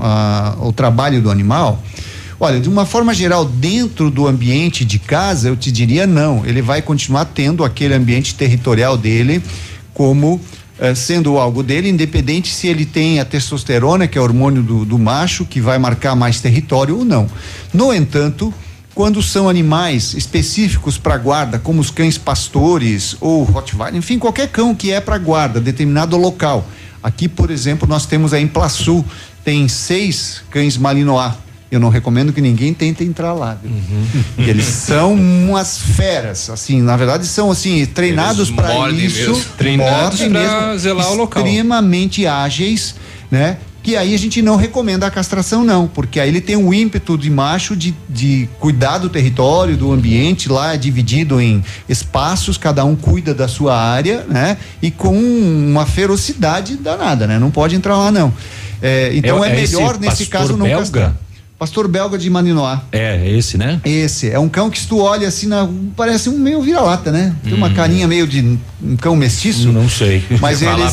S1: ao trabalho do animal? Olha, de uma forma geral, dentro do ambiente de casa, eu te diria não. Ele vai continuar tendo aquele ambiente territorial dele como sendo algo dele, independente se ele tem a testosterona, que é o hormônio do macho, que vai marcar mais território ou não. No entanto, quando são animais específicos para guarda, como os cães pastores ou Rottweiler, enfim, qualquer cão que é para guarda, determinado local. Aqui, por exemplo, nós temos em Plaçu, tem 6 cães Malinois. Eu não recomendo que ninguém tente entrar lá, viu? Eles são umas feras, assim, na verdade são assim, treinados para isso,
S5: treinados para zelar o local.
S1: Extremamente ágeis, né? Que aí a gente não recomenda a castração não, porque aí ele tem um ímpeto de macho de cuidar do território, do ambiente, lá é dividido em espaços, cada um cuida da sua área, né? E com uma ferocidade danada, né? Não pode entrar lá não. Então é melhor nesse caso não castrar. Pastor belga de Malinois.
S6: É esse, né?
S1: Esse, é um cão que se tu olha assim, parece um meio vira-lata, né? Tem uma carinha meio de um cão mestiço.
S6: Não sei.
S1: Mas eles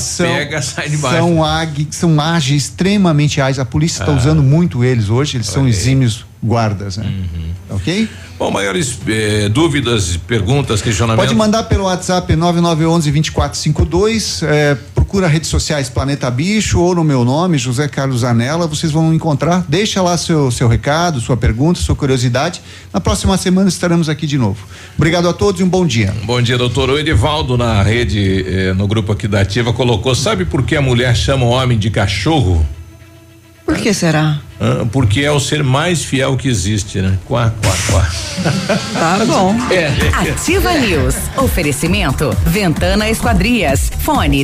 S1: são ágeis, extremamente ágeis. A polícia está usando muito eles hoje, eles são exímios guardas, né? Ok?
S4: Bom, maiores dúvidas, perguntas, questionamentos.
S1: Pode mandar pelo WhatsApp 9911-2452, procura redes sociais Planeta Bicho ou no meu nome, José Carlos Anella, vocês vão encontrar. Deixa lá seu recado, sua pergunta, sua curiosidade. Na próxima semana estaremos aqui de novo. Obrigado a todos e um bom dia.
S4: Bom dia, doutor. O Edivaldo na rede, no grupo aqui da Ativa, colocou: sabe por que a mulher chama o homem de cachorro?
S7: Por que será?
S4: Porque é o ser mais fiel que existe, né? Quá.
S7: Tá bom.
S2: Ativa News. Oferecimento Ventana Esquadrias. Fone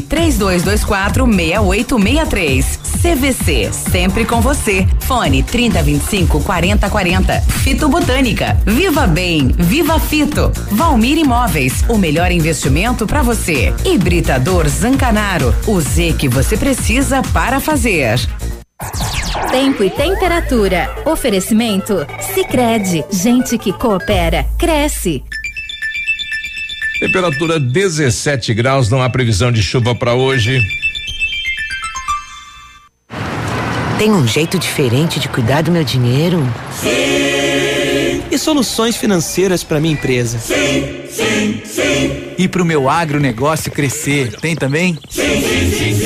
S2: 3224-6863. CVC, sempre com você. Fone 3025-4040. Fito Botânica. Viva Bem, Viva Fito. Valmir Imóveis, o melhor investimento para você. Hibridador Zancanaro. O Z que você precisa para fazer.
S8: Tempo e temperatura. Oferecimento Sicredi. Gente que coopera, cresce.
S4: Temperatura 17 graus, não há previsão de chuva para hoje.
S13: Tem um jeito diferente de cuidar do meu dinheiro?
S14: Sim. E soluções financeiras para minha empresa?
S23: Sim. E para o meu agronegócio crescer? Tem também? Sim.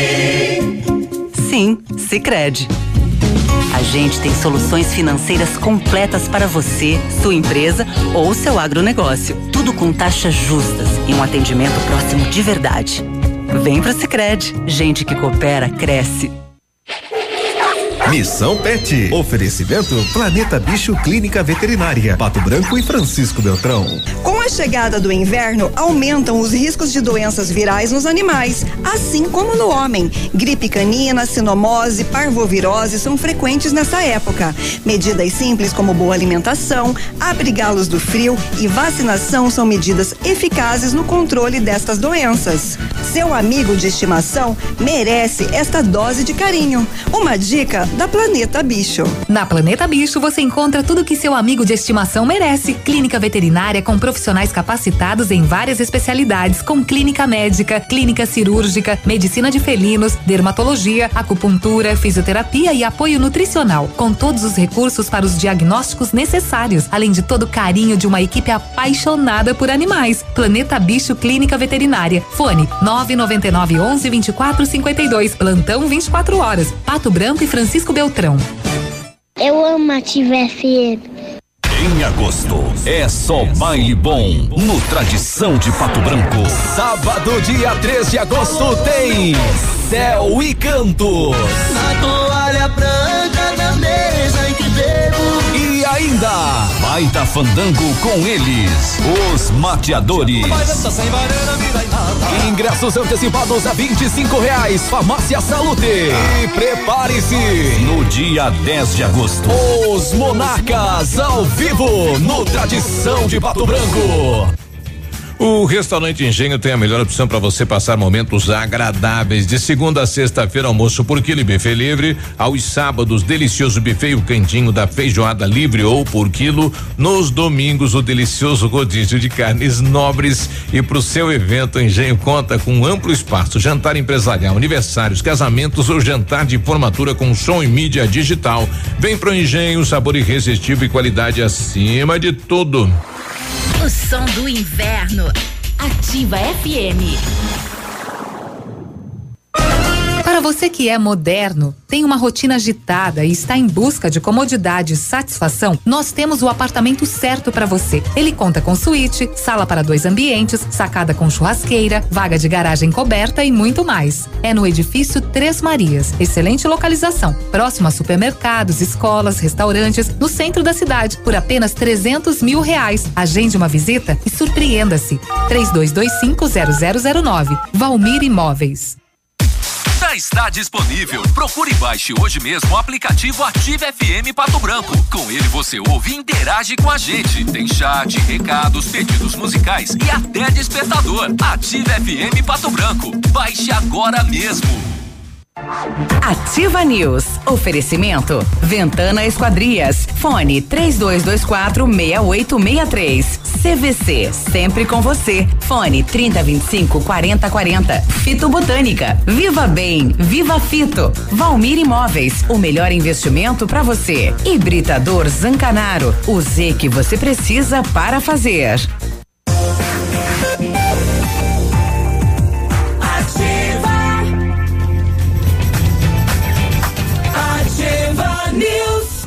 S2: Sim, Sicredi. A gente tem soluções financeiras completas para você, sua empresa ou seu agronegócio. Tudo com taxas justas e um atendimento próximo de verdade. Vem pro Sicredi. Gente que coopera, cresce.
S22: Missão Pet. Oferecimento Planeta Bicho Clínica Veterinária, Pato Branco e Francisco Beltrão.
S25: Com a
S7: chegada do inverno, aumentam os riscos de doenças virais nos animais, assim como no homem. Gripe canina, sinomose, parvovirose são frequentes nessa época. Medidas simples como boa alimentação, abrigá-los do frio e vacinação são medidas eficazes no controle destas doenças. Seu amigo de estimação merece esta dose de carinho. Uma dica da Planeta Bicho.
S10: Na Planeta Bicho você encontra tudo que seu amigo de estimação merece. Clínica veterinária com profissionais capacitados em várias especialidades, com clínica médica, clínica cirúrgica, medicina de felinos, dermatologia, acupuntura, fisioterapia e apoio nutricional, com todos os recursos para os diagnósticos necessários, além de todo o carinho de uma equipe apaixonada por animais. Planeta Bicho Clínica Veterinária. Fone 999 11 24 52. Plantão 24 horas. Pato Branco e Francisco Beltrão.
S21: Eu amo a Ativa FM.
S3: Em agosto, é só baile bom no Tradição de Pato Branco. Sábado, dia 3 de agosto, tem Céu e Cantos.
S19: Na toalha branca da mesa em que bebo.
S3: E ainda, baita fandango com eles, os Mateadores. Ingressos antecipados a R$25. Farmácia Salute. E prepare-se, no dia 10 de agosto, os Monarcas ao vivo no Tradição de Pato Branco.
S4: O Restaurante Engenho tem a melhor opção para você passar momentos agradáveis. De segunda a sexta-feira, almoço por quilo e buffet livre. Aos sábados, delicioso buffet e o cantinho da feijoada livre ou por quilo. Nos domingos, o delicioso rodízio de carnes nobres. E para o seu evento, o Engenho conta com um amplo espaço, jantar empresarial, aniversários, casamentos ou jantar de formatura com som e mídia digital. Vem pro Engenho, sabor irresistível e qualidade acima de tudo.
S8: O som do inverno. Ativa FM.
S10: Para você que é moderno, tem uma rotina agitada e está em busca de comodidade e satisfação, nós temos o apartamento certo para você. Ele conta com suíte, sala para 2 ambientes, sacada com churrasqueira, vaga de garagem coberta e muito mais. É no edifício Três Marias. Excelente localização, próximo a supermercados, escolas, restaurantes, no centro da cidade, por apenas R$300 mil. Agende uma visita e surpreenda-se. 3225-0009. Valmir Imóveis.
S3: Já está disponível. Procure e baixe hoje mesmo o aplicativo Ativa FM Pato Branco. Com ele você ouve e interage com a gente. Tem chat, recados, pedidos musicais e até despertador. Ativa FM Pato Branco. Baixe agora mesmo.
S2: Ativa News. Oferecimento Ventana Esquadrias. Fone 3224-6863. CVC, sempre com você. Fone 3025-4040. Fito Botânica. Viva Bem, Viva Fito. Valmir Imóveis, o melhor investimento para você. Hibridador Zancanaro, o Z que você precisa para fazer.
S19: Ativa News.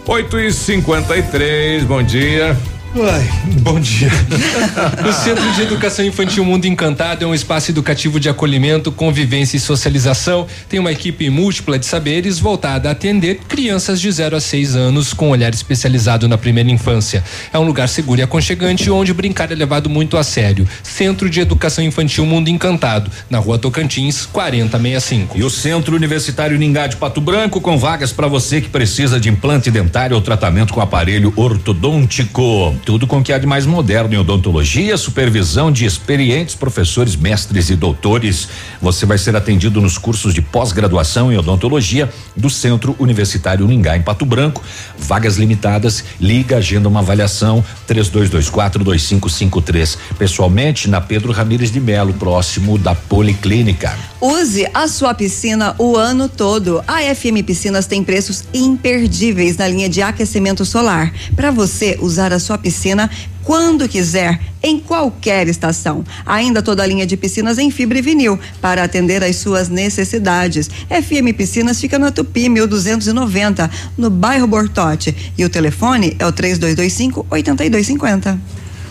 S4: 8h53, bom dia.
S5: Ai, bom dia. O Centro de Educação Infantil Mundo Encantado é um espaço educativo de acolhimento, convivência e socialização. Tem uma equipe múltipla de saberes voltada a atender crianças de 0 a 6 anos com olhar especializado na primeira infância. É um lugar seguro e aconchegante onde brincar é levado muito a sério. Centro de Educação Infantil Mundo Encantado, na Rua Tocantins, 4065.
S6: E o Centro Universitário Ningá de Pato Branco, com vagas para você que precisa de implante dentário ou tratamento com aparelho ortodôntico. Tudo com o que há de mais moderno em odontologia, supervisão de experientes professores, mestres e doutores. Você vai ser atendido nos cursos de pós-graduação em odontologia do Centro Universitário Ningá, em Pato Branco. Vagas limitadas, liga, agenda uma avaliação, 3224-2553. Pessoalmente, na Pedro Ramires de Melo, próximo da Policlínica.
S7: Use a sua piscina o ano todo. A FM Piscinas tem preços imperdíveis na linha de aquecimento solar. Para você usar a sua piscina quando quiser, em qualquer estação. Ainda toda a linha de piscinas em fibra e vinil para atender às suas necessidades. FM Piscinas fica na Tupi 1290, no bairro Bortote. E o telefone é o 3225-8250.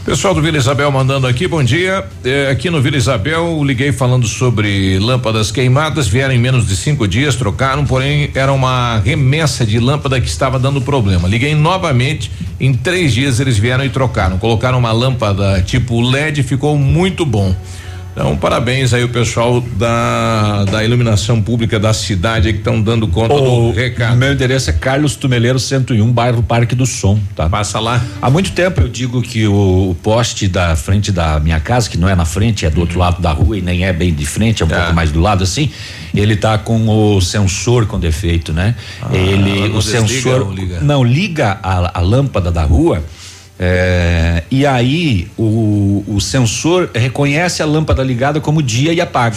S4: Pessoal do Vila Isabel mandando aqui, bom dia. Aqui no Vila Isabel, liguei falando sobre lâmpadas queimadas, vieram em menos de 5 dias, trocaram, porém era uma remessa de lâmpada que estava dando problema. Liguei novamente, em 3 dias eles vieram e trocaram. Colocaram uma lâmpada tipo LED, ficou muito bom. Então, parabéns aí o pessoal da iluminação pública da cidade que estão dando conta do recado.
S6: Meu endereço é Carlos Tumeleiro 101, bairro Parque do Som, tá?
S4: Passa lá.
S6: Há muito tempo eu digo que o poste da frente da minha casa, que não é na frente, é do outro lado da rua e nem é bem de frente, é um pouco mais do lado assim, ele tá com o sensor com defeito, né? O sensor não liga a lâmpada da rua. E aí o sensor reconhece a lâmpada ligada como dia e apaga.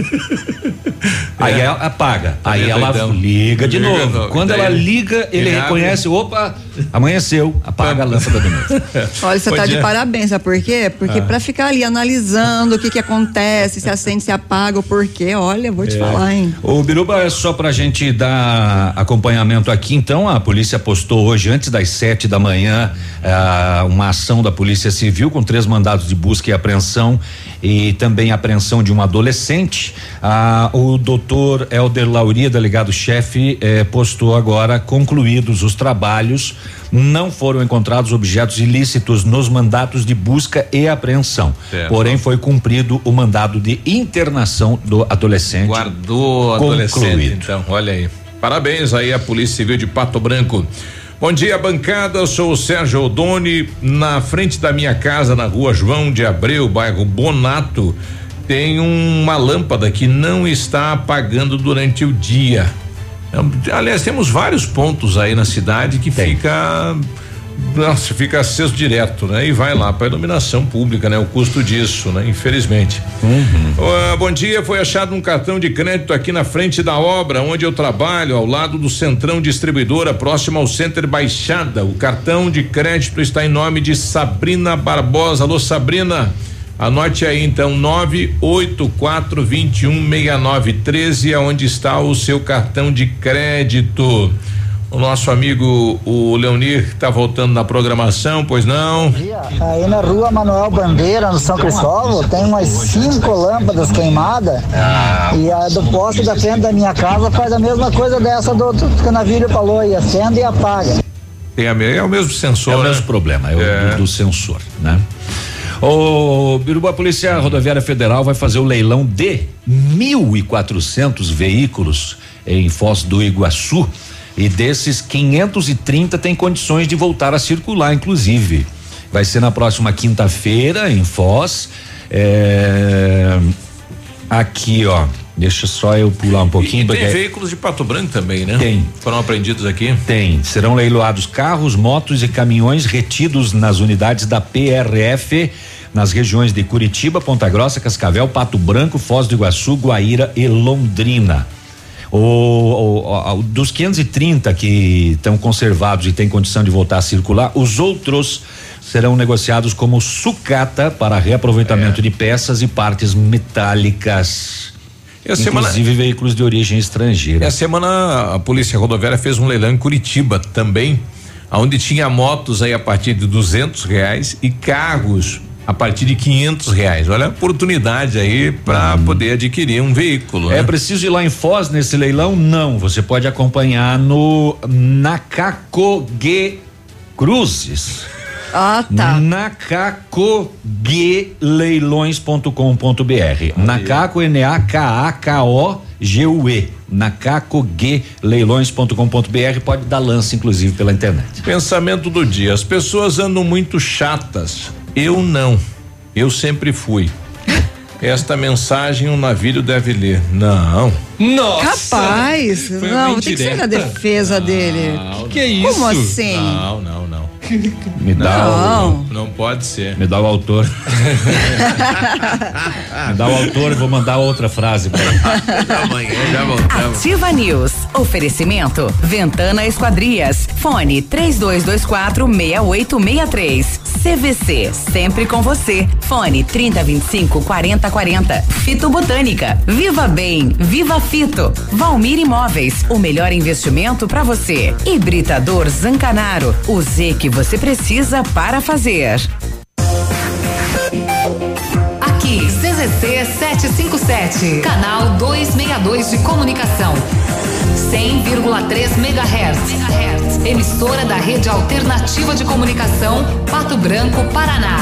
S6: Aí ela apaga, aí ela liga de novo. Quando ela liga, ele reconhece, opa, amanheceu, apaga a lâmpada de novo.
S7: Olha, você tá de parabéns, sabe por quê? Porque pra ficar ali analisando o que acontece, se acende, se apaga, o porquê, olha, vou te falar, hein?
S6: O Biruba, é só pra gente dar acompanhamento aqui, então, a polícia postou hoje, antes das 7 da manhã, uma ação da Polícia Civil com 3 mandados de busca e apreensão e também apreensão de um adolescente. O doutor Helder Lauria, delegado-chefe, postou agora concluídos os trabalhos, não foram encontrados objetos ilícitos nos mandatos de busca e apreensão. Certo. Porém, foi cumprido o mandado de internação do adolescente.
S4: Guardou o adolescente, então, olha aí. Parabéns aí à Polícia Civil de Pato Branco. Bom dia, bancada, eu sou o Sérgio Odoni, na frente da minha casa, na rua João de Abreu, bairro Bonato, tem uma lâmpada que não está apagando durante o dia. Aliás, temos vários pontos aí na cidade que fica aceso direto, né? E vai lá para iluminação pública, né? O custo disso, né? Infelizmente. Bom dia, foi achado um cartão de crédito aqui na frente da obra onde eu trabalho, ao lado do Centrão Distribuidora, próximo ao Center Baixada. O cartão de crédito está em nome de Sabrina Barbosa. Alô, Sabrina, anote aí então, 984216913, aonde está o seu cartão de crédito. O nosso amigo, o Leonir, está voltando na programação, pois não?
S15: Aí na rua Manuel Bandeira, no São Cristóvão, tem umas 5 lâmpadas queimadas. E a do poste da frente da minha casa faz a mesma coisa dessa do que a Navírio falou, e acende e apaga.
S4: É o mesmo sensor.
S6: É o mesmo problema, do sensor, né? O Biruba, a Polícia Rodoviária Federal vai fazer o leilão de 1.400 veículos em Foz do Iguaçu. E desses, 530 têm condições de voltar a circular, inclusive. Vai ser na próxima quinta-feira, em Foz. Aqui, ó. Deixa só eu pular um pouquinho.
S4: Tem veículos de Pato Branco também, né?
S6: Tem.
S4: Foram apreendidos aqui?
S6: Tem. Serão leiloados carros, motos e caminhões retidos nas unidades da PRF, nas regiões de Curitiba, Ponta Grossa, Cascavel, Pato Branco, Foz do Iguaçu, Guaíra e Londrina. Dos 530 que estão conservados e têm condição de voltar a circular, os outros serão negociados como sucata para reaproveitamento de peças e partes metálicas. Inclusive veículos de origem estrangeira.
S4: Essa semana a Polícia Rodoviária fez um leilão em Curitiba também, onde tinha motos aí a partir de R$200 e carros a partir de R$500. Olha a oportunidade aí para poder adquirir um veículo.
S6: É preciso ir lá em Foz nesse leilão? Não, você pode acompanhar no Nacacogue Cruzes.
S7: Ah, tá.
S6: nacacogueleilões.com.br. Nacaco, NAKAKOGUE. nacacogueleilões.com.br. Pode dar lance, inclusive, pela internet.
S4: Pensamento do dia: as pessoas andam muito chatas. Eu não. Eu sempre fui. Esta mensagem um navio deve ler. Não.
S7: Nossa. Capaz. Não, tem que ser na defesa dele.
S4: Que é isso?
S7: Como assim?
S4: Não.
S6: Me dá
S4: não pode ser.
S6: Me dá o autor. Me dá o autor e vou mandar outra frase pra ele.
S4: Amanhã já voltamos.
S2: Ativa News. Oferecimento Ventana Esquadrias. Fone 3224-6863. CVC. Sempre com você. Fone 3025-4040. Fito Botânica. Viva Bem. Viva Fito. Valmir Imóveis. O melhor investimento para você. Hibridador Zancanaro. O Z que você precisa para fazer.
S10: CZC 757, canal 262 de comunicação. 100,3 MHz. Emissora da Rede Alternativa de Comunicação, Pato Branco, Paraná.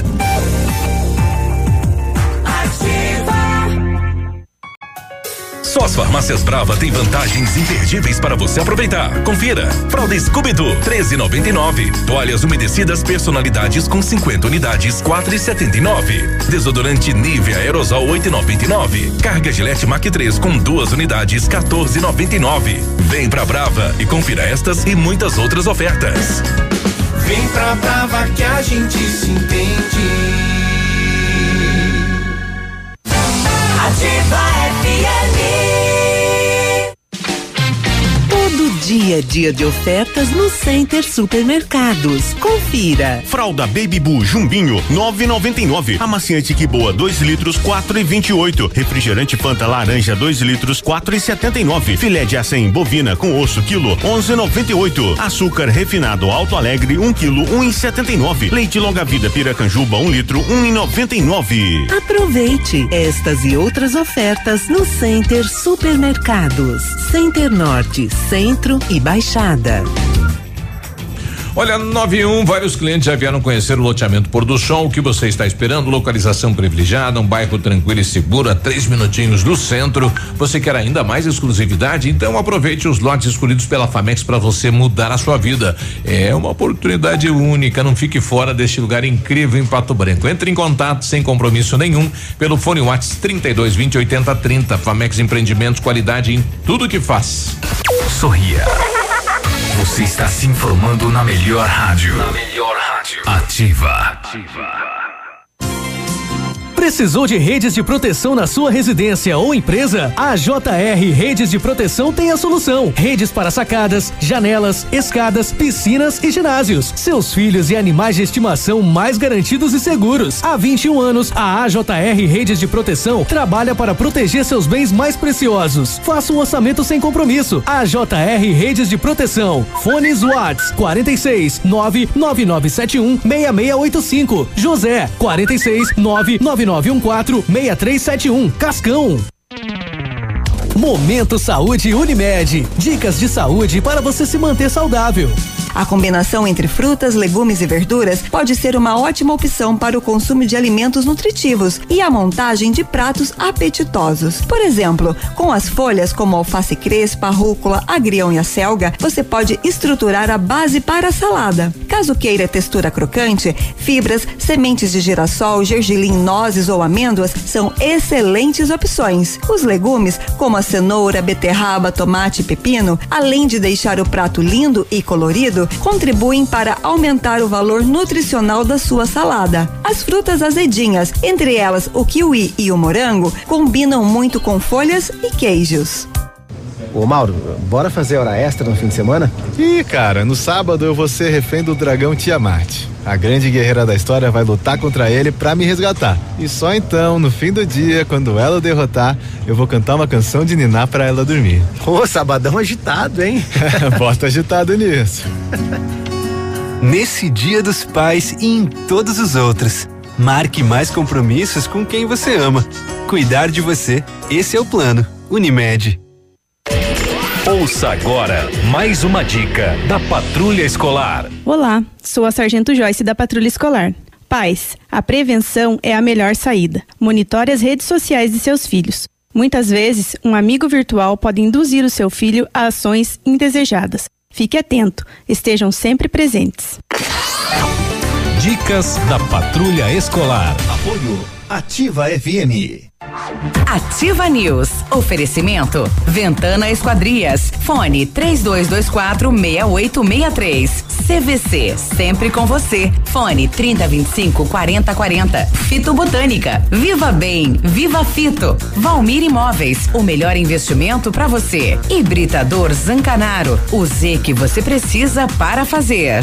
S3: Só as farmácias Brava tem vantagens imperdíveis para você aproveitar. Confira. Fralda Scooby-Doo, 13,99. Toalhas umedecidas personalidades com 50 unidades, 4,79. Desodorante Nivea Aerosol, 8,99. Carga Gillette Mach 3 com 2 unidades, 14,99. Vem pra Brava e confira estas e muitas outras ofertas.
S19: Vem pra Brava que a gente se entende. Ativa FM.
S9: Todo dia de ofertas no Center Supermercados. Confira.
S16: Fralda Baby Boo Jumbinho 9,99. Amaciante Que Boa 2 litros 4,28. Refrigerante Fanta Laranja 2 litros 4,79. Filé de acém bovina com osso quilo 11,98. Açúcar refinado Alto Alegre 1 quilo 1,79. Leite Longa Vida Piracanjuba 1 litro 1,99.
S9: Aproveite estas e outras ofertas no Center Supermercados. Center Norte, Centro e Baixada.
S4: Olha, 91, vários clientes já vieram conhecer o loteamento Pôr do Sol. O que você está esperando? Localização privilegiada, um bairro tranquilo e seguro, a 3 minutinhos do centro. Você quer ainda mais exclusividade? Então aproveite os lotes escolhidos pela Famex para você mudar a sua vida. É uma oportunidade única, não fique fora deste lugar incrível em Pato Branco. Entre em contato sem compromisso nenhum pelo fone WhatsApp 32 20 80 30. Famex Empreendimentos, qualidade em tudo que faz.
S3: Sorria. Você está se informando na melhor rádio. Ativa.
S12: Precisou de redes de proteção na sua residência ou empresa? A JR Redes de Proteção tem a solução. Redes para sacadas, janelas, escadas, piscinas e ginásios. Seus filhos e animais de estimação mais garantidos e seguros. Há 21 anos, a AJR Redes de Proteção trabalha para proteger seus bens mais preciosos. Faça um orçamento sem compromisso. AJR Redes de Proteção. Fones Watts 46 99971 6685. José 46 99914 6371. Cascão. Momento Saúde Unimed. Dicas de saúde para você se manter saudável.
S7: A combinação entre frutas, legumes e verduras pode ser uma ótima opção para o consumo de alimentos nutritivos e a montagem de pratos apetitosos. Por exemplo, com as folhas como alface crespa, rúcula, agrião e acelga, você pode estruturar a base para a salada. Caso queira textura crocante, fibras, sementes de girassol, gergelim, nozes ou amêndoas são excelentes opções. Os legumes, como a cenoura, beterraba, tomate e pepino, além de deixar o prato lindo e colorido, contribuem para aumentar o valor nutricional da sua salada. As frutas azedinhas, entre elas o kiwi e o morango, combinam muito com folhas e queijos.
S18: Ô Mauro, bora fazer hora extra no fim de semana?
S20: Ih, cara, no sábado eu vou ser refém do dragão Tiamat. A grande guerreira da história vai lutar contra ele pra me resgatar. E só então, no fim do dia, quando ela o derrotar, eu vou cantar uma canção de niná pra ela dormir.
S18: Ô, sabadão agitado, hein?
S20: Bota agitado nisso.
S25: Nesse Dia dos Pais e em todos os outros, marque mais compromissos com quem você ama. Cuidar de você, esse é o plano. Unimed.
S3: Ouça agora mais uma dica da Patrulha Escolar.
S26: Olá, sou a Sargento Joyce da Patrulha Escolar. Pais, a prevenção é a melhor saída. Monitore as redes sociais de seus filhos. Muitas vezes, um amigo virtual pode induzir o seu filho a ações indesejadas. Fique atento, estejam sempre presentes.
S3: Dicas da Patrulha Escolar.
S22: Apoio Ativa FM.
S2: Ativa News. Oferecimento Ventana Esquadrias. Fone 3224-6863. CVC, sempre com você. Fone 3025-4040. Fito Botânica. Viva Bem, Viva Fito. Valmir Imóveis, o melhor investimento para você. Hibridador Zancanaro. O Z que você precisa para fazer.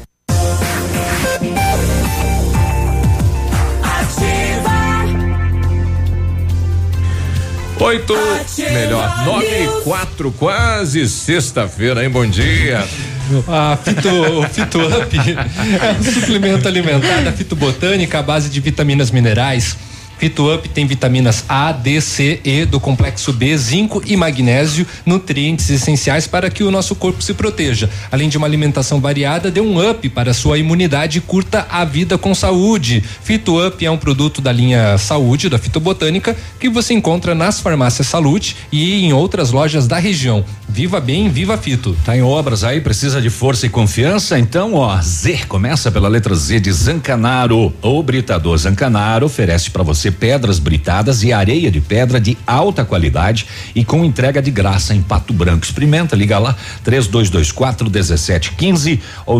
S4: 8, melhor, 9:04, quase sexta-feira, hein? Bom dia.
S5: A Fito Up é um suplemento alimentar da Fito Botânica à base de vitaminas minerais Fito Up tem vitaminas A, D, C, E do complexo B, zinco e magnésio, nutrientes essenciais para que o nosso corpo se proteja. Além de uma alimentação variada, dê um up para a sua imunidade e curta a vida com saúde. Fito Up é um produto da linha Saúde da Fitobotânica que você encontra nas farmácias Salute e em outras lojas da região. Viva bem, viva Fito.
S6: Tá em obras aí, precisa de força e confiança? Então, Z, começa pela letra Z de Zancanaro. O Britador Zancanaro oferece para você pedras britadas e areia de pedra de alta qualidade e com entrega de graça em Pato Branco. Experimenta, liga lá 3224-1715 ou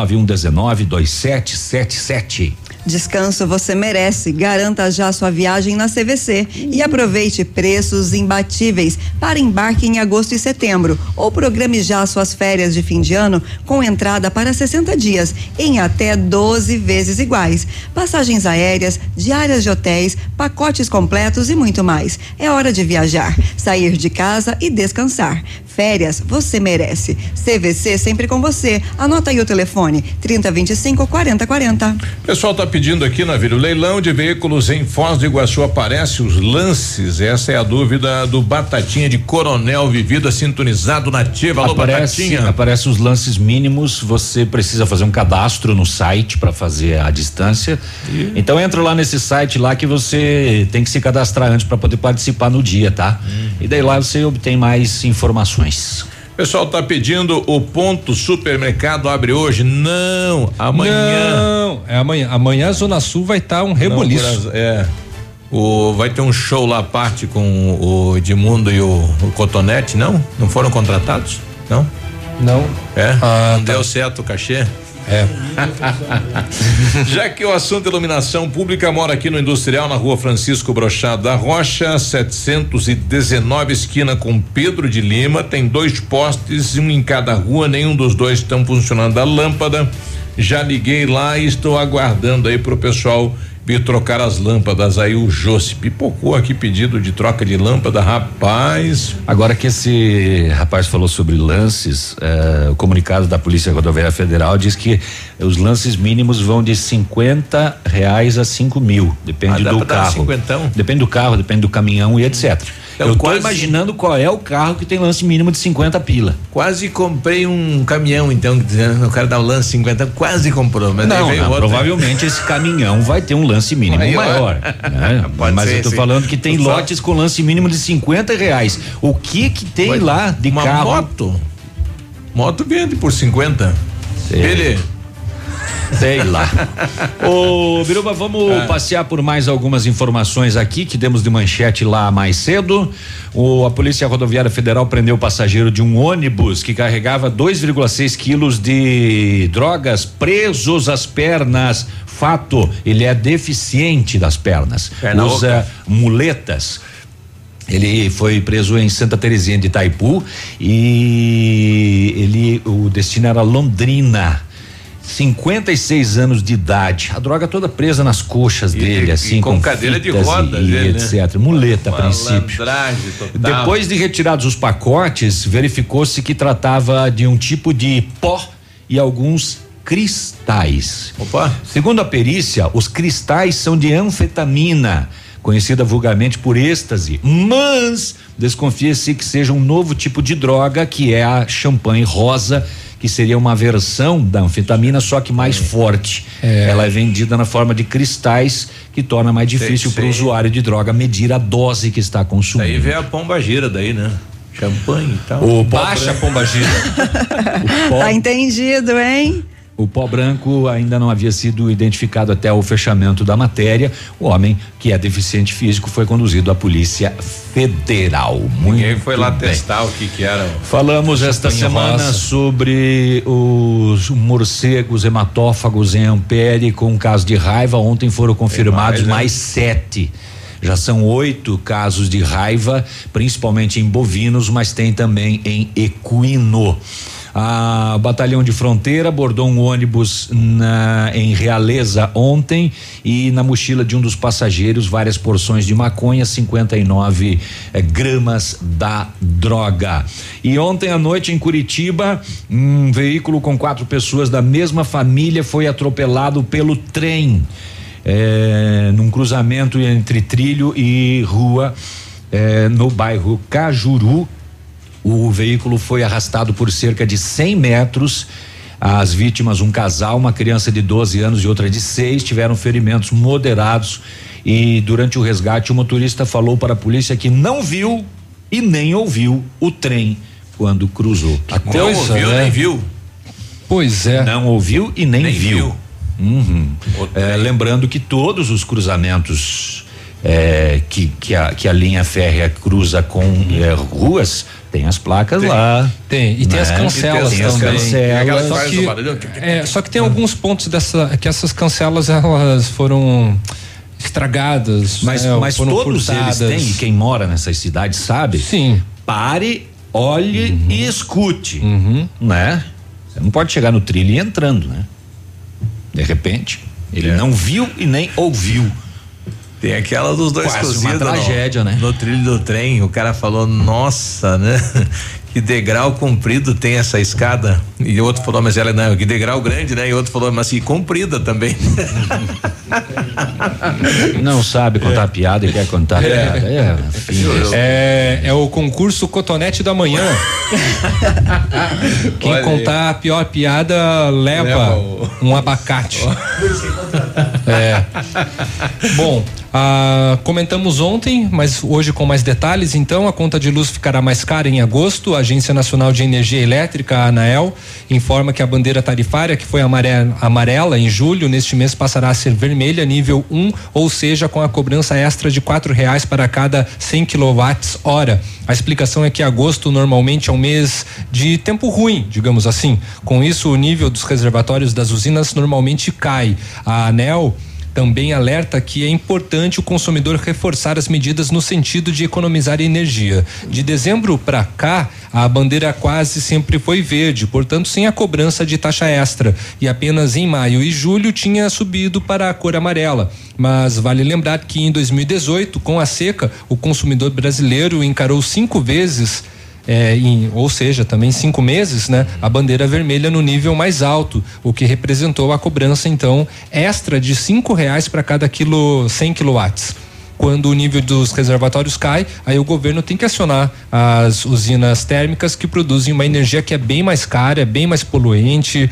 S6: 99119-2777.
S7: Descanso você merece. Garanta já sua viagem na CVC e aproveite preços imbatíveis para embarque em agosto e setembro, ou programe já suas férias de fim de ano com entrada para 60 dias em até 12 vezes iguais. Passagens aéreas, diárias de hotéis, pacotes completos e muito mais. É hora de viajar, sair de casa e descansar. Férias você merece. CVC sempre com você. Anota aí o telefone 3025-4040.
S4: Pessoal tá pedindo aqui, Navírio, leilão de veículos em Foz do Iguaçu, aparece os lances, essa é a dúvida do Batatinha de Coronel Vivida, sintonizado na ativa. Alô, Batatinha.
S6: Aparece os lances mínimos, você precisa fazer um cadastro no site para fazer a distância. Então entra lá nesse site lá que você tem que se cadastrar antes para poder participar no dia, tá? E daí lá você obtém mais informações.
S4: Pessoal tá pedindo o ponto supermercado abre hoje? Não, amanhã.
S5: Não, é amanhã. Amanhã a Zona Sul vai estar um reboliço.
S4: Vai ter um show lá à parte com o Edmundo e o Cotonete, não? Não foram contratados? Não?
S5: Não.
S4: Não deu certo o cachê? Já que o assunto iluminação pública, mora aqui no Industrial, na rua Francisco Brochado da Rocha, 719, esquina com Pedro de Lima. Tem 2 postes, um em cada rua, nenhum dos dois estão funcionando a lâmpada. Já liguei lá e estou aguardando aí pro pessoal vir trocar as lâmpadas. Aí o Jossi pipocou aqui pedido de troca de lâmpada, rapaz.
S6: Agora que esse rapaz falou sobre lances, o comunicado da Polícia Rodoviária Federal diz que os lances mínimos vão de R$50 a 5.000, depende do carro. Depende do carro, depende do caminhão e etc. Eu tô imaginando qual é o carro que tem lance mínimo de 50 pila.
S4: Quase comprei um caminhão, então, dizendo o cara dá o lance 50, quase comprou, mas
S6: não, provavelmente esse caminhão vai ter um lance mínimo maior. Né? Mas eu tô falando que tem lotes com lance mínimo de R$50. O que tem lá de
S4: uma
S6: carro?
S4: Moto vende por 50. Beleza.
S6: Sei lá. Ô, Biruba, vamos passear por mais algumas informações aqui que demos de manchete lá mais cedo. A Polícia Rodoviária Federal prendeu o passageiro de um ônibus que carregava 2,6 quilos de drogas presos às pernas. Fato, ele é deficiente das pernas. Usa muletas. Ele foi preso em Santa Terezinha de Itaipu e o destino era Londrina. 56 anos de idade, a droga toda presa nas coxas dele, assim,
S4: com cadeira de rodas,
S6: etc. Né? Muleta, a princípio.
S4: Total.
S6: Depois de retirados os pacotes, verificou-se que tratava de um tipo de pó e alguns cristais.
S4: Opa.
S6: Segundo a perícia, os cristais são de anfetamina, conhecida vulgarmente por êxtase, mas desconfia-se que seja um novo tipo de droga, que é a champanhe rosa, que seria uma versão da anfetamina, só que mais forte. Ela é vendida na forma de cristais, que torna mais difícil para o usuário de droga medir a dose que está consumindo.
S4: Daí vem a pombagira daí, né? Champanhe e tal.
S5: Baixa pombagira.
S7: Tá entendido, hein?
S6: O pó branco ainda não havia sido identificado até o fechamento da matéria. O homem, que é deficiente físico, foi conduzido à Polícia Federal.
S4: Ninguém foi lá testar o que era.
S6: Falamos esta semana sobre os morcegos hematófagos em Ampere com caso de raiva. Ontem foram confirmados mais 7. Já são 8 casos de raiva, principalmente em bovinos, mas tem também em equino. O Batalhão de Fronteira abordou um ônibus em Realeza ontem e na mochila de um dos passageiros várias porções de maconha, 59 gramas da droga. E ontem à noite em Curitiba, um veículo com 4 pessoas da mesma família foi atropelado pelo trem. num cruzamento entre trilho e rua, no bairro Cajuru. O veículo foi arrastado por cerca de 100 metros. As vítimas, um casal, uma criança de 12 anos e outra de 6, tiveram ferimentos moderados, e durante o resgate o motorista falou para a polícia que não viu e nem ouviu o trem quando cruzou.
S4: Não ouviu, nem viu.
S5: Pois é.
S6: Não ouviu e nem viu. Uhum. Lembrando que todos os cruzamentos que a linha férrea cruza com ruas, tem as placas lá.
S5: Tem, e tem as cancelas também. Só que tem alguns pontos que essas cancelas, elas foram estragadas.
S6: Mas todos
S5: furtadas.
S6: eles têm, e quem mora nessas cidades sabe.
S5: Sim.
S6: Pare, olhe e escute, né? Você não pode chegar no trilho e ir entrando, né? De repente, ele não viu e nem ouviu.
S1: Tem aquela dos dois
S6: cozidos. Uma tragédia, né?
S1: No trilho do trem, o cara falou, nossa, né? Que degrau comprido tem essa escada. E o outro falou, mas ela não, que degrau grande, né? E o outro falou, mas e comprida também.
S6: Não sabe contar piada e quer contar piada.
S5: É o concurso Cotonete da Manhã. Quem
S1: Olha
S5: contar a pior piada leva um abacate. Bom, comentamos ontem, mas hoje com mais detalhes. Então, a conta de luz ficará mais cara em agosto. A Agência Nacional de Energia Elétrica, a ANAEL, informa que a bandeira tarifária, que foi amarela em julho, neste mês passará a ser vermelha, nível 1, ou seja, com a cobrança extra de R$4 para cada 100 kWh. A explicação é que agosto normalmente é um mês de tempo ruim, digamos assim. Com isso, o nível dos reservatórios das usinas normalmente cai. A ANEEL também alerta que é importante o consumidor reforçar as medidas no sentido de economizar energia. De dezembro para cá, a bandeira quase sempre foi verde, portanto sem a cobrança de taxa extra, e apenas em maio e julho tinha subido para a cor amarela. Mas vale lembrar que em 2018, com a seca, o consumidor brasileiro encarou 5 vezes, ou seja, também 5 meses, né? A bandeira vermelha no nível mais alto, o que representou a cobrança então extra de R$5 para cada 100 kW. Quando o nível dos reservatórios cai, aí o governo tem que acionar as usinas térmicas que produzem uma energia que é bem mais cara, é bem mais poluente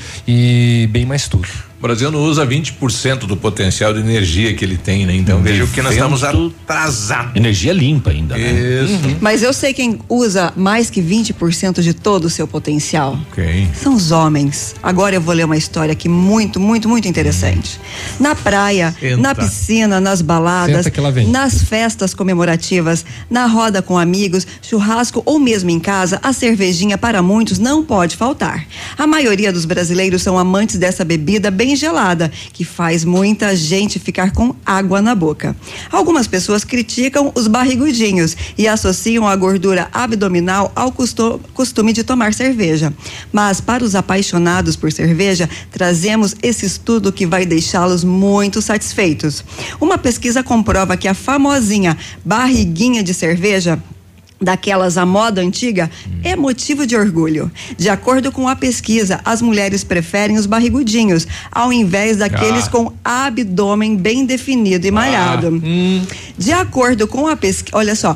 S5: e bem mais tudo.
S1: O Brasil não usa 20% do potencial de energia que ele tem, né? Então veja o que nós estamos atrasados.
S6: Energia limpa ainda, né?
S7: Isso. Mas eu sei quem usa mais que 20% de todo o seu potencial.
S1: Quem?
S7: São os homens. Agora eu vou ler uma história aqui muito interessante. Na praia, na piscina, nas baladas, nas festas comemorativas, na roda com amigos, churrasco ou mesmo em casa, a cervejinha para muitos não pode faltar. A maioria dos brasileiros são amantes dessa bebida bem gelada, que faz muita gente ficar com água na boca. Algumas pessoas criticam os barrigudinhos e associam a gordura abdominal ao costume de tomar cerveja. Mas para os apaixonados por cerveja, trazemos esse estudo que vai deixá-los muito satisfeitos. Uma pesquisa comprova que a famosinha barriguinha de cerveja, daquelas à moda antiga, é motivo de orgulho. De acordo com a pesquisa, as mulheres preferem os barrigudinhos ao invés daqueles com abdômen bem definido e malhado. De acordo com a pesquisa, olha só,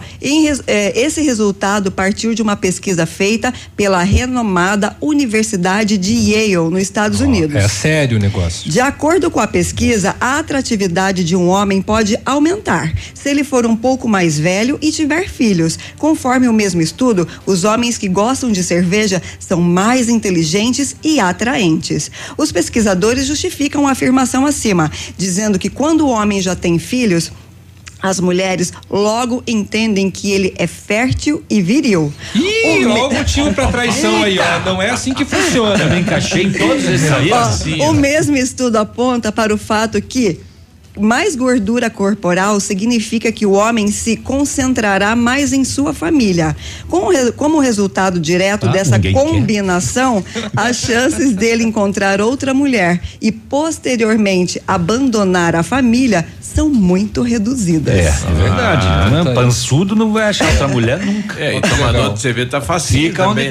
S7: esse resultado partiu de uma pesquisa feita pela renomada Universidade de Yale, nos Estados Unidos.
S5: É sério o negócio.
S7: De acordo com a pesquisa, a atratividade de um homem pode aumentar se ele for um pouco mais velho e tiver filhos. Conforme o mesmo estudo, os homens que gostam de cerveja são mais inteligentes e atraentes. Os pesquisadores justificam a afirmação acima, dizendo que quando o homem já tem filhos, as mulheres logo entendem que ele é fértil e viril.
S5: Ih, olha o motivo pra traição aí, ó. Não é assim que funciona.
S6: Eu me encaixei em todos esses aí.
S7: O mesmo estudo aponta para o fato que mais gordura corporal significa que o homem se concentrará mais em sua família. Como resultado direto dessa combinação, as chances dele encontrar outra mulher e posteriormente abandonar a família são muito reduzidas.
S6: É verdade. Pançudo não vai achar outra mulher nunca.
S1: E tomador de cerveja tá facinho.
S6: Fica
S1: também,
S6: onde tá.
S1: Né?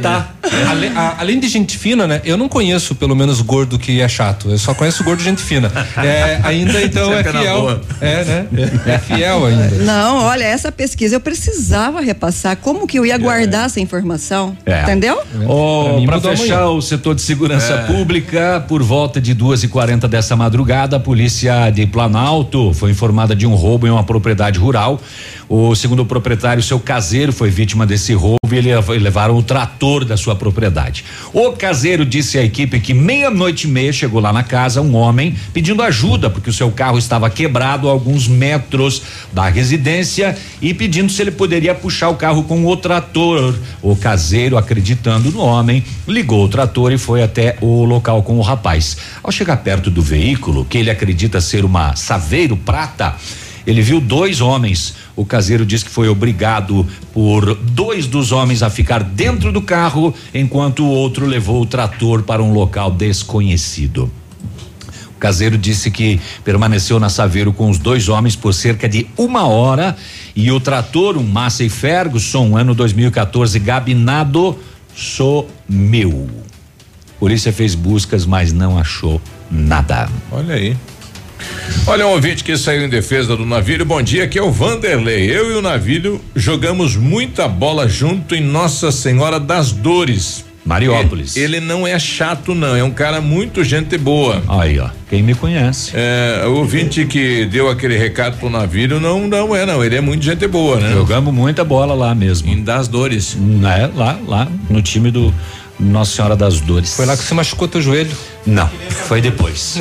S5: Além de gente fina, né? Eu não conheço, pelo menos, gordo que é chato. Eu só conheço gordo gente fina. Ainda então é fiel. Né? É fiel ainda.
S7: Não, olha, essa pesquisa eu precisava repassar. Como que eu ia guardar essa informação? Entendeu?
S6: Para fechar o setor de segurança pública, por volta de 2h40 dessa madrugada, a polícia de Planalto foi informada de um roubo em uma propriedade rural. Segundo o proprietário, seu caseiro foi vítima desse roubo e levaram o trator da sua propriedade. O caseiro disse à equipe que 00:30 chegou lá na casa um homem pedindo ajuda porque o seu carro estava quebrado a alguns metros da residência e pedindo se ele poderia puxar o carro com o trator. O caseiro, acreditando no homem, ligou o trator e foi até o local com o rapaz. Ao chegar perto do veículo, que ele acredita ser uma Saveiro prata, ele viu 2 homens. O caseiro diz que foi obrigado por 2 dos homens a ficar dentro do carro, enquanto o outro levou o trator para um local desconhecido. O caseiro disse que permaneceu na Saveiro com os 2 homens por cerca de 1 hora e o trator, um Massey Ferguson, ano 2014, gabinado, sumiu. A polícia fez buscas, mas não achou nada.
S4: Olha aí. Olha, um ouvinte que saiu em defesa do Navírio. Bom dia, aqui é o Vanderlei. Eu e o Navírio jogamos muita bola junto em Nossa Senhora das Dores,
S6: Mariópolis.
S4: Ele não é chato, não, é um cara muito gente boa.
S6: Aí, ó, quem me conhece.
S4: O ouvinte que deu aquele recado pro Navírio não, ele é muito gente boa, né?
S6: Jogamos muita bola lá mesmo.
S4: Em Das Dores.
S6: Lá no time do Nossa Senhora das Dores.
S5: Foi lá que você machucou teu joelho?
S6: Não, foi depois.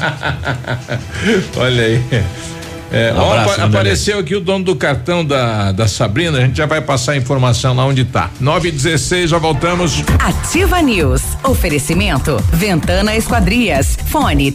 S4: Olha aí. Apareceu aqui o dono do cartão da Sabrina, a gente já vai passar a informação lá onde tá. 9h16, já voltamos.
S2: Ativa News. Oferecimento Ventana Esquadrias. Fone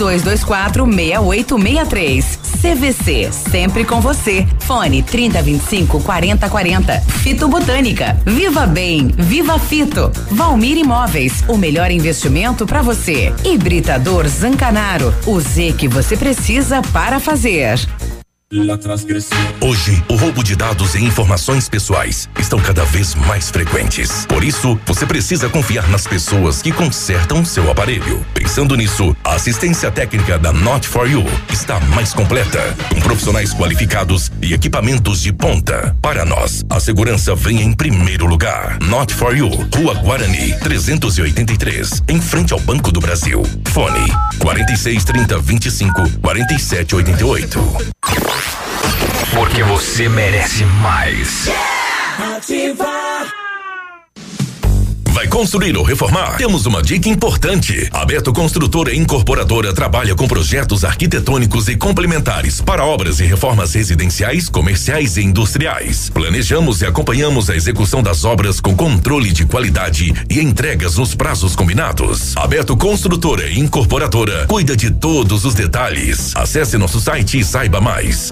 S2: 3224-6863. CVC, sempre com você. Fone 3025-4040. Fito Botânica. Viva Bem, Viva Fito. Valmir Imóveis, o melhor investimento para você. Hibridador Zancanaro, o Z que você precisa para fazer.
S11: Hoje, o roubo de dados e informações pessoais estão cada vez mais frequentes. Por isso, você precisa confiar nas pessoas que consertam seu aparelho. Pensando nisso, a assistência técnica da Not4U está mais completa, com profissionais qualificados e equipamentos de ponta. Para nós, a segurança vem em primeiro lugar. Not4U, Rua Guarani, 383, em frente ao Banco do Brasil. Fone 463025-4788.
S3: Porque você merece mais.
S11: Ativa. Vai construir ou reformar? Temos uma dica importante. A Beto Construtora e Incorporadora trabalha com projetos arquitetônicos e complementares para obras e reformas residenciais, comerciais e industriais. Planejamos e acompanhamos a execução das obras com controle de qualidade e entregas nos prazos combinados. A Beto Construtora e Incorporadora cuida de todos os detalhes. Acesse nosso site e saiba mais.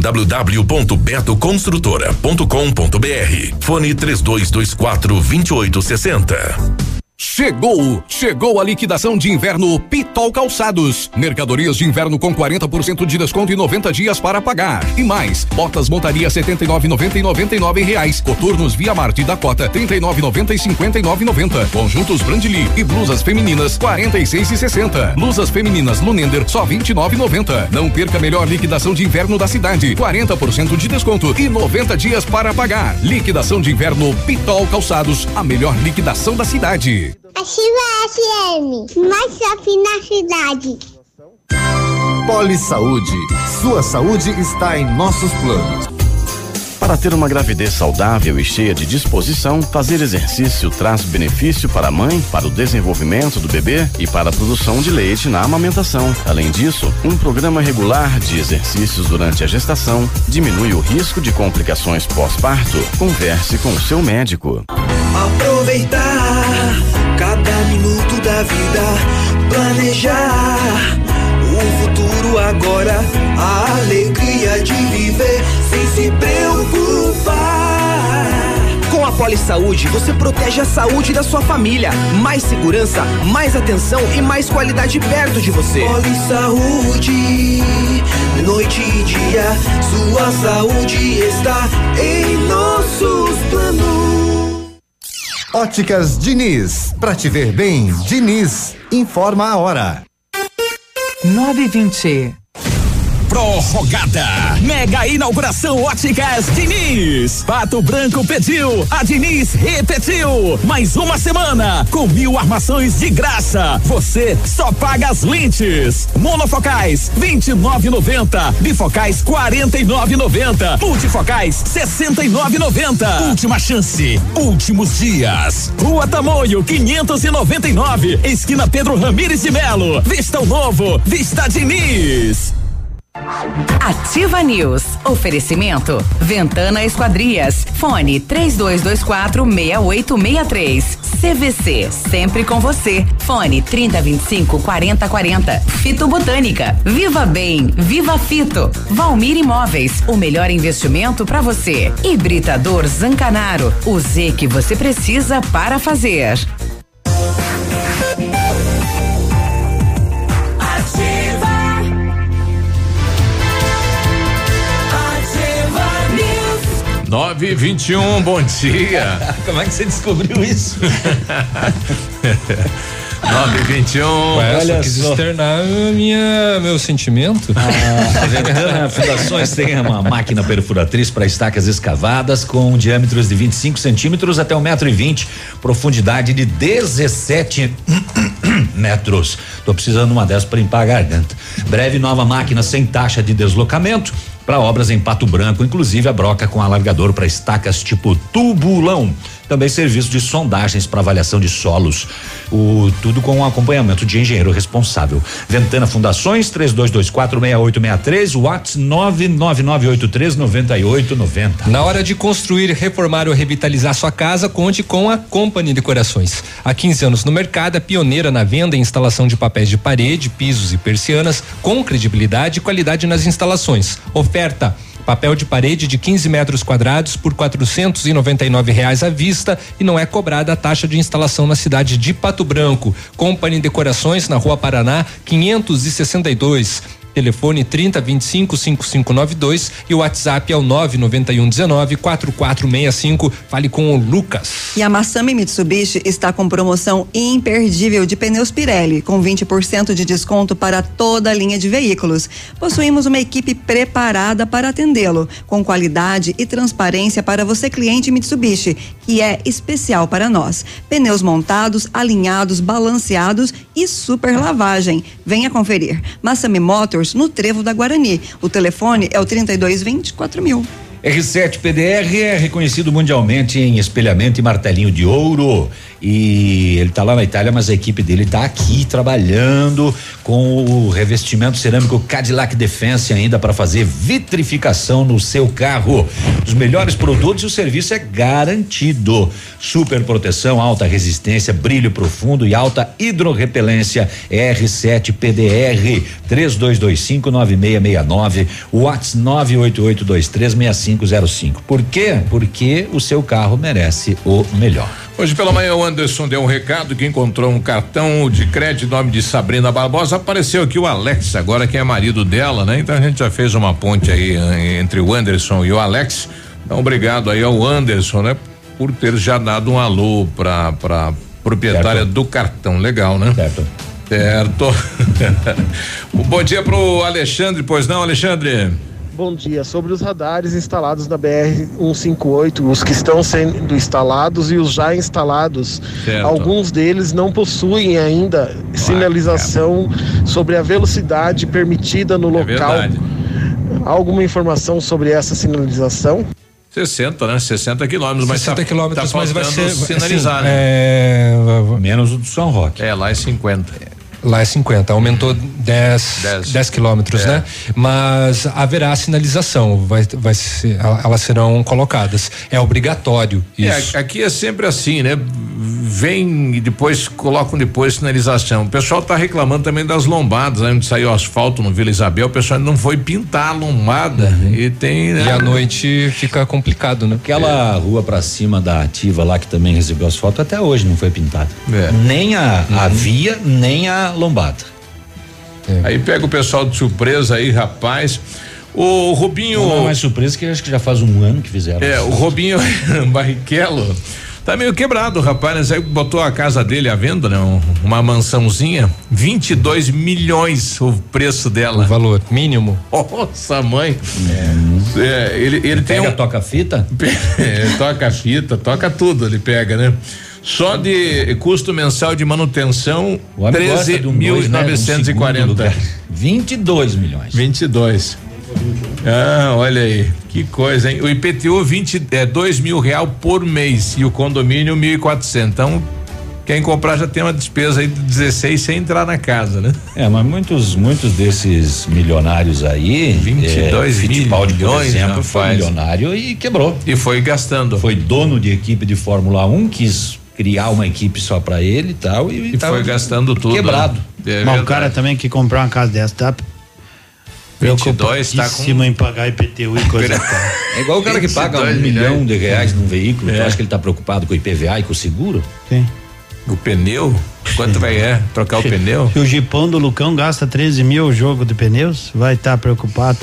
S11: www.betoconstrutora.com.br. Fone 3224-2860.
S13: Chegou a liquidação de inverno Pitol Calçados. Mercadorias de inverno com 40% de desconto e 90 dias para pagar. E mais, botas montaria R$79,90 e R$99. Coturnos Via Marte e Dakota R$39,90 e R$59,90. Conjuntos Brandly e blusas femininas R$46,60. Blusas femininas Lunender só R$29,90. Não perca a melhor liquidação de inverno da cidade. 40% de desconto e 90 dias para pagar. Liquidação de inverno Pitol Calçados, a melhor liquidação da cidade.
S21: Ativa FM, mais shopping na cidade.
S22: Poli Saúde, sua saúde está em nossos planos.
S14: Para ter uma gravidez saudável e cheia de disposição, fazer exercício traz benefício para a mãe, para o desenvolvimento do bebê e para a produção de leite na amamentação. Além disso, um programa regular de exercícios durante a gestação diminui o risco de complicações pós-parto. Converse com o seu médico.
S19: Aproveitar cada minuto da vida, planejar o futuro agora, a alegria de viver sem se preocupar.
S17: Com a Poli Saúde, você protege a saúde da sua família. Mais segurança, mais atenção e mais qualidade perto de você.
S19: Poli Saúde, noite e dia, sua saúde está em nossos planos.
S8: Óticas Diniz, pra te ver bem, Diniz, informa a hora.
S3: 9:20.
S10: Prorrogada. Mega inauguração Óticas Diniz. Pato Branco pediu, a Diniz repetiu. Mais uma semana com 1000 armações de graça. Você só paga as lentes. Monofocais 29,90. Bifocais 49,90. Multifocais 69,90. Última chance, últimos dias. Rua Tamoio 599, esquina Pedro Ramires de Melo. Vista o novo, Vista Diniz.
S2: Ativa News. Oferecimento Ventana Esquadrias. Fone 3224-6863. CVC, sempre com você. Fone 3025-4040. Fito Botânica. Viva Bem, Viva Fito. Valmir Imóveis, o melhor investimento para você. Hibridador Zancanaro, o Z que você precisa para fazer.
S19: Ativa.
S4: 9:21, bom dia.
S6: Como é que você descobriu isso?
S4: 9:21.
S5: Olha, quis externar meu sentimento.
S6: A Ventana Fundações tem uma máquina perfuratriz para estacas escavadas com diâmetros de 25 centímetros até 1,20 m, profundidade de 17 metros. Tô precisando de uma dessas para limpar a garganta. Breve nova máquina sem taxa de deslocamento para obras em Pato Branco, inclusive a broca com alargador para estacas tipo tubulão. Também serviço de sondagens para avaliação de solos. Tudo com acompanhamento de engenheiro responsável. Ventana Fundações 32246863, WhatsApp 999839890.
S5: Na hora de construir, reformar ou revitalizar sua casa, conte com a Company Decorações. Há 15 anos no mercado, é pioneira na venda e instalação de papéis de parede, pisos e persianas, com credibilidade e qualidade nas instalações. Oferta: papel de parede de 15 metros quadrados por R$499 à vista e não é cobrada a taxa de instalação na cidade de Pato Branco. Company Decorações, na Rua Paraná 562. Telefone 3025-5592 e o WhatsApp é o 99119-4465. Fale com o Lucas.
S7: E a Massami Mitsubishi está com promoção imperdível de pneus Pirelli, com 20% de desconto para toda a linha de veículos. Possuímos uma equipe preparada para atendê-lo, com qualidade e transparência para você, cliente Mitsubishi, que é especial para nós. Pneus montados, alinhados, balanceados e super lavagem. Venha conferir. Massami Motors, no Trevo da Guarani. O telefone é o 3220-4000.
S6: R7 PDR é reconhecido mundialmente em espelhamento e martelinho de ouro. E ele tá lá na Itália, mas a equipe dele tá aqui trabalhando com o revestimento cerâmico Cadillac Defense ainda para fazer vitrificação no seu carro. Os melhores produtos e o serviço é garantido. Super proteção, alta resistência, brilho profundo e alta hidrorrepelência. R7 PDR 3225-9669, WhatsApp 988236505. Por quê? Porque o seu carro merece o melhor.
S4: Hoje pela manhã o Anderson deu um recado que encontrou um cartão de crédito em nome de Sabrina Barbosa. Apareceu aqui o Alex, agora que é marido dela, né? Então a gente já fez uma ponte aí entre o Anderson e o Alex. Então obrigado aí ao Anderson, né? Por ter já dado um alô pra proprietária do cartão. Legal, né? Certo. Bom dia pro Alexandre, pois não, Alexandre?
S15: Bom dia. Sobre os radares instalados na BR-158, os que estão sendo instalados e os já instalados, certo. Alguns deles não possuem ainda sinalização sobre a velocidade permitida no local.
S4: Verdade.
S15: Há alguma informação sobre essa sinalização?
S4: 60, né? 60 quilômetros, mas
S5: 60 quilômetros,
S4: tá
S5: mas vai ser
S4: sinalizar,
S5: assim,
S4: né?
S6: Menos o do São Roque.
S4: Lá é 50.
S5: Lá é 50, aumentou 10 quilômetros, né? Mas haverá sinalização, elas serão colocadas. É obrigatório isso.
S4: Aqui é sempre assim, né? Vem e depois colocam sinalização. O pessoal tá reclamando também das lombadas, né? Onde saiu asfalto no Vila Isabel, o pessoal não foi pintar a lombada e tem, né?
S5: E à noite fica complicado, né?
S6: Aquela rua pra cima da Ativa lá que também recebeu asfalto até hoje não foi pintada. Nem a via, nem a lombada.
S4: Aí pega o pessoal de surpresa aí, rapaz. O Rubinho.
S6: Não é mais surpresa que acho que já faz um ano que fizeram.
S4: O Rubinho Barrichello
S1: Tá meio quebrado, rapaz, né? Botou a casa dele à venda, né? Uma mansãozinha, 22 milhões o preço dela.
S5: O valor mínimo.
S1: Nossa, mãe. Ele tem
S6: toca fita?
S1: Toca fita, toca tudo, ele pega, né? Só de custo mensal de manutenção, 13.940.
S6: 22 milhões.
S1: 22. Olha aí, que coisa, hein? O IPTU R$2.000 por mês e o condomínio 1.400. Então, quem comprar já tem uma despesa aí de 16 sem entrar na casa, né?
S6: Mas muitos desses milionários aí,
S1: 22
S6: Fittipaldi, por exemplo,
S1: já
S6: foi milionário e quebrou.
S1: E foi gastando.
S6: Foi dono de equipe de Fórmula 1, quis criar uma equipe só pra ele e tal. E
S1: foi gastando tudo.
S6: Quebrado.
S9: Mas o cara também que comprar uma casa dessa, tá?
S1: 22 tá com
S9: em pagar IPTU e coisa e tal.
S6: É igual o cara que paga R$1 milhão num veículo. Tu acha que ele tá preocupado com o IPVA e com o seguro?
S9: Sim.
S1: O pneu? Quanto vai trocar o pneu?
S9: Se o Jipão do Lucão gasta 13 mil o jogo de pneus, vai estar preocupado.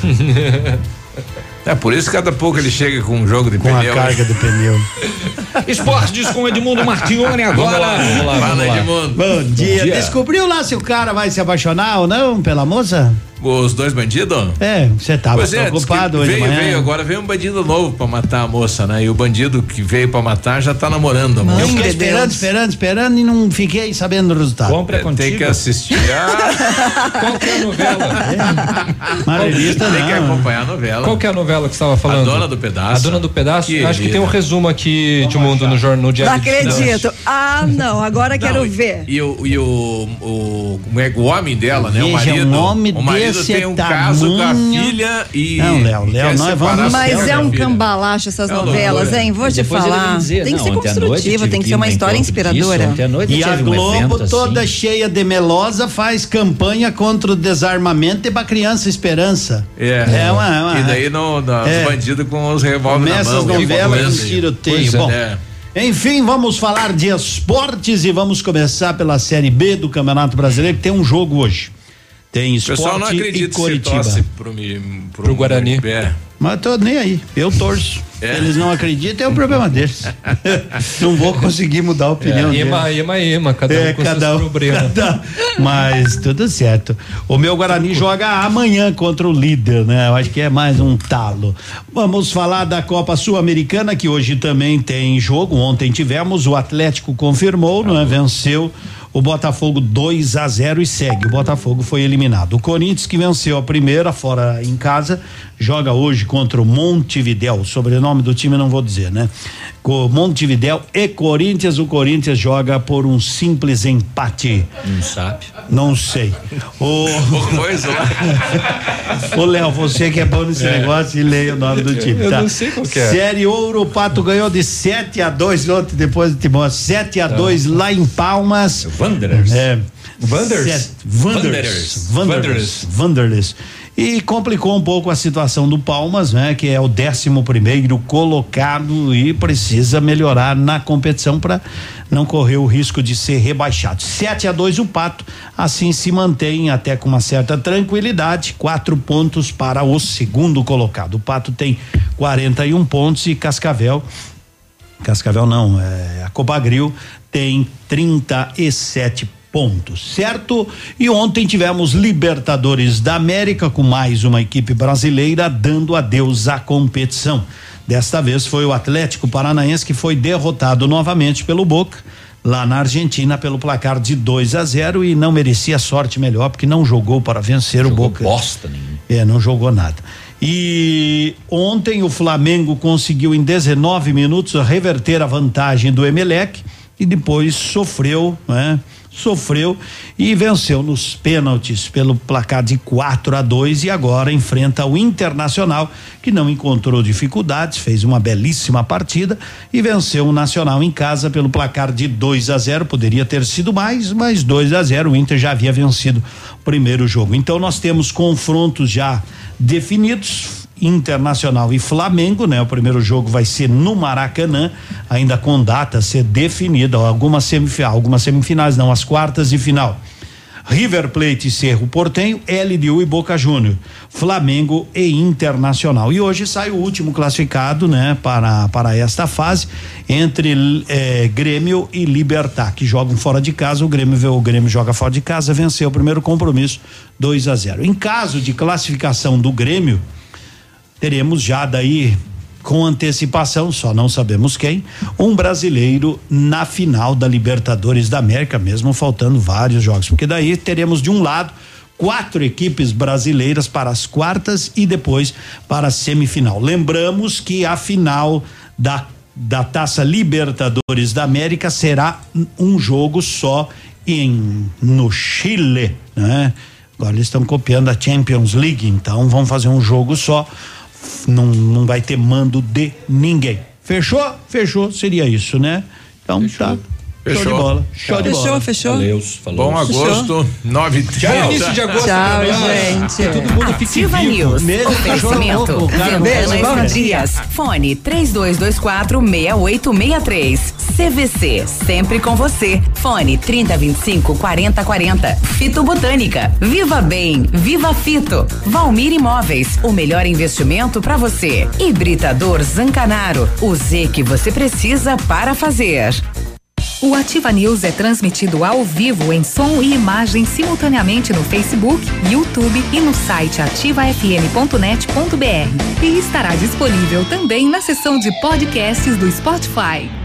S1: É por isso que cada pouco ele chega com um jogo de pneu.
S9: Com a carga de pneu.
S6: Esportes com Edmundo Martione agora. Vamos lá.
S1: Fala, Edmundo.
S9: Bom dia. Descobriu lá se o cara vai se apaixonar ou não pela moça?
S1: Os dois bandidos?
S9: Você tava preocupado hoje de manhã.
S1: Agora veio um bandido novo pra matar a moça, né? E o bandido que veio pra matar já tá namorando a moça.
S9: Eu fiquei esperando e não fiquei sabendo do resultado.
S6: Compra contigo.
S1: Tem que assistir.
S5: Qual que é a novela?
S9: Marelista
S1: Tem que acompanhar a novela.
S5: Qual que é a novela que você estava falando?
S1: A Dona do Pedaço.
S5: A Dona do Pedaço? Acho que tem um resumo aqui de mundo no jornal, no dia.
S7: Não acredito. Não, agora quero ver.
S1: E o homem dela, né? O marido.
S9: O marido
S1: tem um caso com a filha e.
S9: Não, Léo, nós vamos.
S7: Mas é um cambalacho essas novelas, hein? Vou te falar. Tem que ser construtiva, tem que ser uma história inspiradora.
S9: E a Globo, toda cheia de melosa, faz campanha contra o desarmamento e pra criança esperança.
S1: E daí os bandidos com os revólveres na mão.
S9: Começa as novelas com tiroteio. Bom. Enfim, vamos falar de esportes e vamos começar pela Série B do Campeonato Brasileiro, que tem um jogo hoje. Tem Sport e Coritiba.
S1: Pro
S5: Guarani.
S9: Mas tô nem aí, eu torço. Eles não acreditam, é o problema deles. Não vou conseguir mudar a opinião deles.
S5: Cada um com seus problemas.
S9: Mas tudo certo. O meu Guarani joga amanhã contra o líder, né? Eu acho que é mais um talo. Vamos falar da Copa Sul-Americana, que hoje também tem jogo. Ontem tivemos, o Atlético confirmou, não é? Venceu o Botafogo 2-0 e segue. O Botafogo foi eliminado. O Corinthians, que venceu a primeira fora em casa, joga hoje contra o Montevidéu. O sobrenome do time não vou dizer, né? Montevidéu e Corinthians. O Corinthians joga por um simples empate.
S6: Não sabe?
S9: Não sei. Ô Léo, você que é bom nesse negócio, e leia o nome do time.
S5: Eu não sei qual que é.
S9: Série Ouro, o Pato ganhou de 7-2 ontem, depois de Timóteo. 7-2 lá em Palmas. Wanderers. E complicou um pouco a situação do Palmas, né? Que é o 11º colocado e precisa melhorar na competição para não correr o risco de ser rebaixado. 7-2 o Pato, assim se mantém até com uma certa tranquilidade, 4 pontos para o segundo colocado. O Pato tem 41 pontos e Cascavel não, a Copagril tem 37 pontos, certo? E ontem tivemos Libertadores da América com mais uma equipe brasileira dando adeus à competição. Desta vez foi o Atlético Paranaense que foi derrotado novamente pelo Boca, lá na Argentina, pelo placar de 2-0 e não merecia sorte melhor porque não jogou para vencer o Boca.
S6: Bosta nenhuma.
S9: Não jogou nada. E ontem o Flamengo conseguiu em 19 minutos reverter a vantagem do Emelec e depois sofreu e venceu nos pênaltis pelo placar de 4-2 e agora enfrenta o Internacional, que não encontrou dificuldades, fez uma belíssima partida e venceu o Nacional em casa pelo placar de 2-0. Poderia ter sido mais, mas 2-0. O Inter já havia vencido o primeiro jogo. Então nós temos confrontos já definidos, Internacional e Flamengo, né? O primeiro jogo vai ser no Maracanã, ainda com data a ser definida, algumas semifinais não, as quartas de final. River Plate e Cerro Porteño, LDU e Boca Júnior, Flamengo e Internacional. E hoje sai o último classificado, né, para esta fase entre Grêmio e Libertad, que jogam fora de casa. O Grêmio joga fora de casa, venceu o primeiro compromisso 2-0. Em caso de classificação do Grêmio, teremos já daí com antecipação, só não sabemos quem, um brasileiro na final da Libertadores da América, mesmo faltando vários jogos, porque daí teremos de um lado 4 equipes brasileiras para as quartas e depois para a semifinal. Lembramos que a final da Taça Libertadores da América será um jogo só no Chile, né? Agora eles estão copiando a Champions League, então vão fazer um jogo só. Não vai ter mando de ninguém. Fechou? Fechou, seria isso, né? Então tá.
S1: Fechou.
S9: Show de bola. Show de bola.
S7: Fechou.
S6: Valeu, falou.
S1: Bom agosto, 9h30.
S5: Início de agosto.
S7: Tchau, gente.
S5: Todo mundo fique
S2: Ativa
S5: vivo.
S2: News. Oferecimento. Ventana Dias. Fone 32246863. CVC. Sempre com você. Fone 3025-4040. Fito Botânica. Viva Bem. Viva Fito. Valmir Imóveis. O melhor investimento para você. Hibridador Zancanaro. O Z que você precisa para fazer.
S12: O Ativa News é transmitido ao vivo em som e imagem simultaneamente no Facebook, YouTube e no site ativafm.net.br. E estará disponível também na seção de podcasts do Spotify.